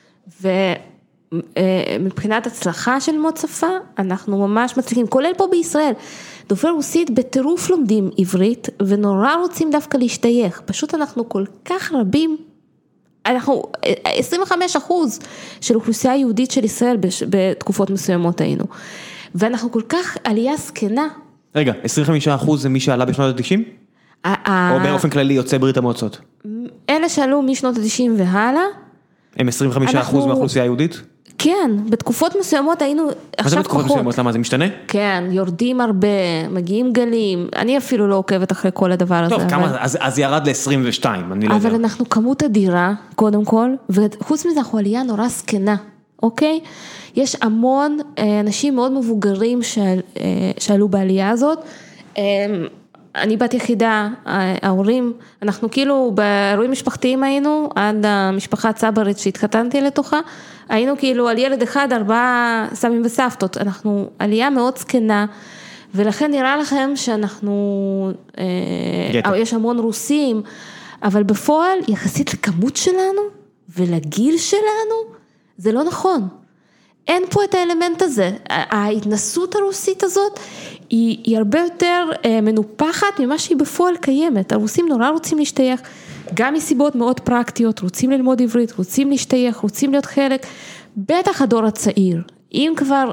Speaker 2: מבחינת הצלחה של ללמוד שפה, אנחנו ממש מצליחים, כולל פה בישראל, דובר רוסית בטירוף לומדים עברית, ונורא רוצים דווקא להשתייך, פשוט אנחנו כל כך רבים, אנחנו 25% של אוכלוסייה יהודית של ישראל, בתקופות מסוימות היינו, ואנחנו כל כך עלייה סקנה. רגע,
Speaker 1: 25% זה מי שעלה בשנות ה-90? או באופן כללי יוצא ברית המועצות?
Speaker 2: אלה שעלו משנות ה-90 והלאה,
Speaker 1: הם 25% מהאוכלוסייה היהודית?
Speaker 2: כן, בתקופות מסוימות היינו עכשיו פחות.
Speaker 1: מה זה בתקופות מסוימות? למה זה משתנה?
Speaker 2: כן, יורדים הרבה, מגיעים גלים, אני אפילו לא עוקבת אחרי כל הדבר הזה.
Speaker 1: טוב, כמה, אז ירד ל-22, אני לא יודע.
Speaker 2: אבל אנחנו כמות אדירה, קודם כל, וחוץ מזה אנחנו עלייה נורא סקנה, אוקיי? יש המון אנשים מאוד מבוגרים שעלו בעלייה הזאת, אני בת יחידה, ההורים, אנחנו כאילו באירועים משפחתיים היינו, עד המשפחה הצברית שהתחתנתי לתוכה, היינו כאילו על ילד אחד, 4 סבים וסבתות, אנחנו עלייה מאוד סקנה, ולכן נראה לכם שאנחנו, יש המון רוסים, אבל בפועל יחסית לכמות שלנו ולגיל שלנו, זה לא נכון. אין פה את האלמנט הזה, ההתנסות הרוסית הזאת היא הרבה יותר מנופחת ממה שהיא בפועל קיימת, הרוסים נורא רוצים להשתייך, גם מסיבות מאוד פרקטיות, רוצים ללמוד עברית, רוצים להשתייך, רוצים להיות חלק, בטח הדור הצעיר, אם כבר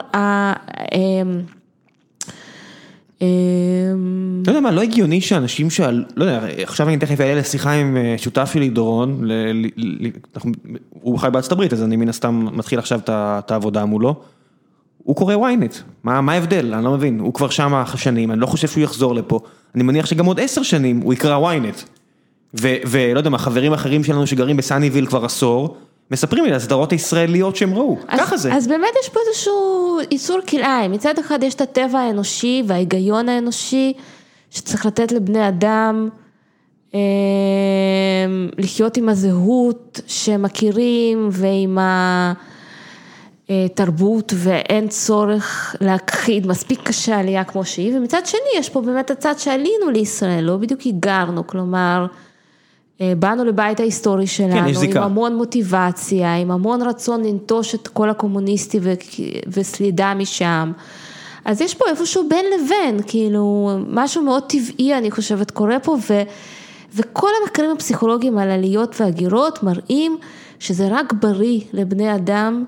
Speaker 1: לא יודע מה, לא הגיוני שאנשים לא יודע, עכשיו אני תכף אעלה לשיחה עם שותף שלי דורון, הוא חי בארצות הברית, אז אני מן הסתם מתחיל עכשיו את העבודה מולו, הוא קורא וויינט, מה ההבדל? אני לא מבין, הוא כבר שם שנים, אני לא חושב שהוא יחזור לפה, אני מניח שגם עוד 10 שנים הוא יקרא וויינט, ולא יודע מה, חברים אחרים שלנו שגרים בסניביל כבר עשור, מספרים לי על הסדרות הישראליות שהם ראו, ככה זה.
Speaker 2: אז באמת יש פה איזשהו איסור כלאיים, מצד אחד יש את הטבע האנושי וההיגיון האנושי, שצריך לתת לבני אדם, לחיות עם הזהות שמכירים, ועם התרבות, ואין צורך להכחיד, מספיק קשה עלייה כמו שהיא, ומצד שני יש פה באמת הצד שעלינו לישראל, לא בדיוק היגרנו, כלומר, באנו לבית ההיסטורי שלנו, עם המון מוטיבציה, עם המון רצון לנטוש את כל הקומוניסטי וסלידה משם. אז יש פה איפשהו בין לבין, כאילו, משהו מאוד טבעי, אני חושבת, קורה פה, וכל המחקרים הפסיכולוגיים על עליות והגירות מראים שזה רק בריא לבני אדם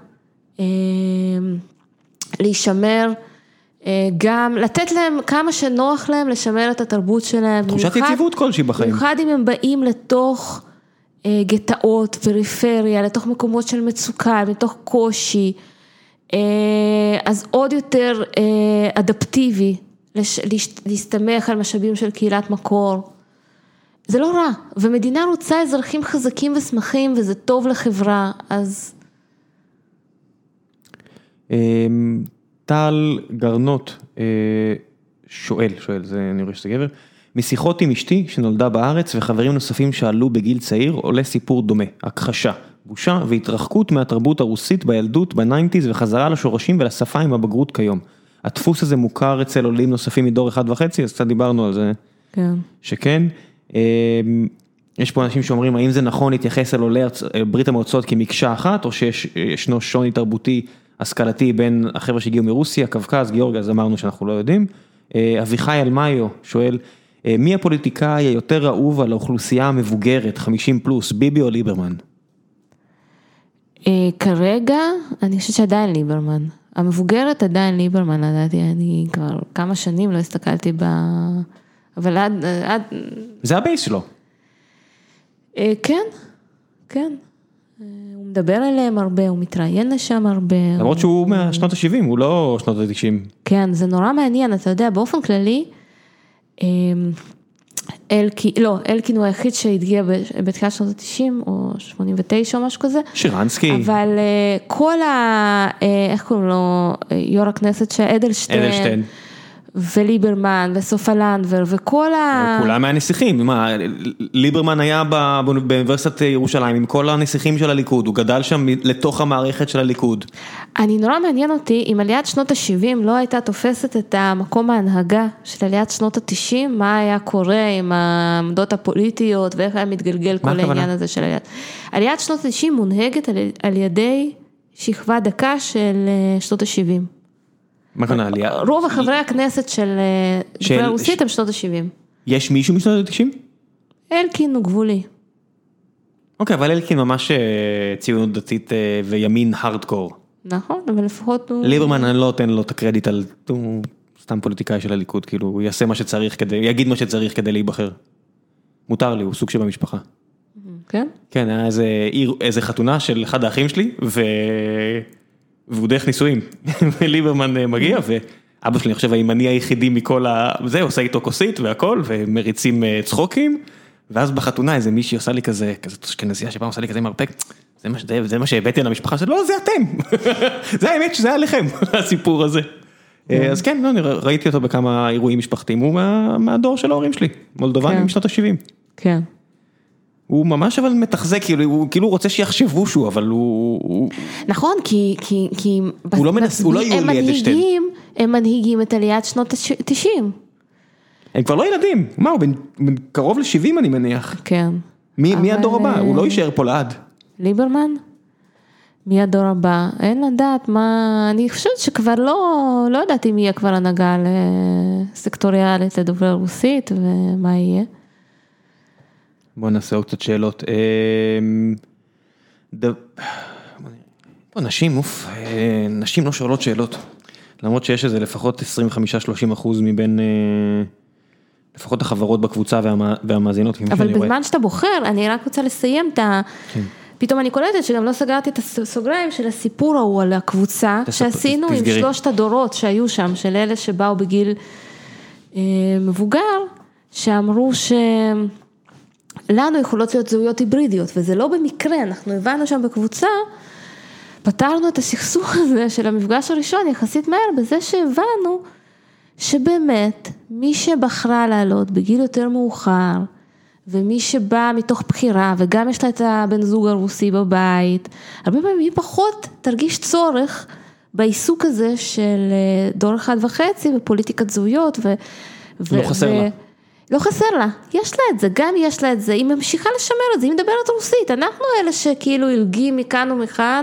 Speaker 2: להישמר, גם לתת להם כמה שנוח להם לשמר את התרבות שלהם.
Speaker 1: תחושת יציבות כלשהי בחיים. במיוחד
Speaker 2: אם הם באים לתוך גטאות, פריפריה, לתוך מקומות של מצוקה, לתוך קושי, אז עוד יותר אדפטיבי, להסתמך על משאבים של קהילת מקור. זה לא רע, ומדינה רוצה אזרחים חזקים ושמחים, וזה טוב לחברה, אז...
Speaker 1: טל גרנות שואל, זה אני רואה שזה גבר, משיחות עם אשתי שנולדה בארץ וחברים נוספים שעלו בגיל צעיר, עולה סיפור דומה, הכחשה, בושה והתרחקות מהתרבות הרוסית בילדות, בניינטיז וחזרה לשורשים ולשפה עם הבגרות כיום. הדפוס הזה מוכר אצל עולים נוספים מדור 1.5, אז קצת דיברנו על זה.
Speaker 2: כן.
Speaker 1: שכן. יש פה אנשים שאומרים, האם זה נכון להתייחס אל עולי ברית המועצות כמקשה אחת, או שישנו שוני תרבותי השכלתי בין החבר'ה שהגיעו מרוסיה, קווקז, גיאורגיה, אז אמרנו שאנחנו לא יודעים. אביחי אלמיו שואל, מי הפוליטיקאי היותר אהוב על האוכלוסייה המבוגרת, 50 פלוס, ביבי או ליברמן?
Speaker 2: כרגע, אני חושבת שעדיין ליברמן. המבוגרת עדיין ליברמן, לדעתי, אני כבר כמה שנים לא הסתכלתי אבל עד...
Speaker 1: זה הבייס שלו.
Speaker 2: כן, כן. הוא מדבר עליהם הרבה, הוא מתראיין לשם הרבה.
Speaker 1: למרות שהוא מהשנות ה-70, הוא לא שנות ה-90.
Speaker 2: כן, זה נורא מעניין, אתה יודע, באופן כללי, אלקין הוא היחיד שהתגיע בתחילת שנות ה-90, או 89 או משהו כזה.
Speaker 1: שרנסקי.
Speaker 2: אבל כל איך קוראים לו, יו"ר הכנסת אדלשטיין. וליברמן, וסופה לנדבר, וכל
Speaker 1: כולם מהנסיכים, מה, ליברמן היה באוניברסיטת ירושלים, עם כל הנסיכים של הליכוד, הוא גדל שם לתוך המערכת של הליכוד.
Speaker 2: אני נורא מעניין אותי, אם עליית שנות ה-70 לא הייתה תופסת את המקום ההנהגה של עליית שנות ה-90, מה היה קורה עם העמדות הפוליטיות, ואיך היה מתגלגל כל העניין הזה של עליית. עליית שנות ה-90 מונהגת על ידי שכבה דקה של שנות ה-70. רוב החברי הכנסת של רוסית הם שנות ה-70.
Speaker 1: יש מישהו משנות ה-90?
Speaker 2: אלקין הוא גבולי.
Speaker 1: אוקיי, אבל אלקין ממש ציונות דתית וימין הרדקור.
Speaker 2: נכון, אבל לפחות הוא...
Speaker 1: ליברמן אני לא נותן לו את הקרדיט על... הוא סתם פוליטיקאי של הליכוד, כאילו הוא יעשה מה שצריך כדי... יגיד מה שצריך כדי להיבחר. מותר לי, הוא סוג שבמשפחה.
Speaker 2: כן?
Speaker 1: כן, היה איזה חתונה של אחד האחים שלי, והוא דרך נישואים, וליברמן מגיע, ואבא שלי, אני חושב, הימני היחידי מכל זה, עושה איתו כוסית והכל, ומריצים צחוקים, ואז בחתונה איזה מישהי עושה לי כזה אשכנזייה, שפעם עושה לי כזה מרפק, זה מה שהבאתי על המשפחה שלו, לא, זה אתם, זה האמת שזה היה לכם, הסיפור הזה. אז כן, אני ראיתי אותו בכמה אירועים משפחתיים, הוא מהדור של ההורים שלי, מולדובני משנות ה-70.
Speaker 2: כן.
Speaker 1: הוא ממש אבל מתחזק, הוא כאילו רוצה שיחשבו שהוא, אבל הוא...
Speaker 2: נכון, כי
Speaker 1: הוא לא יולי אדלשטיין.
Speaker 2: הם מנהיגים את עליית שנות ה-90.
Speaker 1: הם כבר לא ילדים, מה, הוא בן קרוב ל-70 אני מניח.
Speaker 2: כן.
Speaker 1: מי הדור הבא? הוא לא יישאר פה לעד.
Speaker 2: ליברמן? מי הדור הבא? אין לדעת מה... אני חושבת שכבר לא יודעת אם יהיה כבר הנהגה לסקטוריאלית לדוברי רוסית, ומה יהיה.
Speaker 1: בואו נעשה עוד קצת שאלות. נשים לא שואלות שאלות, למרות שיש איזה לפחות 25-30% מבין לפחות החברות בקבוצה והמאזינות.
Speaker 2: אבל בזמן שאתה בוחר, אני רק רוצה לסיים את ה... פתאום אני קולטת שגם לא סגרתי את הסוגריים של הסיפור ההוא על הקבוצה שעשינו עם 3 הדורות שהיו שם, של אלה שבאו בגיל מבוגר, שאמרו לנו יכולות להיות זהויות היברידיות, וזה לא במקרה, אנחנו הבנו שם בקבוצה, פתרנו את הסכסוך הזה של המפגש הראשון יחסית מהר, בזה שהבנו שבאמת מי שבחרה לעלות בגיל יותר מאוחר, ומי שבא מתוך בחירה, וגם יש לה את הבן זוג הרוסי בבית, הרבה פעמים היא פחות תרגיש צורך בעיסוק הזה של דור 1.5 בפוליטיקת זהויות.
Speaker 1: לא חסר לה.
Speaker 2: לא חסר לה, יש לה את זה, גם יש לה את זה, היא ממשיכה לשמר את זה, היא מדברת רוסית, אנחנו אלה שכאילו הלגים מכאן ומכאן,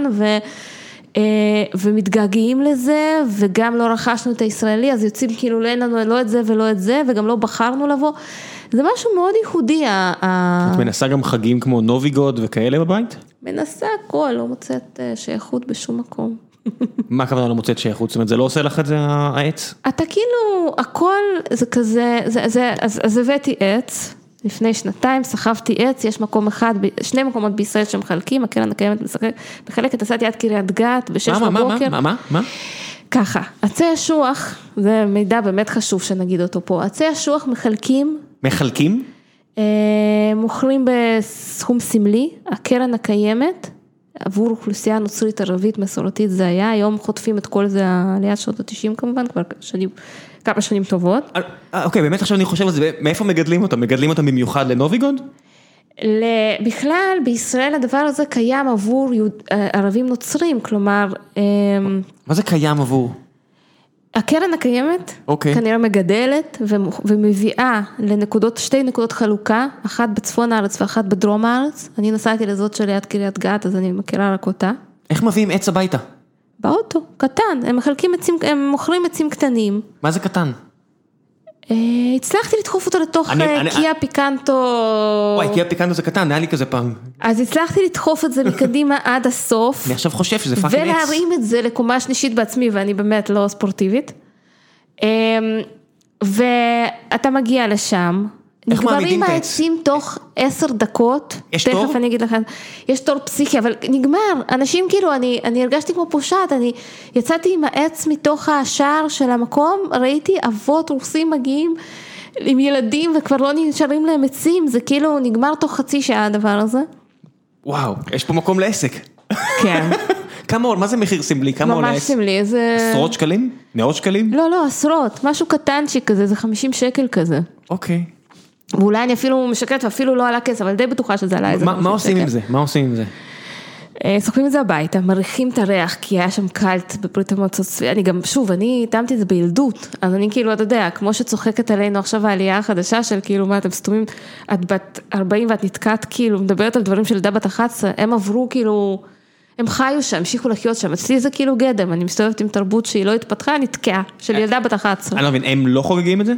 Speaker 2: ומתגעגעים לזה, וגם לא רכשנו את הישראלי, אז יוצאים כאילו לא אין לנו לא את זה ולא את זה, וגם לא בחרנו לבוא, זה משהו מאוד ייחודי.
Speaker 1: את מנסה גם חגים כמו נוביגוד וכאלה בבית?
Speaker 2: מנסה הכל, לא מוצאת שייכות בשום מקום.
Speaker 1: מה הכוונה לא מוצאת שייכות? זאת אומרת, זה לא עושה לך את זה העץ?
Speaker 2: אתה כאילו, הכל זה כזה, אז הבאתי עץ, לפני 2 סחבתי עץ, יש מקום אחד, 2 מקומות בישראל שמחלקים, הקרן הקיימת מחלקת, עשיתי עד קריית גת, ב6 בבוקר.
Speaker 1: מה?
Speaker 2: ככה, עצי אשוח, זה מידע באמת חשוב שנגיד אותו פה, עצי אשוח מחלקים.
Speaker 1: מחלקים?
Speaker 2: מוכרים בסכום סמלי, הקרן הקיימת, עבור אוכלוסייה נוצרית ערבית מסורתית זה היה, היום חוטפים את כל זה עליית שנות ה-90 כמובן, כבר כמה שנים טובות.
Speaker 1: אוקיי, באמת עכשיו אני חושב על זה, מאיפה מגדלים אותם? מגדלים אותם במיוחד לנוביגוד?
Speaker 2: בכלל, בישראל הדבר הזה קיים עבור ערבים נוצרים, כלומר...
Speaker 1: מה זה קיים עבור?
Speaker 2: הקרן הקיימת, כנראה מגדלת ומביאה לנקודות, 2 נקודות חלוקה, אחת בצפון הארץ ואחת בדרום הארץ. אני נסעתי לזאת שליד קריית גת, אז אני מכירה רק אותה.
Speaker 1: איך מביאים עץ הביתה?
Speaker 2: באוטו, קטן, הם מוכרים עצים קטנים.
Speaker 1: מה זה קטן?
Speaker 2: הצלחתי לדחוף אותו לתוך קיה פיקנטו.
Speaker 1: וואי, קיה פיקנטו זה קטן, היה לי כזה פעם. אז
Speaker 2: הצלחתי לדחוף את זה מקדימה עד הסוף.
Speaker 1: אני עכשיו חושב שזה פאקינג עץ.
Speaker 2: ולהרים את זה לקומה שלישית בעצמי, ואני באמת לא ספורטיבית. ואתה מגיע לשם. נגמרים העצים תוך 10 דקות.
Speaker 1: יש תור?
Speaker 2: תכף אני אגיד לכם. יש תור פסיכי, אבל נגמר. אנשים כאילו, אני הרגשתי כמו פושעת, אני יצאתי עם העץ מתוך השער של המקום, ראיתי אבות רוסים מגיעים עם ילדים, וכבר לא נשארים להם עצים, זה כאילו נגמר תוך חצי שעה הדבר הזה.
Speaker 1: וואו, יש פה מקום לעסק.
Speaker 2: כן.
Speaker 1: כמה, מה זה מחיר סמלי? כמה עולה?
Speaker 2: ממש סמלי, איזה...
Speaker 1: עשרות שקלים? 100 שקלים?
Speaker 2: לא, עשרות. משהו קטנצ'יק כזה, זה 50 שקל כזה.
Speaker 1: אוקיי.
Speaker 2: ואולי אני אפילו משקרת ואפילו לא עלה כסף, אבל די בטוחה שזה עלה איזה 50 שקל.
Speaker 1: מה עושים עם זה? מה עושים עם זה?
Speaker 2: סוחבים את זה הביתה, מריחים את הריח, כי היה שם קלט בברית המועצות, אני גם, שוב, אני טעמתי את זה בילדות, אז אני כאילו, אתה יודע, כמו שצוחקת עלינו עכשיו העלייה החדשה של כאילו, מה אתם סתומים, את בת 40 ואת נתקעת כאילו, מדברת על דברים של ילדה בת 11, הם עברו כאילו, הם חיו שם, המשיכו לחיות שם, אצלי זה כאילו גדם, אני מסתובבת עם תרבות שהיא לא התפתחה, נתקעה, של ילדה בת 11.
Speaker 1: אני לא מבין, הם לא חוגגים את זה?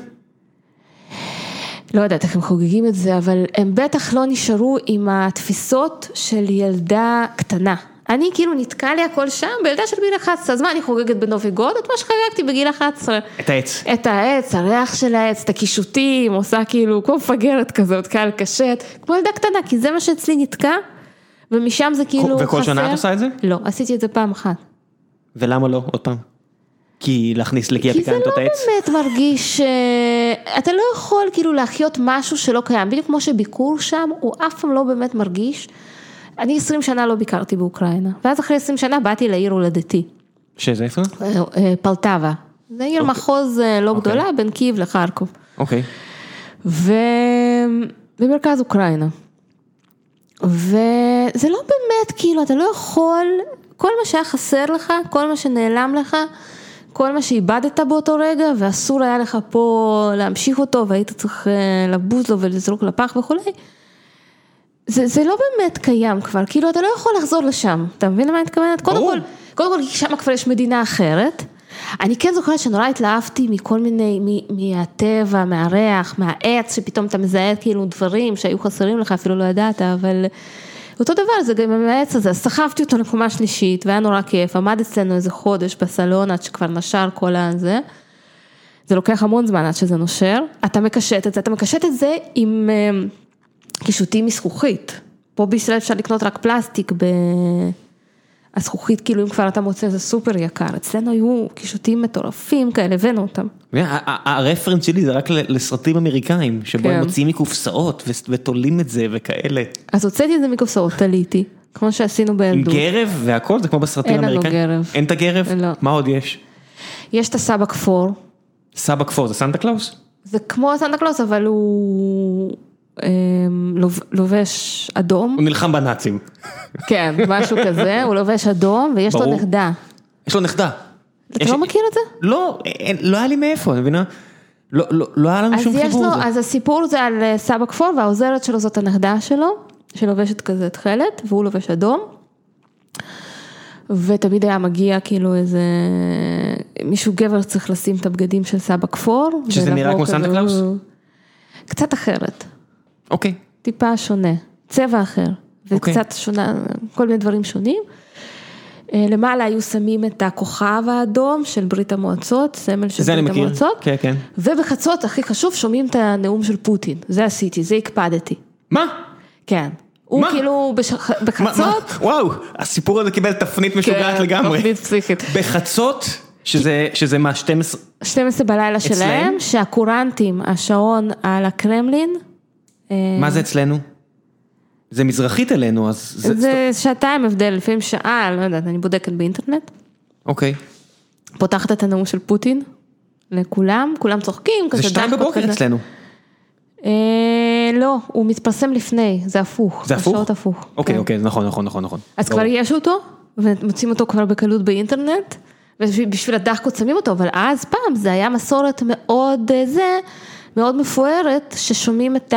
Speaker 2: לא יודעת איך הם חוגגים את זה, אבל הם בטח לא נשארו עם התפיסות של ילדה קטנה. אני כאילו נתקע לי הכל שם, בילדה של גיל 11, אז מה אני חוגגת בנוביגוד? את מה שחגגתי בגיל 11.
Speaker 1: את העץ.
Speaker 2: את העץ, הריח של העץ, את הקישוטים, עושה כאילו כמו מפגרת כזאת, קל קשת, כמו ילדה קטנה, כי זה מה שאצלי נתקע, ומשם זה כאילו
Speaker 1: וכל שנה את עושה את זה?
Speaker 2: לא, עשיתי את זה פעם אחת.
Speaker 1: ולמה לא? עוד פעם. כי להכניס לקיה פיקנטו את העץ?
Speaker 2: כי זה לא באמת מרגיש, אתה לא יכול כאילו להחיות משהו שלא קיים, בדיוק כמו שביקור שם, הוא אף פעם לא באמת מרגיש, אני 20 שנה לא ביקרתי באוקראינה, ואז אחרי 20 שנה באתי לעיר הולדתי.
Speaker 1: שזה איפה?
Speaker 2: פלטבה, זה עיר מחוז לא גדולה, בין קייב לחרקוב.
Speaker 1: אוקיי.
Speaker 2: ובמרכז אוקראינה. וזה לא באמת כאילו, אתה לא יכול, כל מה שהיה חסר לך, כל מה שנעלם לך, כל מה שאיבדת באותו רגע, ואסור היה לך פה להמשיך אותו, והיית צריך לבוז לו ולזרוק לפח וכולי, זה לא באמת קיים כבר, כאילו אתה לא יכול לחזור לשם, אתה מבין מה אני מתכוונת? קודם כל, שם כבר יש מדינה אחרת, אני כן זוכרת שנורא התלהבתי מכל מיני, מהטבע, מהריח, מהעץ, שפתאום אתה מזהה כאילו דברים שהיו חסרים לך, אפילו לא ידעת, אבל אותו דבר, זה גם מהעץ הזה, סחבתי אותו לקומה שלישית, והיה נורא כיף, עמד אצלנו איזה חודש בסלון, עד שכבר נשר כל הזה, זה לוקח המון זמן עד שזה נושר, אתה מקשט את זה עם קישוטים מזכוכית, פה בישראל אפשר לקנות רק פלסטיק הזכוכית, כאילו אם כבר אתה מוצא, זה סופר יקר. אצלנו היו קישוטים מטורפים כאלה, הבאנו אותם.
Speaker 1: הרפרנס שלי זה רק לסרטים אמריקאים, שבו הם מוציאים מקופסאות ותולים את זה וכאלה.
Speaker 2: אז הוצאתי את זה מקופסאות, תליתי, כמו שעשינו בילדות.
Speaker 1: עם גרב והכל, זה כמו בסרטים האמריקאים?
Speaker 2: אין לנו גרב.
Speaker 1: אין את הגרב?
Speaker 2: לא.
Speaker 1: מה עוד יש?
Speaker 2: יש את הסבא כפור.
Speaker 1: סבא כפור, זה סנטה קלאוס?
Speaker 2: זה כמו סנטה קלאוס, אבל הוא לובש אדום.
Speaker 1: הוא נלחם בנאצים.
Speaker 2: כן, משהו כזה, הוא לובש אדום, ויש לו נכדה.
Speaker 1: יש לו נכדה.
Speaker 2: אתה לא מכיר את זה?
Speaker 1: לא, לא היה לי מאיפה, אני מבינה? לא היה לנו שום חיבור.
Speaker 2: אז הסיפור זה על סבא כפור, והעוזרת שלו זאת הנכדה שלו, שלובשת כזה תכלת, והוא לובש אדום. ותמיד היה מגיע כאילו איזה, מישהו גבר צריך לשים את הבגדים של סבא כפור.
Speaker 1: שזה נראה כמו סנטה קלאוס?
Speaker 2: קצת אחרת.
Speaker 1: אוקיי.
Speaker 2: טיפה שונה, צבע אחר, וקצת שונה, כל מיני דברים שונים. למעלה היו שמים את הכוכב האדום של ברית המועצות, סמל של ברית המועצות.
Speaker 1: כן, כן.
Speaker 2: ובחצות, הכי חשוב, שומעים את הנאום של פוטין. זה עשיתי, זה הקפדתי.
Speaker 1: מה?
Speaker 2: כן. הוא כאילו בחצות.
Speaker 1: וואו, הסיפור הזה קיבל תפנית משוגעת לגמרי.
Speaker 2: תפנית פסיכית.
Speaker 1: בחצות, שזה מה, 12?
Speaker 2: 12 בלילה שלהם, שהקורנטים, השעון על הקרמלין.
Speaker 1: מה זה אצלנו? זה מזרחית אלינו, אז...
Speaker 2: זה שעתיים הבדל, לפעמים שעה, לא יודעת, אני בודקת באינטרנט.
Speaker 1: אוקיי.
Speaker 2: פותחת את הנאום של פוטין, לכולם, כולם צוחקים.
Speaker 1: זה 2 בבוקר אצלנו.
Speaker 2: לא, הוא מתפרסם לפני, זה הפוך.
Speaker 1: זה הפוך?
Speaker 2: השעות הפוך.
Speaker 1: אוקיי, נכון.
Speaker 2: אז כבר יש אותו, ומוצאים אותו כבר בקלות באינטרנט, ובשביל הדחקות שמים אותו, אבל אז פעם זה היה מסורת מאוד מאוד מפוארת, ששומעים את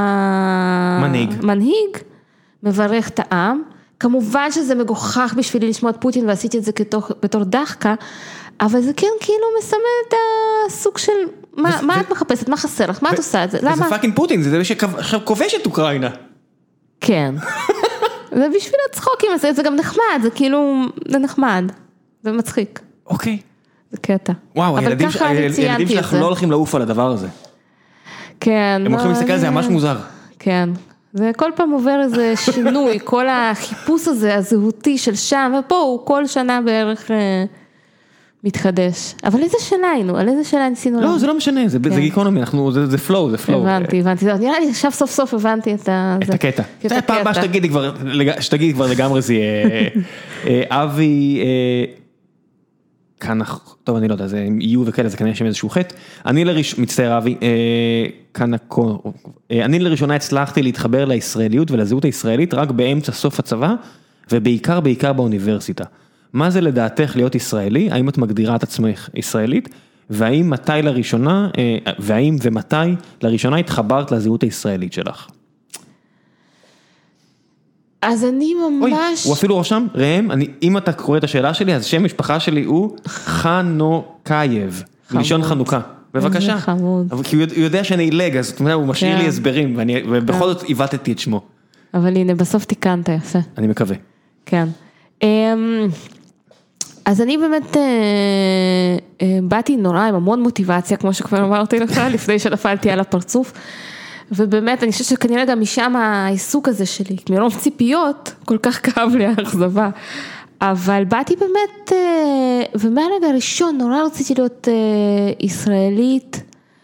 Speaker 2: המנהיג, מברך את העם, כמובן שזה מגוחך בשבילי לשמוע את פוטין, ועשיתי את זה בתור דחקה, אבל זה כן כאילו מסמל את הסוג של, מה את מחפשת, מה חסר לך, מה את עושה את זה, למה?
Speaker 1: זה פאקינג פוטין, זה שעכשיו כובש את אוקראינה.
Speaker 2: כן, זה בשביל הצחוקים, זה גם נחמד, זה כאילו, זה נחמד, זה מצחיק.
Speaker 1: אוקיי.
Speaker 2: זה קטע.
Speaker 1: וואו, הילדים שלך לא הולכים לעוף על הדבר הזה.
Speaker 2: כן.
Speaker 1: הם הולכים להסתכל על זה ממש מוזר.
Speaker 2: כן. זה כל פעם עובר איזה שינוי, כל החיפוש הזה, הזהותי של שם, ופה הוא כל שנה בערך מתחדש. אבל איזה שנה היינו? על איזה שנה ניסינו?
Speaker 1: לא, זה לא משנה, זה גיקונומי, זה פלואו, זה פלואו.
Speaker 2: הבנתי. נראה לי עכשיו סוף סוף הבנתי את
Speaker 1: הקטע. זה הפעם הבאה שתגידי כבר לגמרי זה יהיה. אבי... טוב, אני לא יודע, זה יהיו וכאלה, זה כנראה שם איזשהו חטא. מצטער אבי, אני לראשונה הצלחתי להתחבר לישראליות ולזהות הישראלית רק באמצע סוף הצבא, ובעיקר באוניברסיטה. מה זה לדעתך להיות ישראלי? האם את מגדירה את עצמך ישראלית? והאם ומתי לראשונה התחברת לזהות הישראלית שלך?
Speaker 2: אז אני ממש...
Speaker 1: אוי, הוא אפילו רשם, ראם, אם אתה קורא את השאלה שלי, אז שם משפחה שלי הוא חנוקייב, מלשון חנוכה. בבקשה.
Speaker 2: חמוד.
Speaker 1: כי הוא יודע שאני אילג, אז הוא משאיר לי הסברים, ובכל זאת עיוותתי את שמו.
Speaker 2: אבל הנה, בסוף תיקנת יפה.
Speaker 1: אני מקווה.
Speaker 2: כן. אז אני באמת באתי נורא עם המון מוטיבציה, כמו שכבר אמרתי לך, לפני שנפלתי על הפרצוף, ובאמת אני חושבת שכנראה גם משם העיסוק הזה שלי, מרוב ציפיות, כל כך כאב לי האכזבה, אבל באתי באמת, ומהרגע הראשון נורא רציתי להיות ישראלית,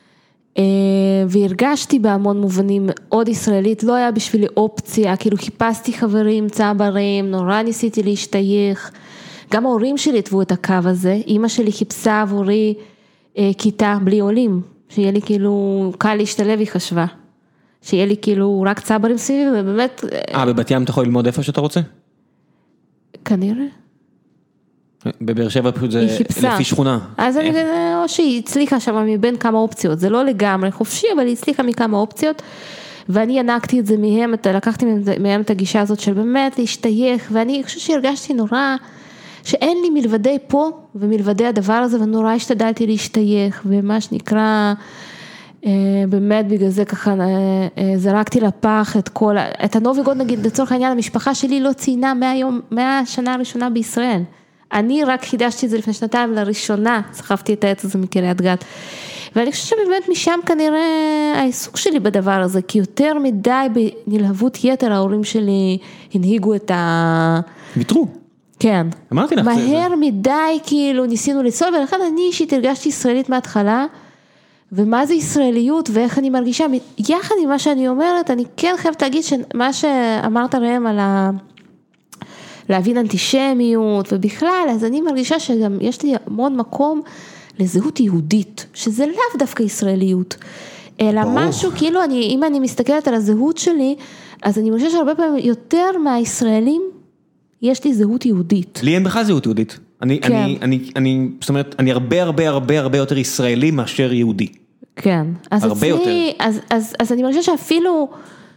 Speaker 2: והרגשתי בהמון מובנים מאוד ישראלית, לא היה בשבילי אופציה, כאילו חיפשתי חברים, צברים, נורא ניסיתי להשתייך, גם ההורים שלי התוו את הקו הזה, אמא שלי חיפשה עבורי כיתה בלי עולים, שיהיה לי כאילו קל להשתלב, היא חשבה, שיהיה לי כאילו רק צברים סביבי, ובאמת...
Speaker 1: בבת ים אתה יכול ללמוד איפה שאתה רוצה?
Speaker 2: כנראה.
Speaker 1: בבאר שבע פשוט זה לפי שכונה.
Speaker 2: אז אני, או שהיא הצליחה שם מבין כמה אופציות, זה לא לגמרי חופשי, אבל היא הצליחה מכמה אופציות, ואני ינקתי את זה מהם, לקחתי מהם את הגישה הזאת של באמת להשתייך, ואני חושבת שהרגשתי נורא, שאין לי מלבדי פה, ומלבדי הדבר הזה, ונורא השתדלתי להשתייך, ומה שנקרא, באמת בגלל זה ככה, זרקתי לפח את הנובי גוד, נגיד, לצורך העניין, המשפחה שלי לא ציינה מהשנה הראשונה בישראל, אני רק חידשתי את זה לפני שנתיים, לראשונה סחבתי את העץ הזה מקריית גת, ואני חושבת שבאמת משם כנראה העיסוק שלי בדבר הזה, כי יותר מדי בנלהבות יתר ההורים שלי הנהיגו את
Speaker 1: ויתרו.
Speaker 2: כן.
Speaker 1: אמרתי לך.
Speaker 2: מהר מדי כאילו ניסינו לצלול, ולכן אני אישית הרגשתי ישראלית מההתחלה, ומה זה ישראליות ואיך אני מרגישה, יחד עם מה שאני אומרת, אני כן חייבת להגיד שמה שאמרת ראם על להבין אנטישמיות ובכלל, אז אני מרגישה שגם יש לי המון מקום לזהות יהודית, שזה לאו דווקא ישראליות, אלא משהו כאילו, אם אני מסתכלת על הזהות שלי, אז אני מרגישה שהרבה פעמים יותר מהישראלים, יש לי זהות יהודית.
Speaker 1: לי אין בכלל זהות יהודית. זאת אומרת, אני הרבה יותר ישראלי מאשר יהודי.
Speaker 2: כן.
Speaker 1: הרבה יותר.
Speaker 2: אז אני מרגישה שאפילו,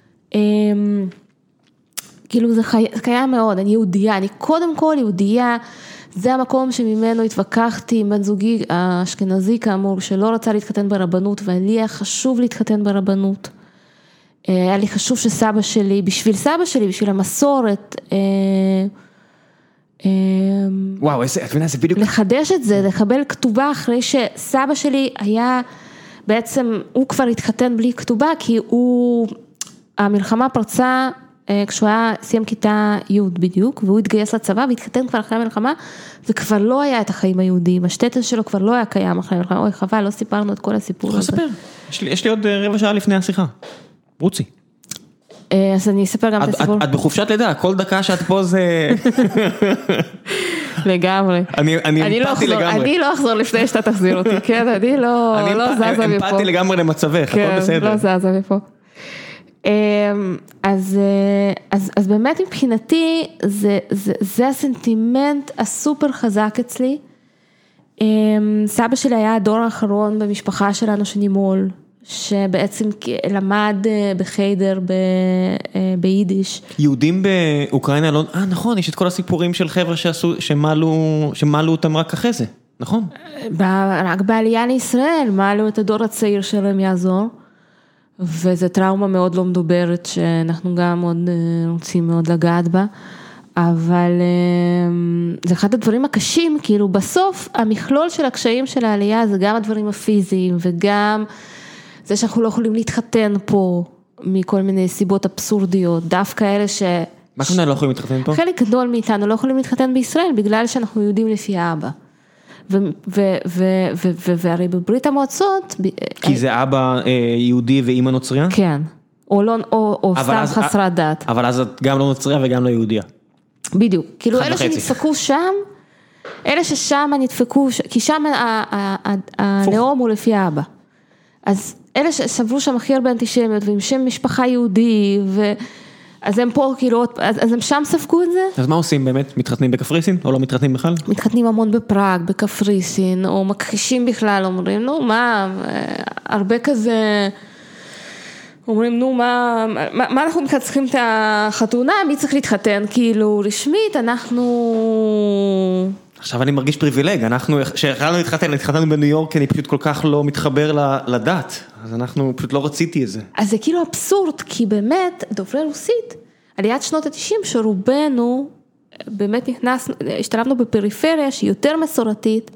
Speaker 2: כאילו זה קיים מאוד, אני יהודייה, אני קודם כל יהודייה, זה המקום שממנו התווכחתי עם בן זוגי האשכנזי כאמור, שלא רצה להתחתן ברבנות, ולי היה חשוב להתחתן ברבנות. היה לי חשוב שסבא שלי, בשביל סבא שלי, בשביל המסורת,
Speaker 1: וואו, את מבינה, זה בדיוק...
Speaker 2: לחדש את זה, לקבל כתובה אחרי שסבא שלי היה, בעצם הוא כבר התחתן בלי כתובה, כי המלחמה פרצה, כשהוא היה סיים כיתה י' בדיוק, והוא התגייס לצבא והתחתן כבר אחרי המלחמה, וכבר לא היה את החיים היהודיים, השטטל שלו כבר לא היה קיים אחרי המלחמה, אוי חבל, לא סיפרנו את כל הסיפור הזה.
Speaker 1: ספר, יש לי עוד רבע שעה לפני השיחה, רוצי.
Speaker 2: אז אני אספר גם את הסיפור.
Speaker 1: את בחופשת לידה, כל דקה שאת פה זה...
Speaker 2: לגמרי.
Speaker 1: אני אמפתי לגמרי.
Speaker 2: אני לא אחזור לפני שאתה תחזיר אותי, כן, אני לא זזה מפה.
Speaker 1: אמפתי לגמרי למצבך, הכל בסדר.
Speaker 2: כן, לא זזה מפה. אז באמת מבחינתי, זה הסנטימנט הסופר חזק אצלי. סבא שלי היה הדור האחרון במשפחה שלנו שנימול, שבעצם למד בחיידר ביידיש.
Speaker 1: יהודים באוקראינה לא, נכון, יש את כל הסיפורים של חבר'ה שמלו אותם רק אחרי זה, נכון?
Speaker 2: רק בעלייה לישראל, מעלו את הדור הצעיר שלהם יעזור, וזו טראומה מאוד לא מדוברת, שאנחנו גם עוד רוצים מאוד לגעת בה, אבל זה אחד הדברים הקשים, כאילו בסוף המכלול של הקשיים של העלייה, זה גם הדברים הפיזיים, וגם זה שאנחנו לא יכולים להתחתן פה, מכל מיני סיבות אבסורדיות, דווקא אלה ש...
Speaker 1: מה כמובן לא יכולים להתחתן פה?
Speaker 2: חלק גדול מאיתנו לא יכולים להתחתן בישראל, בגלל שאנחנו יהודים לפי האבא. והרי בברית המועצות...
Speaker 1: כי זה אבא יהודי ואמא נוצריה?
Speaker 2: כן, או סתם חסרת דת.
Speaker 1: אבל אז את גם לא נוצריה וגם לא יהודיה.
Speaker 2: בדיוק, כאילו אלה שנדפקו שם, אלה ששם נדפקו, כי שם הלאום הוא לפי האבא. אז אלה שסבלו שם הכי הרבה אנטישמיות, ועם שם משפחה יהודי, אז הם פה כאילו, אז הם שם ספגו את זה.
Speaker 1: אז מה עושים באמת? מתחתנים בקפריסין או לא מתחתנים בכלל?
Speaker 2: מתחתנים המון בפראג, בקפריסין, או מכחישים בכלל, אומרים, נו מה, הרבה כזה, אומרים, נו מה אנחנו צריכים את החתונה, מי צריך להתחתן? כאילו רשמית, אנחנו...
Speaker 1: עכשיו אני מרגיש פריבילג, כשהחלנו התחתנו בניו יורק, אני פשוט כל כך לא מתחבר לדת, אז אנחנו פשוט לא רציתי את זה.
Speaker 2: אז זה כאילו אבסורד, כי באמת, דוברי רוסית, עליית שנות ה-90, שרובנו, באמת השתלבנו בפריפריה, שהיא יותר מסורתית,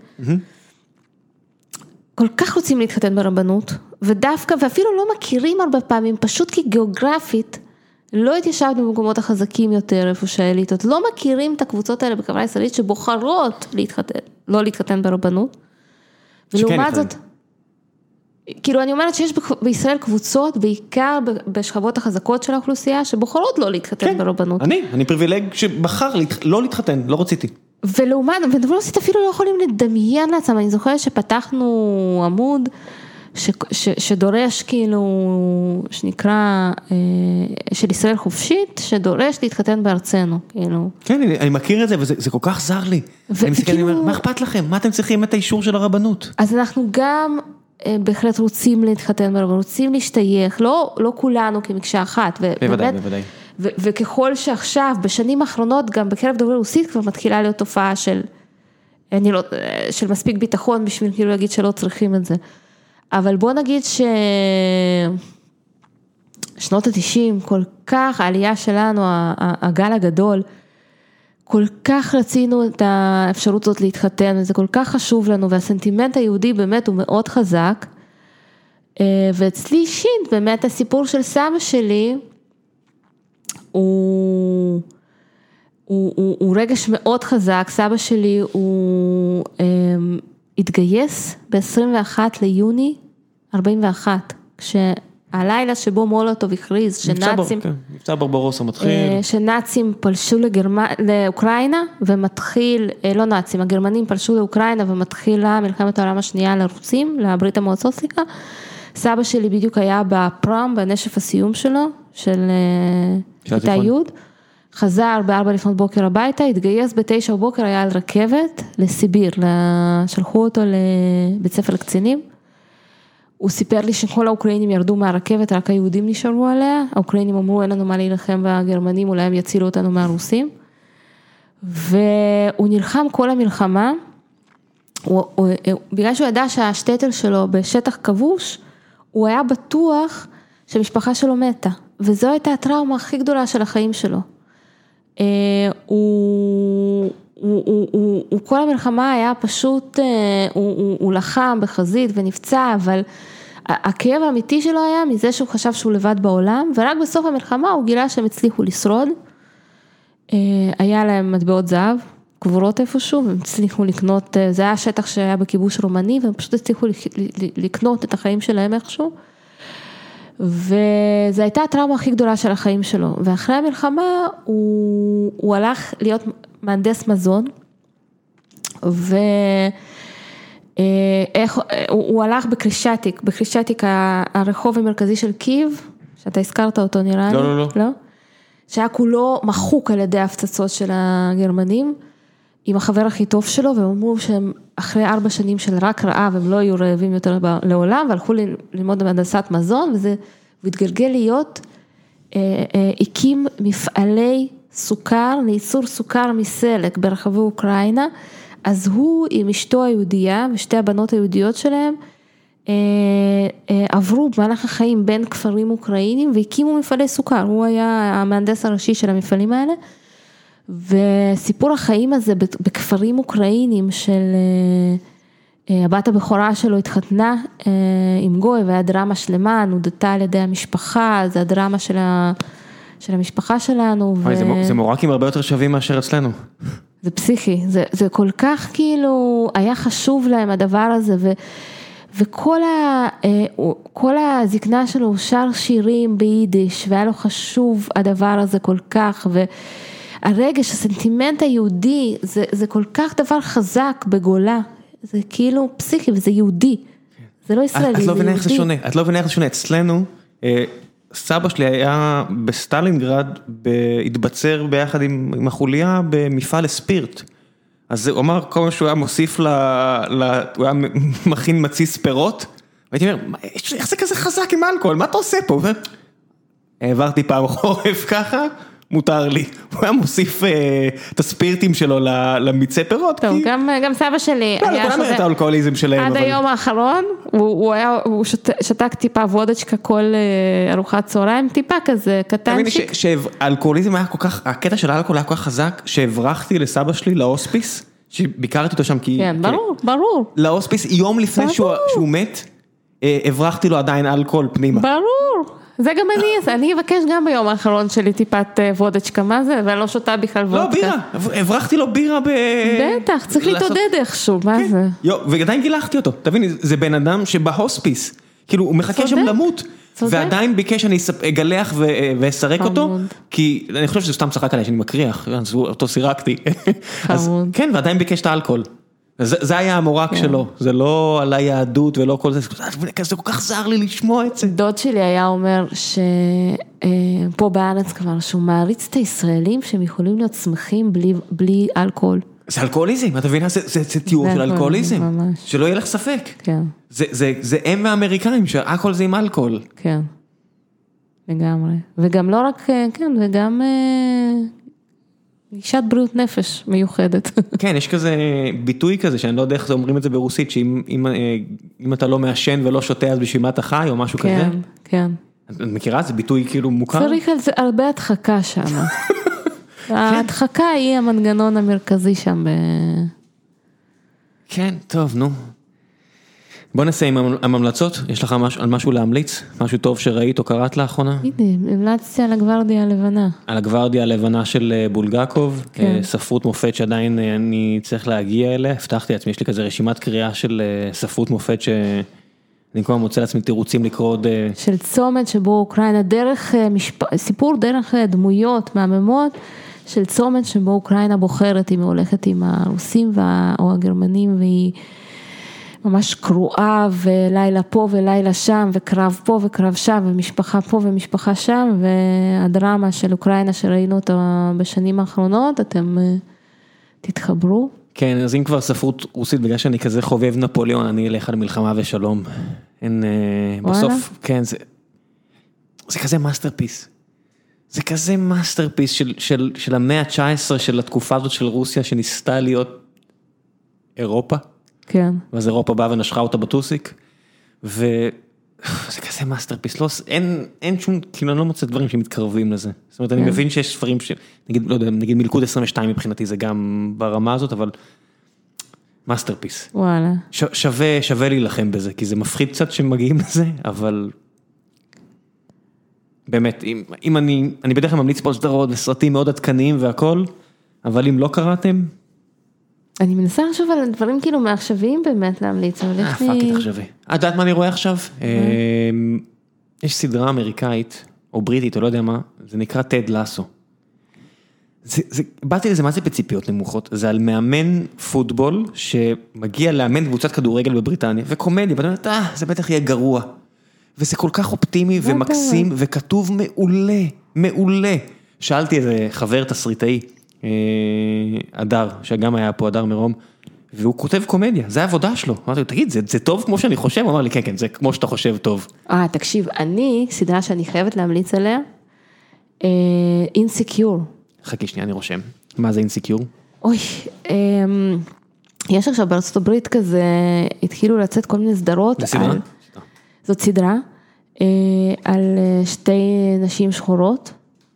Speaker 2: כל כך רוצים להתחתן ברבנות, ודווקא, ואפילו לא מכירים הרבה פעמים, פשוט כי גיאוגרפית, לא התיישבנו במקומות החזקים יותר, איפה שהאליטות, לא מכירים את הקבוצות האלה בחברה הישראלית, שבוחרות להתחתן, לא להתחתן ברבנות, ולעומת זאת, כאילו אני אומרת שיש בישראל קבוצות, בעיקר בשכבות החזקות של האוכלוסייה, שבוחרות לא להתחתן ברבנות.
Speaker 1: אני פריבילג שבחר לא להתחתן, לא רציתי.
Speaker 2: ולעומת, ודבר נוסית אפילו לא יכולים לדמיין לעצמם, אני זוכרת שפתחנו עמוד, שדורש כאילו, שנקרא, של ישראל חופשית, שדורש להתחתן בארצנו, כאילו.
Speaker 1: כן, אני מכיר את זה, וזה כל כך זר לי. אני מסתכל, אני אומר, מה אכפת לכם? מה אתם צריכים את האישור של הרבנות?
Speaker 2: אז אנחנו גם בהחלט רוצים להתחתן ברבנות, רוצים להשתייך, לא כולנו כמקשה אחת.
Speaker 1: בוודאי, בוודאי.
Speaker 2: וככל שעכשיו, בשנים האחרונות, גם בקרב דוברי רוסית, כבר מתחילה להיות תופעה של מספיק ביטחון, בשביל כאילו להגיד שלא צריכים את זה. אבל בוא נגיד ששנות ה-90, כל כך, העלייה שלנו, הגל הגדול, כל כך רצינו את האפשרות הזאת להתחתן, וזה כל כך חשוב לנו, והסנטימנט היהודי באמת הוא מאוד חזק, ואצלי אישית, באמת הסיפור של סבא שלי, הוא הוא רגש מאוד חזק, סבא שלי הוא התגייס ב-21 ליוני 41, כשהלילה שבו מולוטוב הכריז שנאצים,
Speaker 1: מבצע ברברוסה מתחיל,
Speaker 2: שנאצים פלשו לאוקראינה ומתחיל, לא נאצים, הגרמנים פלשו לאוקראינה ומתחילה מלחמת העולם השנייה לרוסים, לברית המועצות סליחה, סבא שלי בדיוק היה בפרם, בנשף הסיום שלו, של כיתה י', חזר ב-4 לפנות בוקר הביתה, התגייס ב-9 בבוקר, היה על רכבת לסיביר, שלחו אותו לבית ספר לקצינים, הוא סיפר לי שכל האוקראינים ירדו מהרכבת, רק היהודים נשארו עליה, האוקראינים אמרו אין לנו מה להילחם בגרמנים, אולי הם יצילו אותנו מהרוסים, והוא נלחם כל המלחמה, בגלל שהוא ידע שהשטטל שלו בשטח כבוש, הוא היה בטוח שהמשפחה שלו מתה, וזו הייתה הטראומה הכי גדולה של החיים שלו. כל המלחמה היה פשוט, הוא לחם בחזית ונפצע, אבל הכאב האמיתי שלו היה מזה שהוא חשב שהוא לבד בעולם, ורק בסוף המלחמה הוא גילה שהם הצליחו לשרוד, היה להם מטבעות זהב, קבורות איפשהו, והם הצליחו לקנות, זה היה שטח שהיה בכיבוש רומני, והם פשוט הצליחו לקנות את החיים שלהם איכשהו, וזו הייתה הטראומה הכי גדולה של החיים שלו, ואחרי המלחמה הוא הלך להיות מהנדס מזון, והוא הלך בקרישטיק, בקרישטיק הרחוב המרכזי של קייב, שאתה הזכרת אותו נראה לי,
Speaker 1: לא?
Speaker 2: שהיה כולו מחוק על ידי ההפצצות של הגרמנים, עם החבר הכי טוב שלו, והם אמרו שהם אחרי 4 שנים של רק רעב, הם לא היו רעבים יותר לעולם, והלכו ללמוד בהנדסת מזון, וזה התגלגל להיות, הקים מפעלי סוכר, לייצור סוכר מסלק ברחבי אוקראינה, אז הוא עם אשתו היהודייה, ושתי הבנות היהודיות שלהם, עברו במהלך החיים בין כפרים אוקראינים, והקימו מפעלי סוכר, הוא היה המהנדס הראשי של המפעלים האלה, וסיפור החיים הזה בכפרים אוקראינים של הבת הבכורה שלו התחתנה עם גוי, והיה דרמה שלמה, נודתה על ידי המשפחה, זה הדרמה של המשפחה שלנו.
Speaker 1: זה מורקים הרבה יותר שווים מאשר אצלנו.
Speaker 2: זה פסיכי, זה כל כך כאילו, היה חשוב להם הדבר הזה, וכל הזקנה שלו הוא שר שירים ביידיש, והיה לו חשוב הדבר הזה כל כך, והרגש, הסנטימנט היהודי, זה כל כך דבר חזק בגולה, זה כאילו פסיכי וזה יהודי, זה לא ישראלי, זה יהודי.
Speaker 1: את לא מבינה איך זה שונה, אצלנו, סבא שלי היה בסטלינגרד, התבצר ביחד עם החוליה במפעל לספירט, אז הוא אמר כל מה שהוא היה מוסיף, הוא היה מכין מציס פירות, והייתי אומר, איך זה כזה חזק עם אלכוהול, מה אתה עושה פה? העברתי פעם חורף ככה, מותר לי, הוא היה מוסיף את הספירטים שלו למיצי פירות.
Speaker 2: טוב, גם סבא שלי,
Speaker 1: כולם את האלכוהוליזם שלהם.
Speaker 2: עד היום האחרון, הוא שתק טיפה וודצ'קה כל ארוחת צהריים, טיפה כזה קטנצ'יק.
Speaker 1: שהאלכוהוליזם היה כל כך, הקטע של האלכוהול היה כל כך חזק, שהברחתי לסבא שלי להוספיס, שביקרתי אותו שם כי...
Speaker 2: כן, ברור.
Speaker 1: להוספיס, יום לפני שהוא מת, הברחתי לו עדיין אלכוהול פנימה.
Speaker 2: ברור. זה גם אני אבקש גם ביום האחרון שלי טיפת וודצ'קה, מה זה? ואני לא שותה בכלל וודקה.
Speaker 1: לא, בירה, הברחתי לו בירה
Speaker 2: בטח, צריך להתעודד איכשהו, מה זה?
Speaker 1: ועדיין גילחתי אותו, תביני, זה בן אדם שבהוספיס, כאילו הוא מחכה שם למות, ועדיין ביקש שאני אגלח ואסרק אותו, כי אני חושב שזה סתם צחק עליי שאני מקריח, אותו סירקתי. כן, ועדיין ביקש את האלכוהול. זה היה המורק שלו, זה לא על היהדות ולא כל זה, זה כל כך זר לי לשמוע את זה.
Speaker 2: דוד שלי היה אומר שפה בארץ כבר, שהוא מעריץ את הישראלים שהם יכולים להיות שמחים בלי אלכוהול.
Speaker 1: זה אלכוהוליזם, אתה מבינה? זה תיאור של אלכוהוליזם, שלא יהיה לך ספק.
Speaker 2: כן.
Speaker 1: זה הם והאמריקאים, שהכל זה עם אלכוהול.
Speaker 2: כן, לגמרי. וגם לא רק, כן, וגם... גישת בריאות נפש מיוחדת.
Speaker 1: כן, יש כזה ביטוי כזה, שאני לא יודע איך זה אומרים את זה ברוסית, שאם אתה לא מעשן ולא שותה, אז בשביל מה אתה חי, או משהו כזה.
Speaker 2: כן.
Speaker 1: את מכירה? זה ביטוי כאילו מוכר?
Speaker 2: צריך על זה הרבה הדחקה שם. ההדחקה היא המנגנון המרכזי שם.
Speaker 1: כן, טוב, נו. בוא נסיים עם הממלצות, יש לך משהו להמליץ? משהו טוב שראית או קראת לאחרונה?
Speaker 2: הנה, המלצתי על הגוורדיה הלבנה.
Speaker 1: על הגוורדיה הלבנה של בולגקוב, ספרות מופת שעדיין אני צריך להגיע אליה, הבטחתי לעצמי, יש לי כזה רשימת קריאה של ספרות מופת שאני כבר מוצא לעצמי תירוצים לקרוא עוד...
Speaker 2: של צומת שבו אוקראינה, סיפור דרך דמויות מהממות, של צומת שבו אוקראינה בוחרת, אם היא הולכת עם הרוסים או הגרמנים, והיא ממש קרועה, ולילה פה ולילה שם, וקרב פה וקרב שם, ומשפחה פה ומשפחה שם, והדרמה של אוקראינה שראינו אותה בשנים האחרונות, אתם תתחברו.
Speaker 1: כן, אז אם כבר ספרות רוסית, בגלל שאני כזה חובב נפוליאון, אני אלך על מלחמה ושלום. בסוף, כן, זה כזה מאסטרפיס. זה כזה מאסטרפיס של המאה ה-19, של התקופה הזאת של רוסיה, שניסתה להיות אירופה.
Speaker 2: כן.
Speaker 1: ואז אירופה באה ונשכה אותה בטוסיק, וזה כזה מאסטרפיס, אין שום, כאילו אני לא מוצא דברים שמתקרבים לזה. זאת אומרת, אני מבין שיש ספרים נגיד, לא יודע, נגיד מלכוד 22 מבחינתי, זה גם ברמה הזאת, אבל מאסטרפיס.
Speaker 2: וואלה.
Speaker 1: שווה להילחם בזה, כי זה מפחיד קצת שמגיעים לזה, אבל באמת, אם אני בדרך כלל ממליץ פה סדרות וסרטים מאוד עדכניים והכל, אבל אם לא קראתם,
Speaker 2: אני מנסה לחשוב על דברים כאילו מעכשוויים באמת להמליץ, אבל יש לי...
Speaker 1: פאקית תחשבי. את יודעת מה אני רואה עכשיו? יש סדרה אמריקאית, או בריטית, או לא יודע מה, זה נקרא טד לסו. באתי לזה מה זה בציפיות נמוכות, זה על מאמן פוטבול, שמגיע לאמן קבוצת כדורגל בבריטניה, וקומדיה, ואתה אומרת, זה בטח יהיה גרוע. וזה כל כך אופטימי ומקסים, וכתוב מעולה, מעולה. שאלתי איזה חבר תסריטאי, אדר, שגם היה פה אדר מרום, והוא כותב קומדיה, זה העבודה שלו. אמרתי לו, תגיד, זה טוב כמו שאני חושב? הוא אמר לי, כן, כן, זה כמו שאתה חושב טוב.
Speaker 2: תקשיב, סדרה שאני חייבת להמליץ עליה, Insecure.
Speaker 1: חכי שנייה, אני רושם. מה זה Insecure?
Speaker 2: אוי, יש עכשיו בארצות הברית כזה, התחילו לצאת כל מיני סדרות.
Speaker 1: זה סדרה?
Speaker 2: זאת סדרה, על שתי נשים שחורות,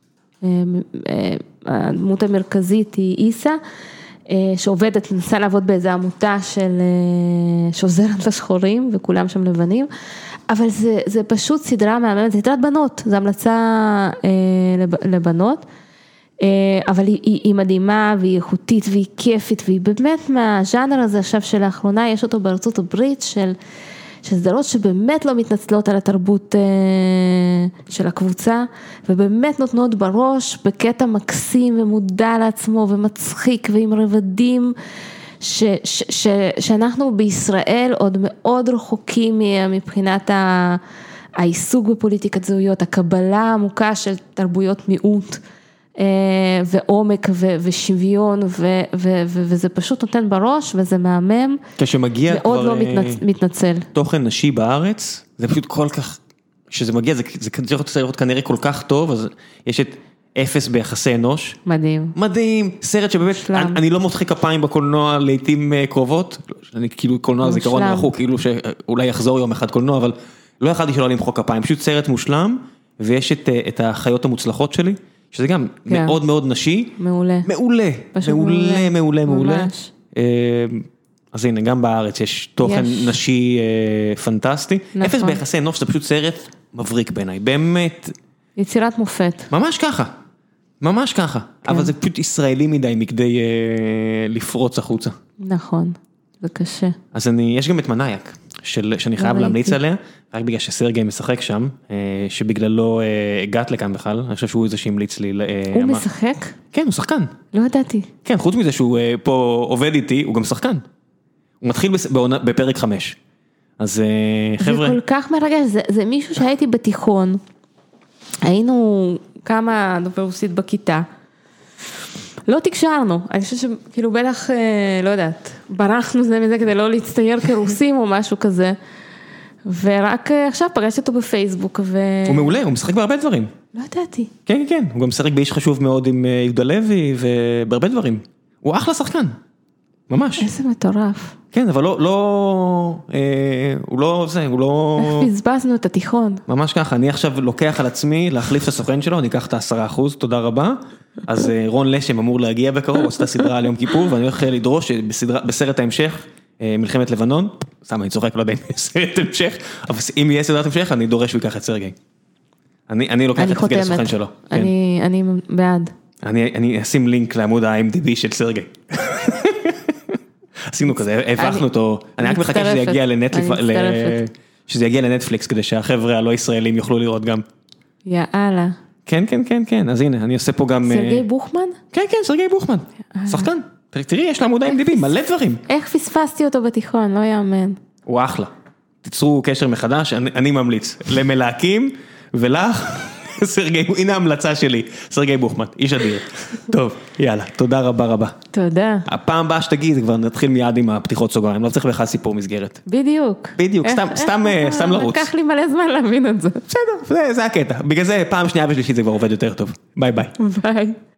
Speaker 2: הדמות המרכזית היא איסה, שעובדת, נסה לעבוד באיזו עמותה שעוזרת לשחורים, וכולם שם לבנים, אבל זה פשוט סדרה מהממת, זה סדרת בנות, זו המלצה לבנות, אבל היא מדהימה, והיא איכותית, והיא כיפית, והיא באמת מהז'אנר הזה עכשיו שלאחרונה, יש אותו בארצות הברית של סדרות שבאמת לא מתנצלות על התרבות של הקבוצה, ובאמת נותנות בראש בקטע מקסים ומודע לעצמו ומצחיק ועם רבדים, שאנחנו בישראל עוד מאוד רחוקים מבחינת העיסוק בפוליטיקת זהויות, הקבלה העמוקה של תרבויות מיעוט, ועומק ושוויון, וזה פשוט נותן בראש, וזה מהמם,
Speaker 1: כשמגיע
Speaker 2: מאוד לא מתנצל.
Speaker 1: תוכן נשי בארץ, זה פשוט כל כך, כשזה מגיע, זה צריך להיות כנראה כל כך טוב, אז יש את אפס ביחסי אנוש.
Speaker 2: מדהים.
Speaker 1: מדהים, סרט שבאמת, אני לא מותחי כפיים בקולנוע לעתים קרובות, אני כאילו קולנוע זה קרון רחוק, כאילו שאולי יחזור יום אחד קולנוע, אבל לא יכולתי שלא למחוא כפיים, פשוט סרט מושלם, ויש את החיות המוצלחות שלי, שזה גם מאוד מאוד נשי.
Speaker 2: מעולה.
Speaker 1: מעולה. מעולה, מעולה, מעולה. אז הנה, גם בארץ יש תוכן נשי פנטסטי. אפס ביחסי אנוש, זה פשוט סרט מבריק בעיניי. באמת.
Speaker 2: יצירת מופת.
Speaker 1: ממש ככה. ממש ככה. אבל זה פשוט ישראלי מדי מכדי לפרוץ החוצה.
Speaker 2: נכון. זה קשה.
Speaker 1: אז יש גם את מנאייק, שאני חייב להמליץ עליה, רק בגלל שסרגי משחק שם, שבגללו הגעת לכאן בכלל, אני חושב שהוא איזה שהמליץ לי.
Speaker 2: הוא משחק?
Speaker 1: כן, הוא שחקן.
Speaker 2: לא ידעתי.
Speaker 1: כן, חוץ מזה שהוא פה עובד איתי, הוא גם שחקן. הוא מתחיל בפרק 5. אז חבר'ה...
Speaker 2: זה כל כך מרגש, זה מישהו שהייתי בתיכון, היינו כמה דובר רוסית בכיתה, לא תקשרנו, אני חושבת שכאילו בטח, לא יודעת, ברחנו זה מזה כדי לא להצטייר כרוסים או משהו כזה, ורק עכשיו פגשתי אותו בפייסבוק.
Speaker 1: הוא מעולה, הוא משחק בהרבה דברים.
Speaker 2: לא ידעתי.
Speaker 1: כן, כן, כן, הוא גם משחק באיש חשוב מאוד עם יהודה לוי, ובהרבה דברים. הוא אחלה שחקן, ממש.
Speaker 2: איזה מטורף.
Speaker 1: כן, אבל הוא לא זה, הוא לא...
Speaker 2: איך בזבזנו את התיכון.
Speaker 1: ממש ככה, אני עכשיו לוקח על עצמי להחליף את הסוכן שלו, אני אקח את 10%, תודה רבה. אז רון לשם אמור להגיע בקרוב, עשתה סדרה על יום כיפור, ואני הולך לדרוש שבסרט ההמשך מלחמת לבנון, סתם אני צוחק, לא יודע אם יהיה סרט המשך, אבל אם יהיה סרט המשך, אני דורש שהוא ייקח את סרגי. אני לוקח את תפקיד הסוכן שלו.
Speaker 2: אני בעד.
Speaker 1: אני אשים לינק לעמוד ה-IMDb של סרגי. עשינו כזה, הבחנו אותו, אני רק מחכה שזה יגיע לנטפליקס, כדי שהחבר'ה הלא ישראלים יוכלו לראות גם.
Speaker 2: יאללה.
Speaker 1: כן, כן, כן, כן, אז הנה, אני עושה פה גם...
Speaker 2: סרגי בוכמן?
Speaker 1: כן, כן, סרגי בוכמן. שחקן. תראי, יש לה עמוד ה-IMDb, מלא דברים.
Speaker 2: איך פספסתי אותו בתיכון, לא יאמן.
Speaker 1: הוא אחלה. תיצרו קשר מחדש, אני ממליץ. למלהקים ולך, סרגי, הנה ההמלצה שלי, סרגי בוכמן, איש אדיר. טוב, יאללה, תודה רבה רבה.
Speaker 2: תודה.
Speaker 1: הפעם הבאה שתגיד, כבר נתחיל מיד עם הפתיחות סוגריים, לא צריך בכלל סיפור מסגרת.
Speaker 2: בדיוק.
Speaker 1: בדיוק, סתם לרוץ.
Speaker 2: לקח לי מלא זמן להבין את זה.
Speaker 1: בסדר, זה הקטע. בגלל זה פעם שנייה ושלישית זה כבר עובד יותר טוב. ביי ביי.
Speaker 2: ביי.